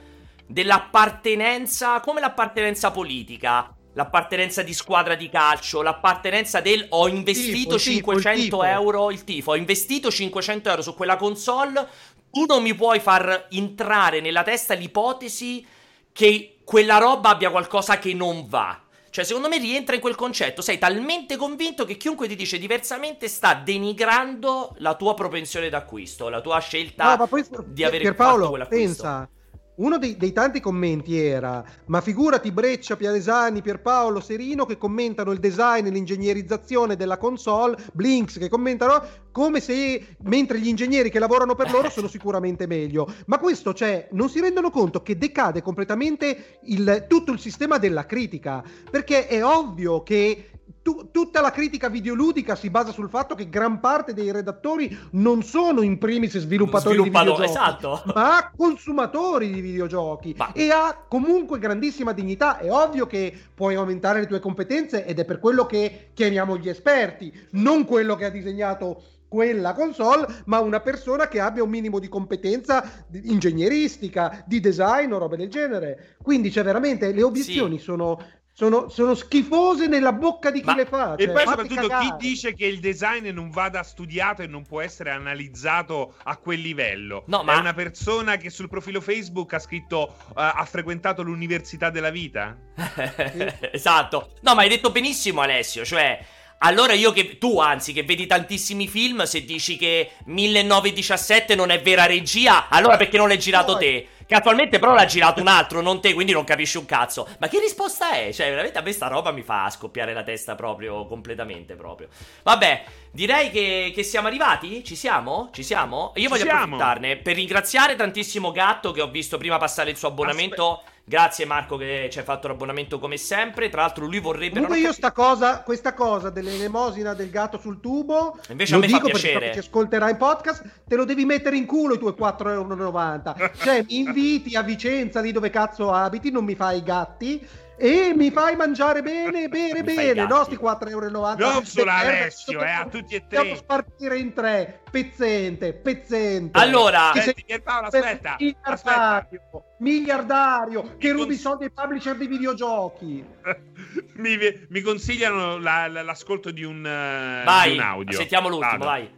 dell'appartenenza, come l'appartenenza politica, l'appartenenza di squadra di calcio, l'appartenenza del ho investito Tifo, il tifo, cinquecento il tifo. euro, il tifo, ho investito cinquecento euro su quella console, tu non mi puoi far entrare nella testa l'ipotesi che quella roba abbia qualcosa che non va. Cioè, secondo me rientra in quel concetto. Sei talmente convinto che chiunque ti dice diversamente sta denigrando la tua propensione d'acquisto, la tua scelta No, ma poi di avere Pierpaolo, fatto quell'acquisto. pensa, uno dei, dei tanti commenti era: ma figurati Breccia, Pianesani, Pierpaolo, Serino che commentano il design e l'ingegnerizzazione della console, Blinks che commentano come se, mentre gli ingegneri che lavorano per loro sono sicuramente meglio. Ma questo, cioè, non si rendono conto che decade completamente il, tutto il sistema della critica, perché è ovvio che tu- tutta la critica videoludica si basa sul fatto che gran parte dei redattori non sono in primis sviluppatori Sviluppato- di videogiochi, esatto. ma consumatori di videogiochi, Ma- e ha comunque grandissima dignità. È ovvio che puoi aumentare le tue competenze ed è per quello che chiamiamo gli esperti, non quello che ha disegnato quella console, ma una persona che abbia un minimo di competenza di- ingegneristica, di design o robe del genere. Quindi c'è veramente, le obiezioni Sì. sono, sono, sono schifose nella bocca di chi Ma- le fa. E cioè, poi fate soprattutto chi cagare. dice che il design non vada studiato e non può essere analizzato a quel livello. No, ma- È una persona che sul profilo Facebook ha scritto uh, ha frequentato l'università della vita? Esatto. No, ma hai detto benissimo Alessio, cioè allora io che tu anzi che vedi tantissimi film, se dici che millenovecentodiciassette non è vera regia, allora perché non l'hai girato No, te? Che attualmente però l'ha girato un altro, non te, quindi non capisci un cazzo. Ma che risposta è? Cioè, veramente a me sta roba mi fa scoppiare la testa proprio, completamente proprio. Vabbè, direi che, che siamo arrivati? Ci siamo? Ci siamo? Io Ci voglio siamo. approfittarne per ringraziare tantissimo Gatto che ho visto prima passare il suo abbonamento. Grazie Marco che ci hai fatto l'abbonamento come sempre. Tra l'altro lui vorrebbe... Comunque non ho io sta cosa, questa cosa dell'elemosina del gatto sul tubo, Invece lo a me fa dico perché piacere. so che ci ascolterà in podcast, te lo devi mettere in culo i tuoi quattro e novanta euro. Cioè mi inviti a Vicenza, lì dove cazzo abiti, non mi fai i gatti, E mi fai mangiare bene, bene, Mi fai bene, gatti. no sti quattro euro e novanta. Non solo Merda, Alessio, eh, a tutti e tre. Dobbiamo spartire in tre, pezzente, pezzente. Allora, Che sei- Senti, Pierpaolo, aspetta, miliardario, miliardario, che rubi i soldi ai publisher di videogiochi. mi, mi consigliano la- la- l'ascolto di un, eh, vai, di un audio. sentiamo l'ultimo, Vado. vai.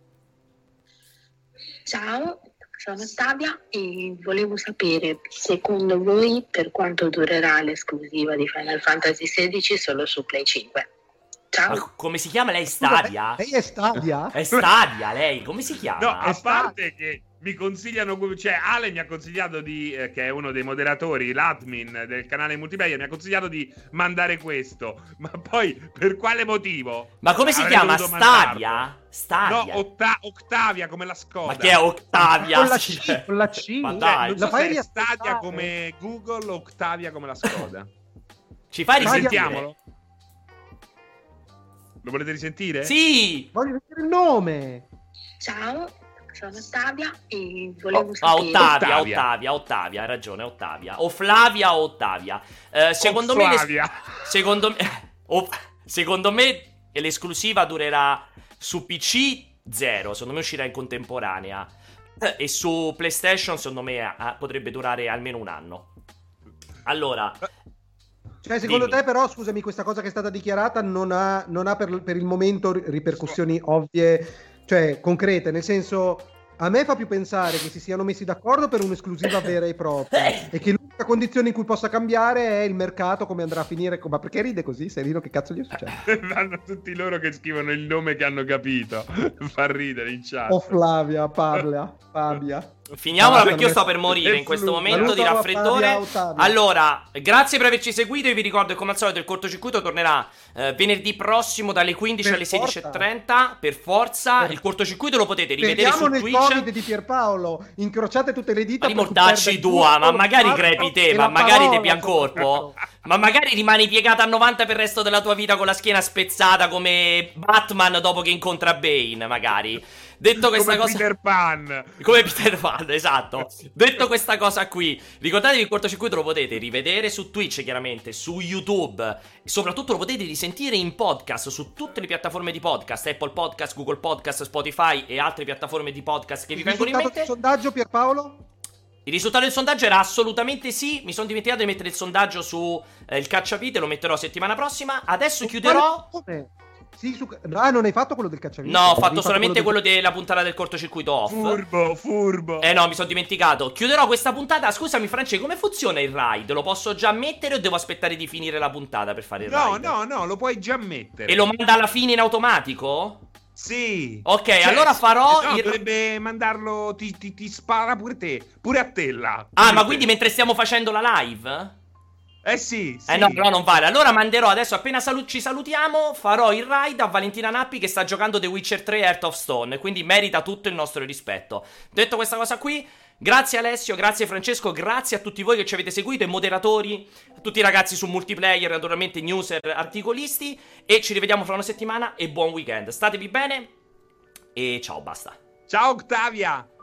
Ciao, sono Ottavia e volevo sapere, secondo voi, per quanto durerà l'esclusiva di Final Fantasy sedici solo su Play cinque? Ciao. Ma come si chiama lei? Stadia? Lei è Stadia? È Stadia lei, come si chiama? No, a parte che mi consigliano, cioè Ale mi ha consigliato di, eh, che è uno dei moderatori, l'admin del canale multiplayer, mi ha consigliato di mandare questo, ma poi per quale motivo? Ma come si Avrei chiama? dovuto mandarlo. Stadia? Stadia? No, Otta- Octavia come la Skoda. Ma che è Octavia? Con la C, con la C. Ma Cioè, dai, non la so fai se è riascoltare? Stadia come Google o Octavia come la Skoda. ci fai Stadia- risentire? Sentiamolo. Lo volete risentire? Sì! Voglio vedere il nome. Ciao, sono Ottavia e volevo Ah, sapere... Ottavia, Ottavia. Ottavia, Ottavia, hai ragione, Ottavia. O Flavia o Ottavia. Eh, secondo me... l'es- Flavia. Secondo me... o- secondo me l'esclusiva durerà su P C zero, secondo me uscirà in contemporanea. Eh, E su PlayStation, secondo me, ah, potrebbe durare almeno un anno. Allora... Cioè, secondo Dimmi. te, però, scusami, questa cosa che è stata dichiarata non ha, non ha per, per il momento ri- ripercussioni ovvie, cioè concrete, nel senso, a me fa più pensare che si siano messi d'accordo per un'esclusiva vera e propria e che l'unica condizione in cui possa cambiare è il mercato, come andrà a finire. Ma perché ride così, Serino? Che cazzo gli è successo? Vanno tutti loro che scrivono il nome che hanno capito. Fa ridere in chat. Oh Flavia, Pablia, Fabia. Finiamola Ah, perché io non sto è- per morire in questo Saluto- momento di saluto a raffreddore. Fabia Ottavia. Allora, grazie per averci seguito. Io vi ricordo che come al solito il cortocircuito tornerà eh, venerdì prossimo dalle quindici Per alle sedici e forza. trenta. Per forza, Per- il cortocircuito lo potete rivedere Speriamo su nel Twitch. Covid di Pierpaolo, incrociate tutte le dita. Ma per rimortacci perdere tua, tutto, ma magari il crepi te, e ma la magari parola, te Biancorpo. soprattutto. Ma magari rimani piegata a novanta per il resto della tua vita con la schiena spezzata come Batman dopo che incontra Bane, magari. Detto questa Come cosa... Peter Pan. Come Peter Pan, esatto. Detto questa cosa qui, ricordatevi il cortocircuito lo potete rivedere su Twitch, chiaramente, su YouTube, e soprattutto lo potete risentire in podcast su tutte le piattaforme di podcast, Apple Podcast, Google Podcast, Spotify e altre piattaforme di podcast che vi Il vengono in risultato del mente. sondaggio, Pierpaolo? Il risultato del sondaggio era assolutamente sì. Mi sono dimenticato di mettere il sondaggio su eh, il cacciavite, lo metterò settimana prossima. Adesso chiuderò. Come? Sì, su... Ah, non hai fatto quello del cacciavite? No, ho Avevi fatto solamente quello del- della puntata del cortocircuito off. Furbo, furbo. Eh no, mi sono dimenticato. Chiuderò questa puntata. Scusami, Francesco, come funziona il ride? Lo posso già mettere o devo aspettare di finire la puntata per fare il No, ride? no, no, lo puoi già mettere. E lo manda alla fine in automatico? Sì. Ok, Cioè, allora farò no, il... dovrebbe mandarlo, ti, ti, ti spara pure te, pure a te là. Ah, Pure ma te. quindi mentre stiamo facendo la live? Eh sì, sì. Eh no, no, non vale. Allora manderò adesso, appena salu- ci salutiamo, farò il ride a Valentina Nappi che sta giocando The Witcher tre Heart of Stone, quindi merita tutto il nostro rispetto. Detto questa cosa qui, grazie Alessio, grazie Francesco, grazie a tutti voi che ci avete seguito, i moderatori, a tutti i ragazzi su multiplayer, naturalmente newser, articolisti, e ci rivediamo fra una settimana e buon weekend. Statevi bene e ciao, basta. Ciao Octavia.